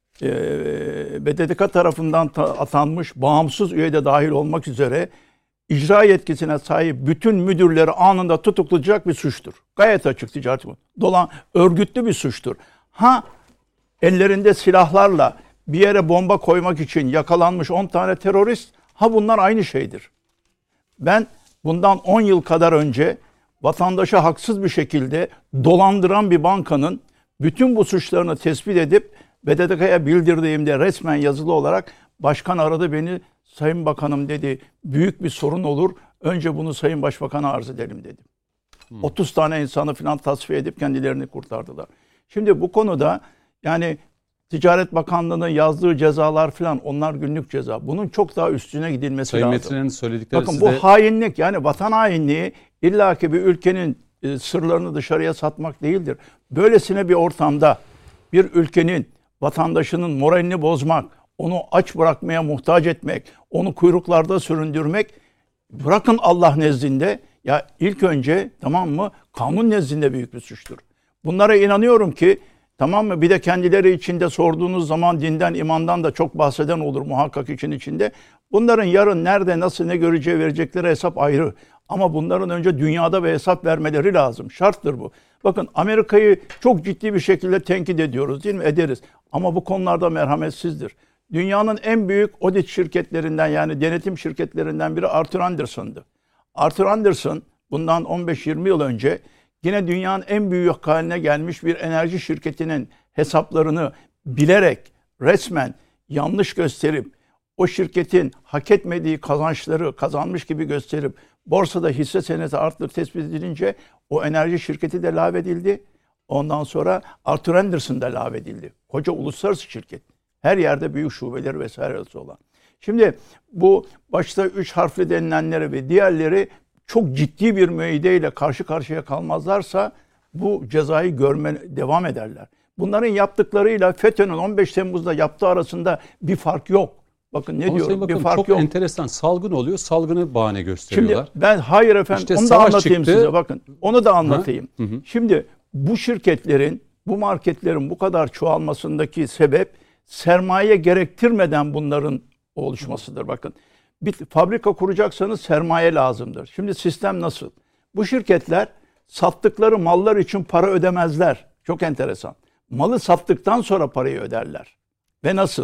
BDDK tarafından atanmış bağımsız üye de dahil olmak üzere icra yetkisine sahip bütün müdürleri anında tutuklayacak bir suçtur. Gayet açık ticaret bu. Örgütlü bir suçtur. Ellerinde silahlarla bir yere bomba koymak için yakalanmış 10 tane terörist, bunlar aynı şeydir. Ben bundan 10 yıl kadar önce vatandaşı haksız bir şekilde dolandıran bir bankanın bütün bu suçlarını tespit edip BDDK'ya bildirdiğimde resmen yazılı olarak başkan aradı beni, Sayın Bakanım dedi, büyük bir sorun olur, önce bunu Sayın Başbakan'a arz edelim dedim. 30 tane insanı falan tasfiye edip kendilerini kurtardılar. Şimdi bu konuda yani Ticaret Bakanlığı'nın yazdığı cezalar falan, onlar günlük ceza. Bunun çok daha üstüne gidilmesi Sayın lazım. Metin'in söyledikleri bakın size... bu hainlik, yani vatan hainliği illaki bir ülkenin sırlarını dışarıya satmak değildir. Böylesine bir ortamda bir ülkenin vatandaşının moralini bozmak, onu aç bırakmaya muhtaç etmek, onu kuyruklarda süründürmek, bırakın Allah nezdinde, ya ilk önce kanun nezdinde büyük bir suçtur. Bunlara inanıyorum ki, bir de kendileri içinde sorduğunuz zaman dinden, imandan da çok bahseden olur muhakkak içinde. Bunların yarın nerede, nasıl, ne göreceği, verecekleri hesap ayrı. Ama bunların önce dünyada bir hesap vermeleri lazım. Şarttır bu. Bakın Amerika'yı çok ciddi bir şekilde tenkit ediyoruz, değil mi? Ederiz. Ama bu konularda merhametsizdir. Dünyanın en büyük audit şirketlerinden, yani denetim şirketlerinden biri Arthur Andersen'dı. Arthur Andersen bundan 15-20 yıl önce yine dünyanın en büyük haline gelmiş bir enerji şirketinin hesaplarını bilerek, resmen yanlış gösterip, o şirketin hak etmediği kazançları kazanmış gibi gösterip, borsada hisse senedi arttır tespit edilince o enerji şirketi de lağvedildi. Ondan sonra Arthur Andersen de lağvedildi. Koca uluslararası şirket. Her yerde büyük şubeleri vesairesi olan. Şimdi bu başta 3 harfli denilenleri ve diğerleri çok ciddi bir müeyyideyle karşı karşıya kalmazlarsa bu cezayı devam ederler. Bunların yaptıklarıyla FETÖ'nün 15 Temmuz'da yaptığı arasında bir fark yok. Bakın ne diyorum, bir fark çok yok. Çok enteresan, salgın oluyor, salgını bahane gösteriyorlar. Şimdi ben hayır efendim, İşte onu da anlatayım çıktı. size, bakın. Onu da anlatayım. Şimdi bu şirketlerin, bu marketlerin bu kadar çoğalmasındaki sebep sermaye gerektirmeden bunların oluşmasıdır. Bakın, bir fabrika kuracaksanız sermaye lazımdır. Şimdi sistem nasıl? Bu şirketler sattıkları mallar için para ödemezler. Çok enteresan. Malı sattıktan sonra parayı öderler. Ve nasıl?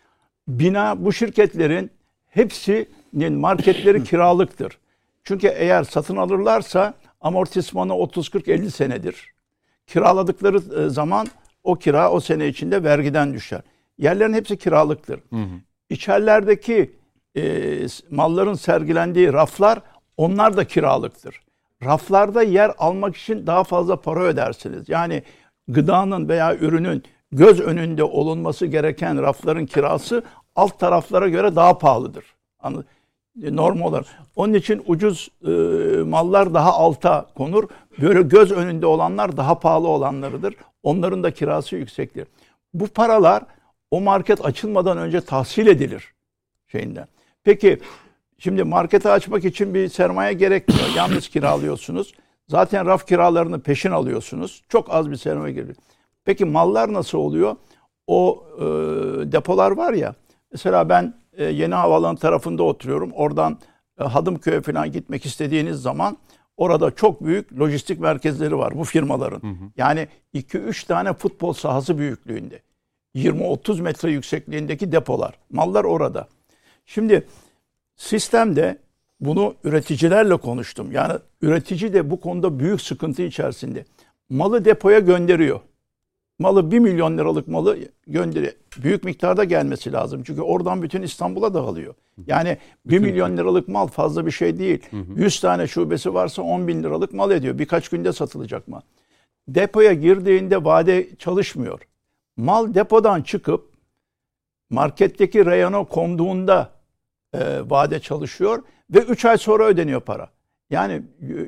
Bu şirketlerin hepsinin marketleri kiralıktır. Çünkü eğer satın alırlarsa amortismanı 30-40-50 senedir. Kiraladıkları zaman o kira o sene içinde vergiden düşer. Yerlerin hepsi kiralıktır. İçerilerdeki malların sergilendiği raflar, onlar da kiralıktır. Raflarda yer almak için daha fazla para ödersiniz. Yani gıdanın veya ürünün göz önünde olunması gereken rafların kirası alt taraflara göre daha pahalıdır. Normal olarak. Onun için ucuz mallar daha alta konur. Böyle göz önünde olanlar daha pahalı olanlarıdır. Onların da kirası yüksektir. Bu paralar o market açılmadan önce tahsil edilir şeyinden. Peki şimdi marketi açmak için bir sermaye gerekmiyor. Yalnız kiralıyorsunuz. Zaten raf kiralarını peşin alıyorsunuz. Çok az bir sermaye geliyor. Peki mallar nasıl oluyor? O depolar var ya. Mesela ben Yeni Havaalanı tarafında oturuyorum. Oradan Hadımköy'e falan gitmek istediğiniz zaman Orada çok büyük lojistik merkezleri var bu firmaların. Yani 2-3 tane futbol sahası büyüklüğünde. 20-30 metre yüksekliğindeki depolar. Mallar orada. Şimdi sistemde bunu üreticilerle konuştum. Yani üretici de bu konuda büyük sıkıntı içerisinde. Malı depoya gönderiyor. Malı 1 milyon liralık malı gönderiyor. Büyük miktarda gelmesi lazım. Çünkü oradan bütün İstanbul'a dağılıyor. Yani 1 milyon liralık mal fazla bir şey değil. 100 tane şubesi varsa 10 bin liralık mal ediyor. Birkaç günde satılacak mal. Depoya girdiğinde vade çalışmıyor. Mal depodan çıkıp marketteki reyona konduğunda vade çalışıyor ve 3 ay sonra ödeniyor para. Yani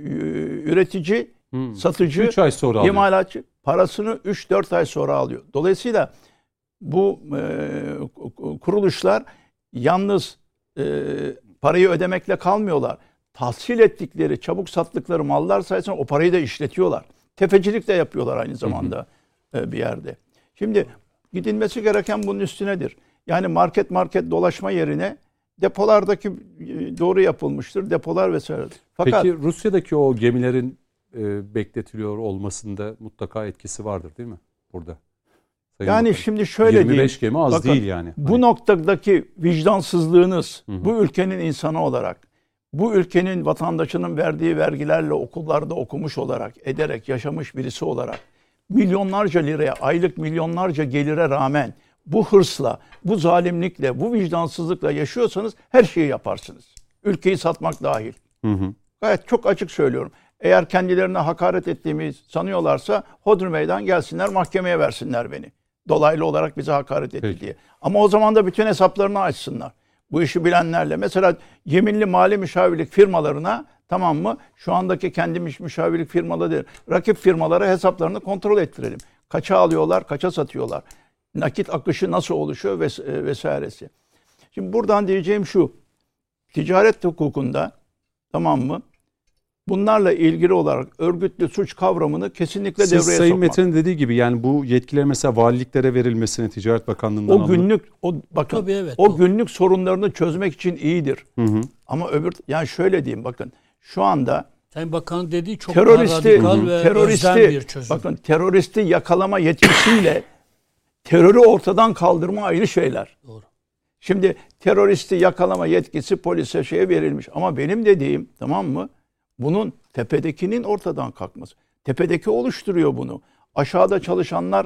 üretici, satıcı, 3 ay sonra alıyor. imalatçı parasını 3-4 ay sonra alıyor. Dolayısıyla bu kuruluşlar yalnız parayı ödemekle kalmıyorlar. Tahsil ettikleri, çabuk sattıkları mallar sayesinde o parayı da işletiyorlar. Tefecilik de yapıyorlar aynı zamanda bir yerde. Şimdi gidilmesi gereken bunun üstünedir. Yani market dolaşma yerine depolardaki doğru yapılmıştır. Depolar vesaire. Fakat peki Rusya'daki o gemilerin bekletiliyor olmasında mutlaka etkisi vardır değil mi burada? Sayın yani Bakanım. şimdi şöyle 25 diyeyim. gemi az Bakın, değil yani. Bu noktadaki vicdansızlığınız bu ülkenin insanı olarak, bu ülkenin vatandaşının verdiği vergilerle okullarda okumuş olarak, ederek yaşamış birisi olarak milyonlarca liraya, aylık milyonlarca gelire rağmen bu hırsla, bu zalimlikle, bu vicdansızlıkla yaşıyorsanız her şeyi yaparsınız. Ülkeyi satmak dahil. Gayet çok açık söylüyorum. Eğer kendilerine hakaret ettiğimi sanıyorlarsa hodri meydan gelsinler, mahkemeye versinler beni. Dolaylı olarak bize hakaret etti diye. Ama o zaman da bütün hesaplarını açsınlar. Bu işi bilenlerle. Mesela yeminli mali müşavirlik firmalarına, tamam mı? Şu andaki kendi müşavirlik firmaları değil. Rakip firmalara hesaplarını kontrol ettirelim. Kaça alıyorlar, kaça satıyorlar. Nakit akışı nasıl oluşuyor vesairesi. Şimdi buradan diyeceğim şu. Ticaret hukukunda, tamam mı? Bunlarla ilgili olarak örgütlü suç kavramını kesinlikle Siz devreye Sayın sokmak. Metin'in dediği gibi yani bu yetkiler mesela valiliklere verilmesini Ticaret Bakanlığı'ndan Bakın Tabii, evet, o günlük sorunlarını çözmek için iyidir. Ama yani şöyle diyeyim, bakın şu anda Sayın Bakan dediği çok teröristi radikal ve özlem bir çözüm. bakın teröristi yakalama yetkisiyle terörü ortadan kaldırma ayrı şeyler. Doğru. Şimdi teröristi yakalama yetkisi polise verilmiş ama benim dediğim, tamam mı? Bunun tepedekinin ortadan kalkması. Tepedeki oluşturuyor bunu. Aşağıda çalışanlar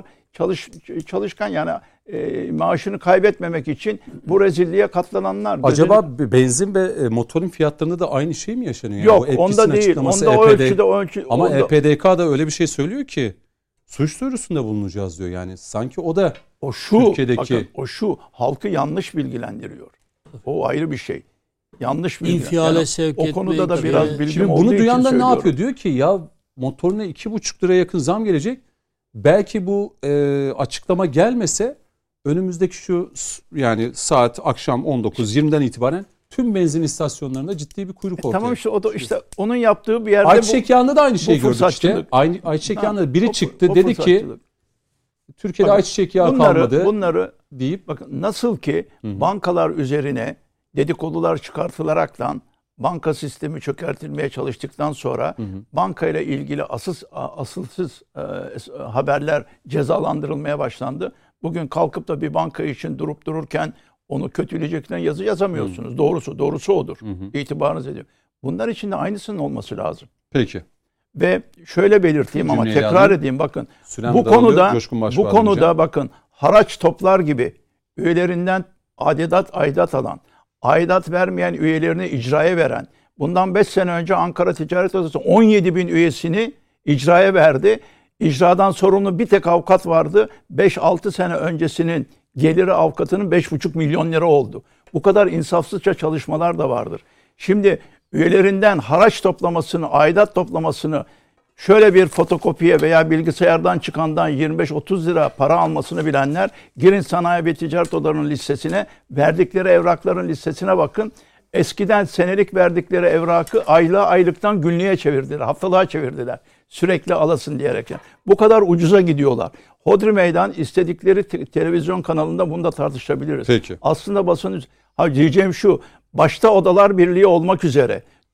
çalışkan yani maaşını kaybetmemek için bu rezilliğe katlananlar. Acaba benzin ve motorun fiyatlarında da aynı şey mi yaşanıyor? Yani yok, o onda değil. Onda o ölçüde. Ama EPDK da öyle bir şey söylüyor ki suç duyurusunda bulunacağız diyor. Yani sanki o da Türkiye'deki... Bakın, halkı yanlış bilgilendiriyor. O ayrı bir şey. Yanlış bilgi. İnfiale sevk o konuda da biraz bilgim Şimdi olduğu bunu için duyan da ne söylüyorum. yapıyor? Diyor ki ya motoruna 2,5 liraya yakın zam gelecek. Belki bu açıklama gelmese önümüzdeki şu yani saat akşam 19.20'den itibaren tüm benzin istasyonlarında ciddi bir kuyruk ortaya. Tamam işte o da işte onun yaptığı bir yerde Ayçiçek Yağı'nda da aynı şeyi gördük işte. fırsatçılık. Aynı Ayçiçek Yağı'nda biri çıktı dedi ki Türkiye'de Bakın, ayçiçek yağı kalmadı bunları deyip bakın nasıl ki bankalar üzerine dedikodular çıkartılaraktan banka sistemi çökertilmeye çalıştıktan sonra bankayla ilgili asılsız haberler cezalandırılmaya başlandı. Bugün kalkıp da bir banka için durup dururken onu kötüleyecekten yazı yazamıyorsunuz. Doğrusu odur. İtibarınız ediyor. Bunlar için de aynısının olması lazım. peki. Ve şöyle belirteyim ama Cümleyi tekrar alayım. edeyim, bakın. Sürem Bu daralıyor. konuda bakın haraç toplar gibi üyelerinden aidat alan, aidat vermeyen üyelerini icraya veren, bundan 5 sene önce Ankara Ticaret Odası 17 bin üyesini icraya verdi. İcradan sorumlu bir tek avukat vardı. 5-6 sene öncesinin geliri avukatının 5,5 milyon lira oldu. Bu kadar insafsızca çalışmalar da vardır. Şimdi üyelerinden haraç toplamasını, aidat toplamasını, şöyle bir fotokopiye veya bilgisayardan çıkandan 25-30 lira para almasını bilenler, girin Sanayi ve Ticaret Odaları'nın listesine, verdikleri evrakların listesine bakın. Eskiden senelik verdikleri evrakı aylıktan günlüğe çevirdiler, haftalığa çevirdiler. Sürekli alasın diyerekten. Bu kadar ucuza gidiyorlar. Hodri meydan istedikleri televizyon kanalında bunu da tartışabiliriz. Peki. Aslında diyeceğim şu, başta Odalar Birliği olmak üzere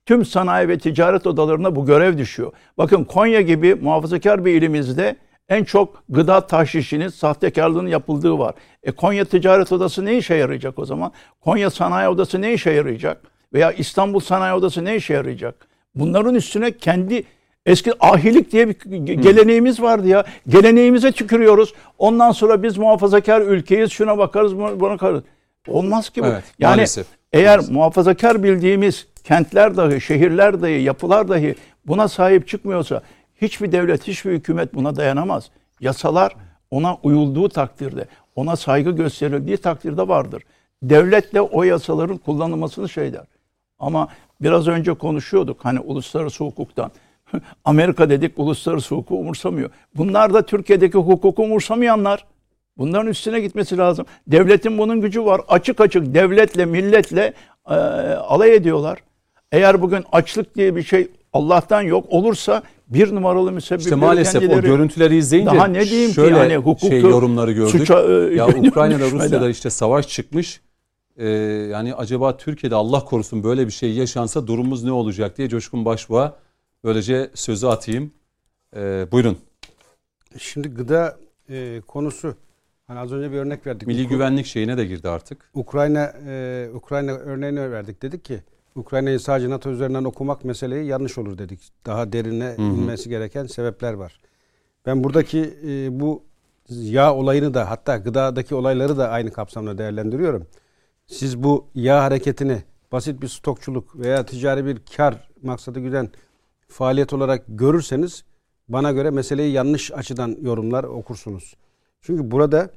tüm sanayi ve ticaret odalarına bu görev düşüyor. Bakın Konya gibi muhafazakar bir ilimizde en çok gıda tahşişinin, sahtekarlığının yapıldığı var. Konya Ticaret Odası ne işe yarayacak o zaman? Konya Sanayi Odası ne işe yarayacak? Veya İstanbul Sanayi Odası ne işe yarayacak? Bunların üstüne kendi eski ahilik diye bir geleneğimiz vardı ya. Geleneğimize tükürüyoruz. Ondan sonra biz muhafazakar ülkeyiz. Şuna bakarız, buna bakarız. Olmaz ki bu. Evet, yani maalesef. Eğer muhafazakar bildiğimiz kentler dahi, şehirler dahi, yapılar dahi buna sahip çıkmıyorsa hiçbir devlet, hiçbir hükümet buna dayanamaz. Yasalar ona uyulduğu takdirde, ona saygı gösterildiği takdirde vardır. Devlet de o yasaların kullanılmasını der. Ama biraz önce konuşuyorduk hani uluslararası hukuktan. Amerika dedik, uluslararası hukuku umursamıyor. Bunlar da Türkiye'deki hukuku umursamayanlar. Bunların üstüne gitmesi lazım. Devletin bunun gücü var. Açık açık devletle, milletle alay ediyorlar. Eğer bugün açlık diye bir şey Allah'tan yok olursa bir numaralı müsebbipleri İşte maalesef kendileri. O görüntüleri izleyince daha ne diyeyim şöyle ki yani hukuku, yorumları gördük. Suça, ya Ukrayna'da, Rusya'da işte savaş çıkmış. Yani acaba Türkiye'de Allah korusun böyle bir şey yaşansa durumumuz ne olacak diye Coşkun Başbuğ'a böylece sözü atayım. Buyurun. Şimdi gıda konusu, hani az önce bir örnek verdik. Milli güvenlik şeyine de girdi artık. Ukrayna örneğini verdik. Dedik ki Ukrayna'yı sadece NATO üzerinden okumak meseleyi yanlış olur dedik. Daha derine inmesi gereken sebepler var. Ben buradaki bu yağ olayını da, hatta gıdadaki olayları da aynı kapsamda değerlendiriyorum. Siz bu yağ hareketini basit bir stokçuluk veya ticari bir kar maksadı güden faaliyet olarak görürseniz bana göre meseleyi yanlış açıdan yorumlar okursunuz. Çünkü burada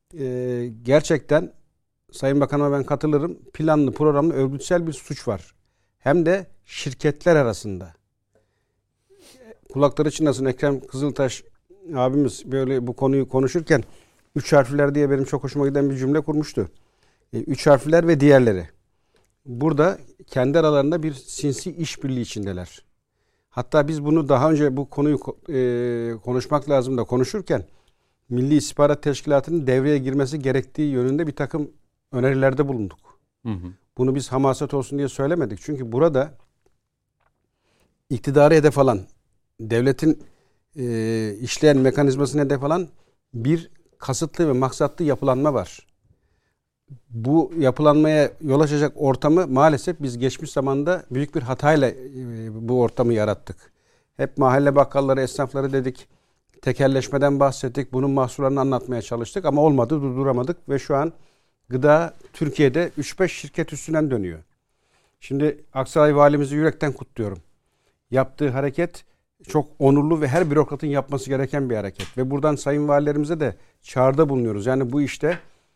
gerçekten Sayın Bakanıma ben katılırım. Planlı, programlı, örgütsel bir suç var. Hem de şirketler arasında. Kulakları çınlasın, Ekrem Kızıltaş abimiz böyle bu konuyu konuşurken 3 harfler diye benim çok hoşuma giden bir cümle kurmuştu. 3 harfler ve diğerleri. Burada kendi aralarında bir sinsi işbirliği içindeler. Hatta biz bunu daha önce bu konuyu konuşmak lazım da konuşurken Milli İstihbarat Teşkilatı'nın devreye girmesi gerektiği yönünde bir takım önerilerde bulunduk. Bunu biz hamaset olsun diye söylemedik. Çünkü burada iktidarı hedef alan, devletin işleyen mekanizmasını hedef alan bir kasıtlı ve maksatlı yapılanma var. Bu yapılanmaya yol açacak ortamı maalesef biz geçmiş zamanda büyük bir hatayla bu ortamı yarattık. Hep mahalle bakkalları, esnafları dedik. Tekelleşmeden bahsettik. Bunun mahsurlarını anlatmaya çalıştık ama olmadı, durduramadık ve şu an gıda Türkiye'de 3-5 şirket üstünden dönüyor. Şimdi Aksaray valimizi yürekten kutluyorum. Yaptığı hareket çok onurlu ve her bürokratın yapması gereken bir hareket. Ve buradan sayın valilerimize de çağrıda bulunuyoruz. Yani bu işte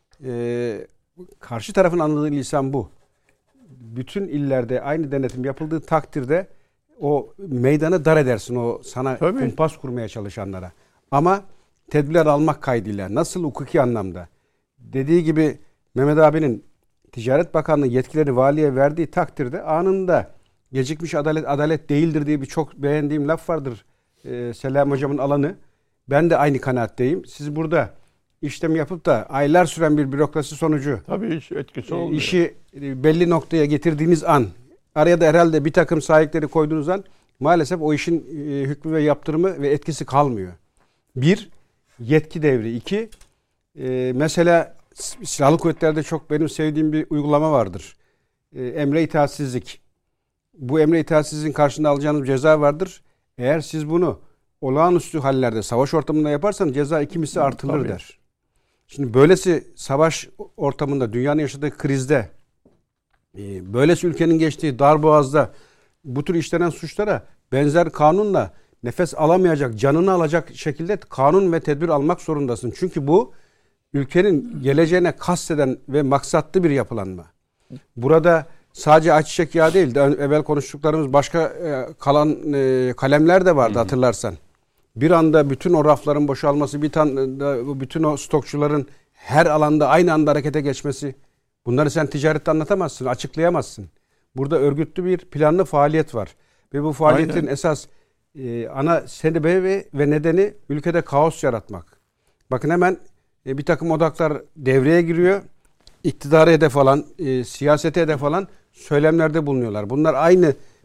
karşı tarafın anladığı lisan bu. Bütün illerde aynı denetim yapıldığı takdirde o meydanı dar edersin o sana kumpas kurmaya çalışanlara. Ama tedbirler almak kaydıyla, nasıl hukuki anlamda? Dediği gibi Mehmet abinin Ticaret Bakanlığı yetkileri valiye verdiği takdirde anında gecikmiş adalet değildir diye bir çok beğendiğim laf vardır. Selam hocamın alanı. Ben de aynı kanaatteyim. Siz burada işlem yapıp da aylar süren bir bürokrasi sonucu tabii hiç etkisi olmuyor. İşi belli noktaya getirdiğiniz an, araya da herhalde bir takım sahipleri koyduğunuz an maalesef o işin hükmü ve yaptırımı ve etkisi kalmıyor. Bir, yetki devri. İki, mesela silahlı kuvvetlerde çok benim sevdiğim bir uygulama vardır. Emre itaatsizlik. Bu emre itaatsizliğin karşında alacağınız ceza vardır. Eğer siz bunu olağanüstü hallerde, savaş ortamında yaparsanız ceza 2 misli artılır tabii. der. Şimdi böylesi savaş ortamında, dünyanın yaşadığı krizde, böylesi ülkenin geçtiği darboğazda bu tür işlenen suçlara benzer kanunla nefes alamayacak, canını alacak şekilde kanun ve tedbir almak zorundasın. Çünkü bu ülkenin geleceğine kasteden ve maksatlı bir yapılanma. Burada sadece ayçiçek yağı değil, evvel konuştuklarımız başka kalan kalemler de vardı hatırlarsan. Bir anda bütün o rafların boşalması, bütün o stokçuların her alanda aynı anda harekete geçmesi. Bunları sen ticarette anlatamazsın, açıklayamazsın. Burada örgütlü bir planlı faaliyet var. Ve bu faaliyetin esas ana sebebi ve nedeni ülkede kaos yaratmak. Bakın hemen bir takım odaklar devreye giriyor. İktidarı hedef alan, siyasete hedef alan söylemlerde bulunuyorlar. Bunlar aynı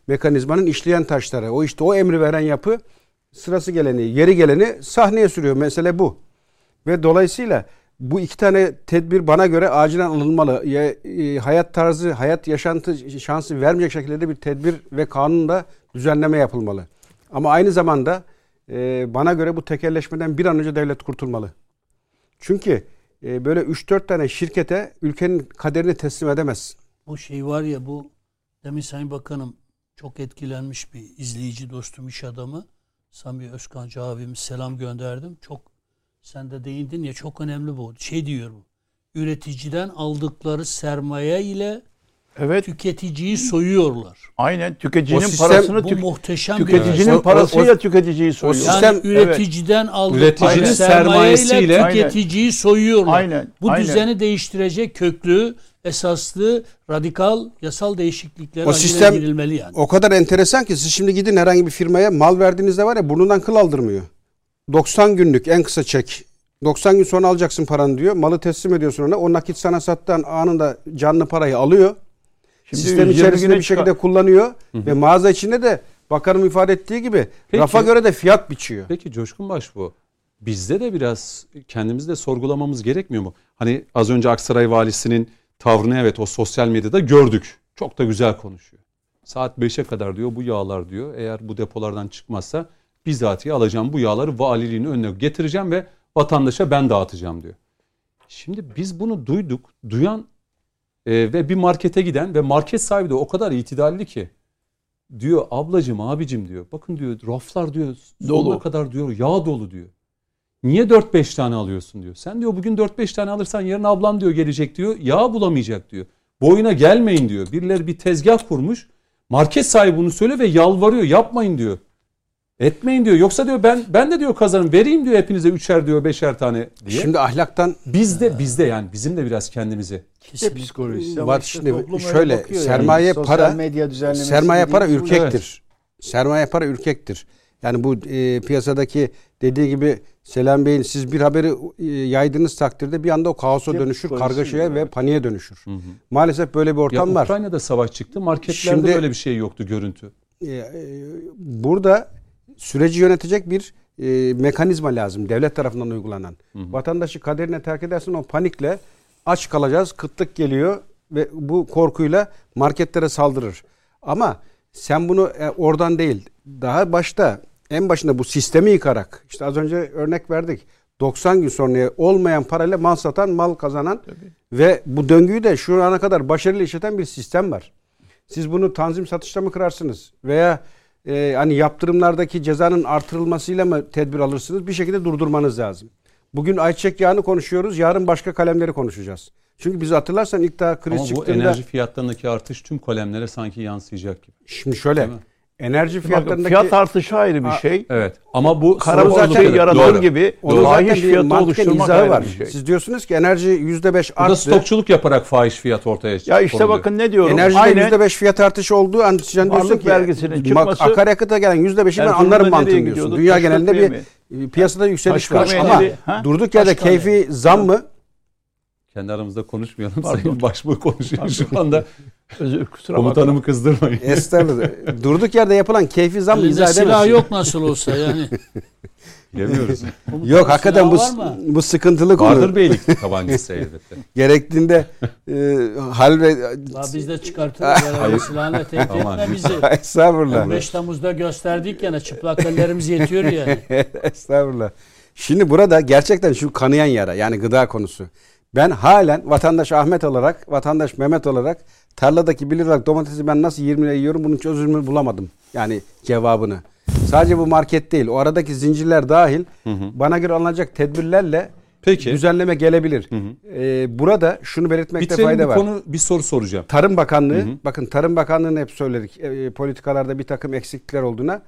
mekanizmanın işleyen taşları. O işte o emri veren yapı sırası geleni, yeri geleni sahneye sürüyor. Mesele bu. Ve dolayısıyla bu iki tane tedbir bana göre acilen alınmalı. Hayat tarzı, hayat yaşantı şansı vermeyecek şekilde bir tedbir ve kanunda düzenleme yapılmalı. Ama aynı zamanda bana göre bu tekelleşmeden bir an önce devlet kurtulmalı. Çünkü böyle 3-4 tane şirkete ülkenin kaderini teslim edemezsin. Bu şey var ya, bu demin Sayın Bakanım çok etkilenmiş bir izleyici dostum, iş adamı Sami Özkancı abimiz, selam gönderdim. Çok, sen de değindin ya, çok önemli bu. Şey diyor bu. Üreticiden aldıkları sermaye ile Evet. tüketiciyi soyuyorlar. Aynen, tüketicinin O sistem- parasını Bu muhteşem tüketicinin O- parasıyla tüketiciyi soyuyor. sistem- yani üreticiden aldıkları Üreticinin sermayeyle sermayesiyle- tüketiciyi soyuyorlar. Aynen, Bu aynen. düzeni değiştirecek köklü, esaslı, radikal yasal değişikliklere O acilen sistem girilmeli yani. o kadar enteresan ki siz şimdi gidin herhangi bir firmaya, mal verdiğinizde var ya, burnundan kıl aldırmıyor. 90 günlük en kısa çek. 90 gün sonra alacaksın paranı diyor. Malı teslim ediyorsun ona. O nakit sana sattığı anında canlı parayı alıyor. Şimdi Sistem 120 içerisinde güne bir şekilde kullanıyor. Ve mağaza içinde de bakanım ifade ettiği gibi Peki. rafa göre de fiyat biçiyor. Peki Coşkun Başbuğ, bizde de biraz kendimizi de sorgulamamız gerekmiyor mu? Hani az önce Aksaray Valisi'nin tavrını evet o sosyal medyada gördük. Çok da güzel konuşuyor. Saat 5'e kadar diyor bu yağlar diyor. Eğer bu depolardan çıkmazsa bizatihi alacağım bu yağları, valiliğin önüne getireceğim ve vatandaşa ben dağıtacağım diyor. Şimdi biz bunu duyduk. Duyan ve bir markete giden ve market sahibi de o kadar itidalli ki diyor, ablacığım, abicim diyor. Bakın diyor, raflar diyor Dolu. sonuna kadar diyor yağ dolu diyor. Niye 4-5 tane alıyorsun diyor. Sen diyor bugün 4-5 tane alırsan yarın ablam diyor gelecek diyor. Yağ bulamayacak diyor. Boyuna gelmeyin diyor. Birileri bir tezgah kurmuş. Market sahibi bunu söyle ve yalvarıyor. Yapmayın diyor. Etmeyin diyor. Yoksa diyor ben de diyor kazanım. Vereyim diyor hepinize 3'er diyor 5'er tane diye. Şimdi ahlaktan Bizde yani bizim de biraz kendimizi. İşte psikolojisi. var. Şimdi şöyle, sermaye Sosyal para, medya düzenlemesi sermaye para dediğimiz bu. ürkektir. Sermaye para ürkektir. Yani bu piyasadaki dediği gibi Selam Bey'in, siz bir haberi yaydığınız takdirde bir anda o kaosa İşte dönüşür, psikolojisi kargaşaya bu, ve evet. paniğe dönüşür. Maalesef böyle bir Ya ortam var. Ukrayna'da savaş çıktı. Marketlerde Şimdi- böyle bir şey yoktu, görüntü. Burada süreci yönetecek bir mekanizma lazım, devlet tarafından uygulanan. Vatandaşı kaderine terk edersin, o panikle aç kalacağız, kıtlık geliyor ve bu korkuyla marketlere saldırır. Ama sen bunu oradan değil, daha başta, en başında bu sistemi yıkarak, işte az önce örnek verdik, 90 gün sonra olmayan parayla mal satan, mal kazanan ve bu döngüyü de şu ana kadar başarılı işleten bir sistem var. Siz bunu tanzim satışla mı kırarsınız veya hani yaptırımlardaki cezanın artırılmasıyla mı tedbir alırsınız? Bir şekilde durdurmanız lazım. Bugün ayçiçek yağını konuşuyoruz, yarın başka kalemleri konuşacağız. Çünkü bizi hatırlarsan ilk daha kriz Ama bu çıktığında, enerji fiyatlarındaki artış tüm kalemlere sanki yansıyacak gibi. şimdi şöyle, Değil mi? enerji Bakın, fiyatlarındaki fiyat artışı ayrı bir şey. Evet. Ama bu Kara Doğru, borsayı zaten- yaratır Doğru. gibi onun zaten fahiş bir fiyatı mantıken oluşturmak izahı ayrı var. bir şey. Siz diyorsunuz ki enerji %5 burada arttı. stokçuluk yaparak fahiş fiyat ortaya çıktı. Ya işte bakın ne diyorum. Enerjide Aynen %5 fiyat artışı olduğu an sen diyorsun varlık ki vergisinin çıkması- akaryakıta gelen %5'i ben Erzurum'da anlarım nereye mantığını diyorsun. gidiyordu? Dünya Taşköprü'ye genelinde mi? bir piyasada yükseliş var. Taşköprü'ye Ama nereye? Ha? durduk yerde Taşköprü'ye. keyfi zam mı? Kendi aramızda konuşmayalım. Pardon. Sayın Başbuğ konuşuyor şu anda. Özür, kusura bakma. Komutanımı kızdırmayın. Estağfurullah. Durduk yerde yapılan keyfi zam Elinde izah silah edemezsin. yok nasıl olsa yani. Bilemiyoruz. Yok, hakikaten Silahı var mı? bu sıkıntılı konu. Vardır beylik tabancası elbette. Gerektiğinde hal ve La biz de çıkartırız. Beraber silahla tehdit Aman. etme bizi. estağfurullah. 5 Temmuz'da gösterdik gene, çıplak ellerimiz yetiyor yani. Estağfurullah. Şimdi burada gerçekten şu kanayan yara, yani gıda konusu. Ben halen vatandaş Ahmet olarak, vatandaş Mehmet olarak tarladaki 1 liralık domatesi ben nasıl 20 liraya yiyorum, bunun çözümünü bulamadım. Yani cevabını. Sadece bu market değil, o aradaki zincirler dahil bana göre alınacak tedbirlerle Peki. düzenleme gelebilir. Burada şunu belirtmekte Bitirelim fayda bir var. konu, bir soru soracağım. Tarım Bakanlığı, bakın Tarım Bakanlığı'nı hep söyledik. Politikalarda bir takım eksiklikler olduğuna.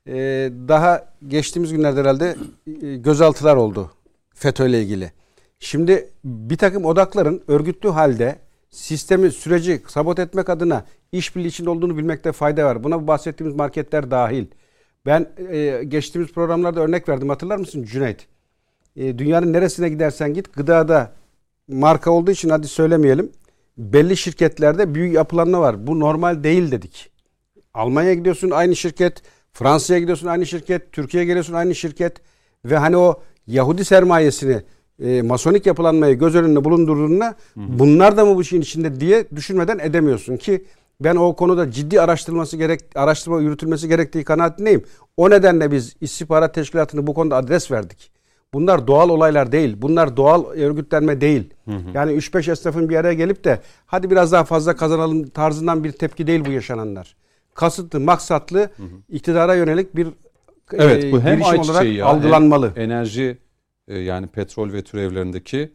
Daha geçtiğimiz günlerde herhalde gözaltılar oldu FETÖ ile ilgili. Şimdi bir takım odakların örgütlü halde sistemi, süreci sabote etmek adına işbirliği içinde olduğunu bilmekte fayda var. Buna bu bahsettiğimiz marketler dahil. Ben geçtiğimiz programlarda örnek verdim. Hatırlar mısın Cüneyt? Dünyanın neresine gidersen git, gıdada marka olduğu için hadi söylemeyelim, belli şirketlerde büyük yapılanma var. Bu normal değil dedik. Almanya'ya gidiyorsun aynı şirket, Fransa'ya gidiyorsun aynı şirket, Türkiye'ye geliyorsun aynı şirket ve hani o Yahudi sermayesini masonik yapılanmayı göz önünde bulundurduğunda bunlar da mı bu işin içinde diye düşünmeden edemiyorsun ki ben o konuda ciddi araştırma yürütülmesi gerektiği kanaatindeyim. O nedenle biz istihbarat teşkilatını bu konuda adres verdik. Bunlar doğal olaylar değil. Bunlar doğal örgütlenme değil. Yani 3-5 esnafın bir araya gelip de hadi biraz daha fazla kazanalım tarzından bir tepki değil bu yaşananlar. Kasıtlı, maksatlı iktidara yönelik bir Evet, bu hem girişim olarak algılanmalı. Hem enerji yani petrol ve türevlerindeki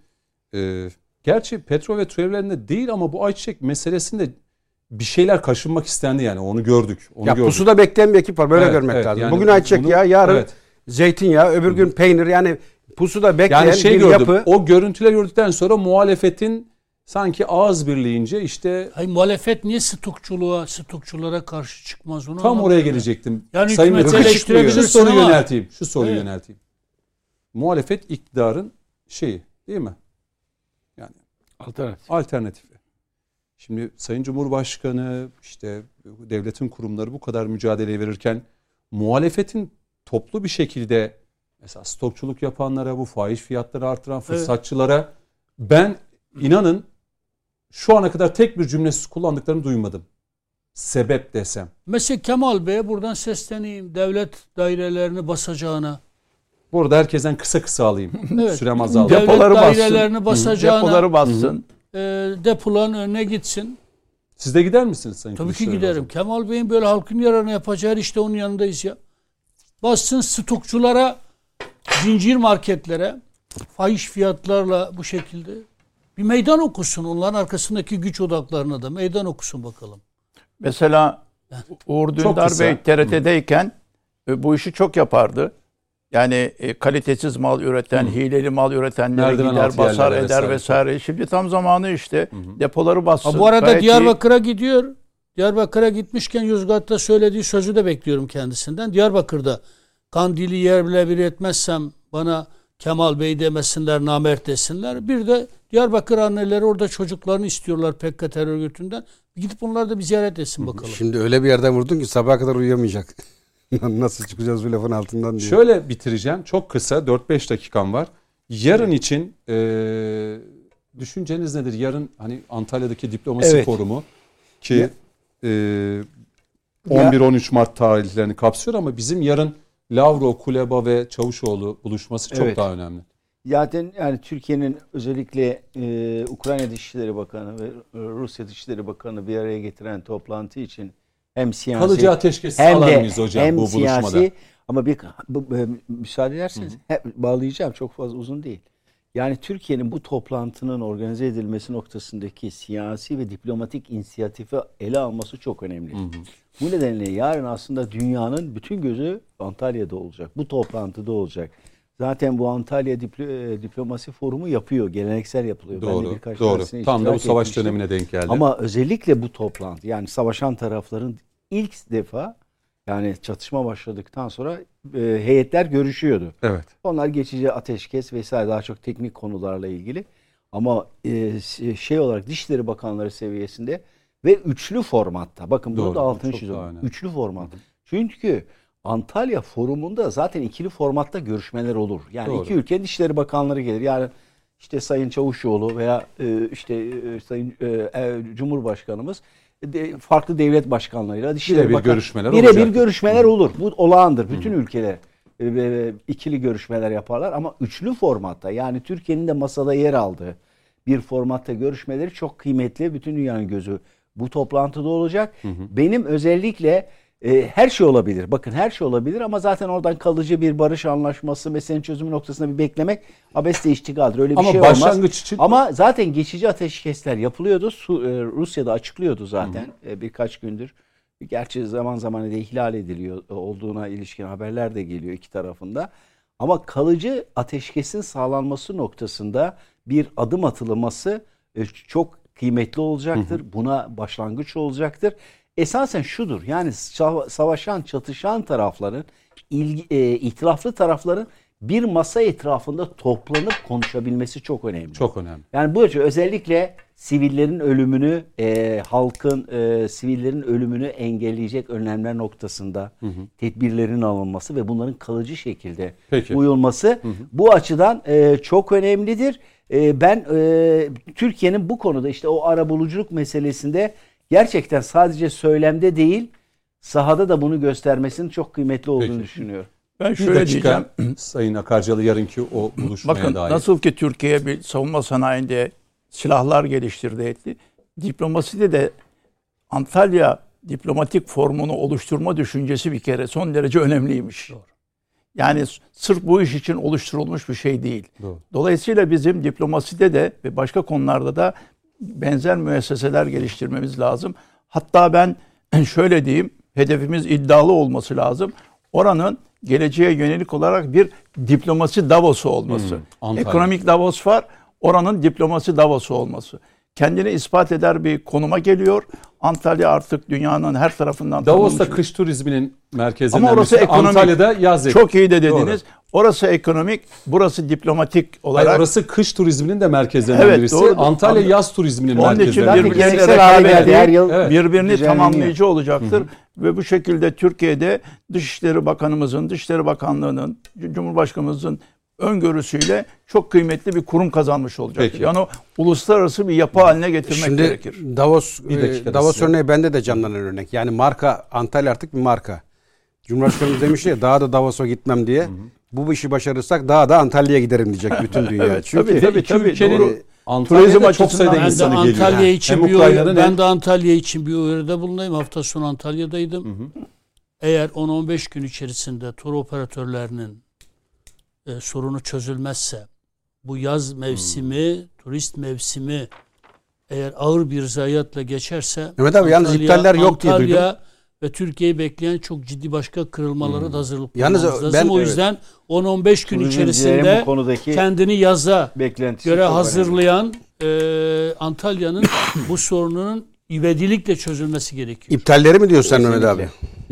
gerçi petrol ve türevlerinde değil ama bu ayçiçek meselesinde bir şeyler kaşınmak istendi yani onu gördük. Onu gördük. Pusuda bekleyen bir ekip var. Böyle görmek lazım. Yani bugün ayçiçek yağı, yarın zeytinyağı, öbür gün peynir. Yani pusuda bekleyen yani bir gördüm, yapı. O görüntüler gördükten sonra muhalefetin sanki ağız birliğince işte... Hayır, muhalefet niye stukçulara karşı çıkmaz? Onu tam oraya gelecektim. Yani Sayın hükümeti Metin, eleştirebilirsin şu soruyu ama... yönelteyim. Şu soruyu yönelteyim. Muhalefet iktidarın şeyi değil mi? Yani alternatifi. Şimdi Sayın Cumhurbaşkanı işte devletin kurumları bu kadar mücadele verirken muhalefetin toplu bir şekilde mesela stokçuluk yapanlara, bu fahiş fiyatları artıran fırsatçılara ben inanın şu ana kadar tek bir cümlesiz kullandıklarını duymadım. Sebep desem. Mesela Kemal Bey'e buradan sesleneyim. Devlet dairelerini basacağına. Burada herkesten kısa alayım. Evet. Sürem azaldı. Devlet Depoları dairelerini basacağına. Depoları bassın. Depoların önüne gitsin. Siz de gider misiniz Sayın Tabii ki Kılıçdaroğlu? giderim. Kemal Bey'in böyle halkın yararına yapacağı işte onun yanındayız ya. Bassın stokçulara, zincir marketlere fahiş fiyatlarla bu şekilde bir meydan okusun. Onların arkasındaki güç odaklarına da meydan okusun bakalım. Mesela Uğur Dündar Bey TRT'deyken bu işi çok yapardı. Yani kalitesiz mal üreten, hileli mal üretenlere Merdiven gider, altı basar yerlere eder vesaire. Şimdi tam zamanı işte depoları bassın. Bu arada Gayet Diyarbakır'a gidiyor. Diyarbakır'a gitmişken Yozgat'ta söylediği sözü de bekliyorum kendisinden. Diyarbakır'da Kandil'i yerle bir etmezsem bana Kemal Bey demesinler, namert desinler. Bir de Diyarbakır anneleri orada çocuklarını istiyorlar PKK terör örgütünden. Gidip onları da bir ziyaret etsin bakalım. Şimdi öyle bir yerden vurdun ki sabaha kadar uyuyamayacak. Nasıl çıkacağız bu lafın altından diye. Şöyle bitireceğim. Çok kısa 4-5 dakikam var. Yarın için düşünceniz nedir? Yarın hani Antalya'daki diplomasi forumu ki 11-13 Mart tarihlerini kapsıyor ama bizim yarın Lavrov, Kuleba ve Çavuşoğlu buluşması çok daha önemli. Zaten yani Türkiye'nin özellikle Ukrayna Dışişleri Bakanı ve Rusya Dışişleri Bakanı bir araya getiren toplantı için hem siyasi kalıcı ateşkes hem sağlar de mıyız hocam hem bu buluşmada? Siyasi, ama müsaade ederseniz bağlayacağım, çok fazla uzun değil. Yani Türkiye'nin bu toplantının organize edilmesi noktasındaki siyasi ve diplomatik inisiyatifi ele alması çok önemli. Bu nedenle yarın aslında dünyanın bütün gözü Antalya'da olacak. Bu toplantıda olacak. Zaten bu Antalya Diplomasi Forumu yapıyor. Geleneksel yapılıyor. Doğru. Tam da bu savaş dönemine denk geldi. Ama özellikle bu toplantı, yani savaşan tarafların ilk defa, yani çatışma başladıktan sonra heyetler görüşüyordu. Evet. Onlar geçici ateşkes vesaire, daha çok teknik konularla ilgili. Ama şey olarak Dışişleri Bakanları seviyesinde ve üçlü formatta. Bakın bunu da altını çiziyorum. Üçlü format. Çünkü Antalya Forumu'nda zaten ikili formatta görüşmeler olur. Yani iki ülkenin Dışişleri Bakanları gelir. Yani işte Sayın Çavuşoğlu veya Sayın Cumhurbaşkanımız farklı devlet başkanlarıyla birebir görüşmeler olur. Bu olağandır. Bütün ülkeler ikili görüşmeler yaparlar ama üçlü formatta, yani Türkiye'nin de masada yer aldığı bir formatta görüşmeleri çok kıymetli. Bütün dünyanın gözü bu toplantıda olacak. Benim özellikle her şey olabilir. Bakın her şey olabilir ama zaten oradan kalıcı bir barış anlaşması, meselenin çözümü noktasında bir beklemek abeste iştigaldir. Öyle bir şey olmaz. Başlangıç için... Ama zaten geçici ateşkesler yapılıyordu. Rusya'da açıklıyordu zaten birkaç gündür. Gerçi zaman zaman da ihlal ediliyor olduğuna ilişkin haberler de geliyor iki tarafında. Ama kalıcı ateşkesin sağlanması noktasında bir adım atılması çok kıymetli olacaktır. Buna başlangıç olacaktır. Esasen şudur, yani savaşan, çatışan tarafların, ihtilaflı tarafların bir masa etrafında toplanıp konuşabilmesi çok önemli. Çok önemli. Yani bu açı özellikle sivillerin ölümünü, sivillerin ölümünü engelleyecek önlemler noktasında tedbirlerin alınması ve bunların kalıcı şekilde uyulması bu açıdan çok önemlidir. Ben Türkiye'nin bu konuda işte o arabuluculuk meselesinde gerçekten sadece söylemde değil, sahada da bunu göstermesinin çok kıymetli olduğunu düşünüyorum. Ben şöyle diyeceğim. Sayın Akarcalı yarınki o buluşmaya Bakın, dair. nasıl ki Türkiye bir savunma sanayinde silahlar geliştirdi etti. Diplomaside de Antalya diplomatik formunu oluşturma düşüncesi bir kere son derece önemliymiş. Doğru. Yani sırf bu iş için oluşturulmuş bir şey değil. Doğru. Dolayısıyla bizim diplomaside de ve başka konularda da benzer müesseseler geliştirmemiz lazım. Hatta ben şöyle diyeyim, hedefimiz iddialı olması lazım. Oranın geleceğe yönelik olarak bir diplomasi Davos'u olması. Ekonomik Davos var, oranın diplomasi Davos'u olması. Kendini ispat eder bir konuma geliyor. Antalya artık dünyanın her tarafından Davos'ta kış turizminin merkezinden ama orası ekonomik. Antalya'da yaz. Çok iyi de dediniz. Doğru. Orası ekonomik, burası diplomatik olarak. Hayır, orası kış turizminin de merkezlerinden birisi. Doğru. Antalya yaz turizminin merkezlerinden birisi. Onun için birbirini tamamlayıcı olacaktır. Ve bu şekilde Türkiye'de Dışişleri Bakanımızın, Dışişleri Bakanlığı'nın, Cumhurbaşkanımızın öngörüsüyle çok kıymetli bir kurum kazanmış olacaktır. Yani o uluslararası bir yapı haline getirmek gerekir. Davos örneği bende de canlanan örnek. Yani marka, Antalya artık bir marka. Cumhurbaşkanımız demiş ya, daha da Davos'a gitmem diye. Bu işi başarırsak daha da Antalya'ya giderim diyecek bütün dünya. Evet, çünkü tabii. Antalya'da çok sayıda insanı geliyor. Ben de Antalya için bir uyarıda bulunayım. Hafta sonu Antalya'daydım. Eğer 10-15 gün içerisinde tur operatörlerinin sorunu çözülmezse, bu yaz mevsimi, turist mevsimi eğer ağır bir zayiatla geçerse, Mehmet abi yalnız iptaller yok diye duydum. Antalya ve Türkiye'yi bekleyen çok ciddi başka kırılmalara da hazırlık yalnız lazım. O yüzden 10-15 gün içerisinde kendini yaza göre hazırlayan Antalya'nın bu sorununun ivedilikle çözülmesi gerekiyor. İptalleri mi diyorsun sen Mehmet abi?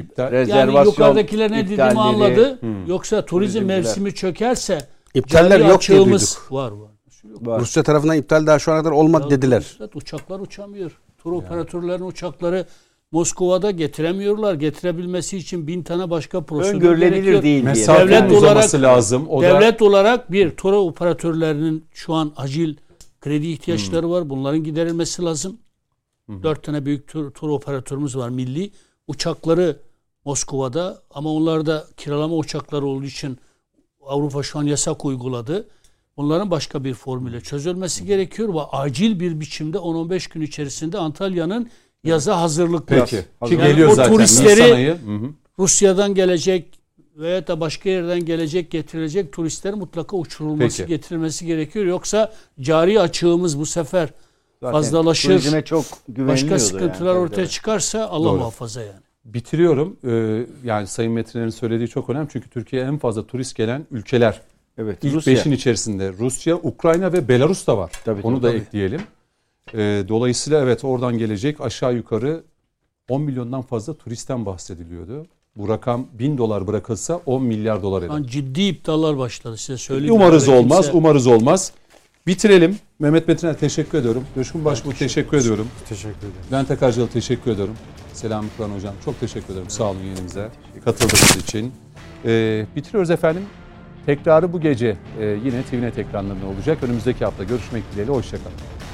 Yani yukarıdakiler ne dediğimi anladı. Yoksa turizm mevsimi çökerse İptaller yok diye duyduk. Var. Rusya tarafından iptal daha şu ana kadar olmadı dediler. Uçaklar uçamıyor. Tur operatörlerin uçakları Moskova'da getiremiyorlar. Getirebilmesi için 1000 tane başka prosedür öngörülebilir değil. Devlet olarak lazım. Devlet olarak bir tur operatörlerinin şu an acil kredi ihtiyaçları var. Bunların giderilmesi lazım. 4 tane büyük tur operatörümüz var milli. Uçakları Moskova'da ama onlar da kiralama uçakları olduğu için Avrupa şu an yasak uyguladı. Bunların başka bir formüle çözülmesi gerekiyor ve acil bir biçimde 10-15 gün içerisinde Antalya'nın yaza hazırlık var. Ki geliyor zaten. Turistleri Rusya'dan gelecek veya da başka yerden getirilecek turistler mutlaka uçurulması, getirilmesi gerekiyor. Yoksa cari açığımız bu sefer zaten fazlalaşır. Çok başka sıkıntılar ortaya çıkarsa Allah muhafaza yani. Bitiriyorum. Yani Sayın Metinler'in söylediği çok önemli. Çünkü Türkiye'ye en fazla turist gelen ülkeler. Evet, İlk 5'in içerisinde Rusya, Ukrayna ve Belarus da var. Onu da ekleyelim. Dolayısıyla evet oradan gelecek aşağı yukarı 10 milyondan fazla turistten bahsediliyordu. Bu rakam $1000 bırakılsa 10 milyar dolar eder. Yani ciddi iptallar başladı size söyleyeyim. Umarız olmaz. Bitirelim. Mehmet Metiner teşekkür ediyorum. Coşkun Başbuğ teşekkür ediyorum. Teşekkür ederim. Bülent Akarcalı teşekkür ediyorum. Selami Kur'an Hocam çok teşekkür ederim. Sağ olun yayınımıza katıldığınız için. Bitiriyoruz efendim. Tekrarı bu gece yine TVNet ekranlarında olacak. Önümüzdeki hafta görüşmek dileğiyle. Hoşçakalın.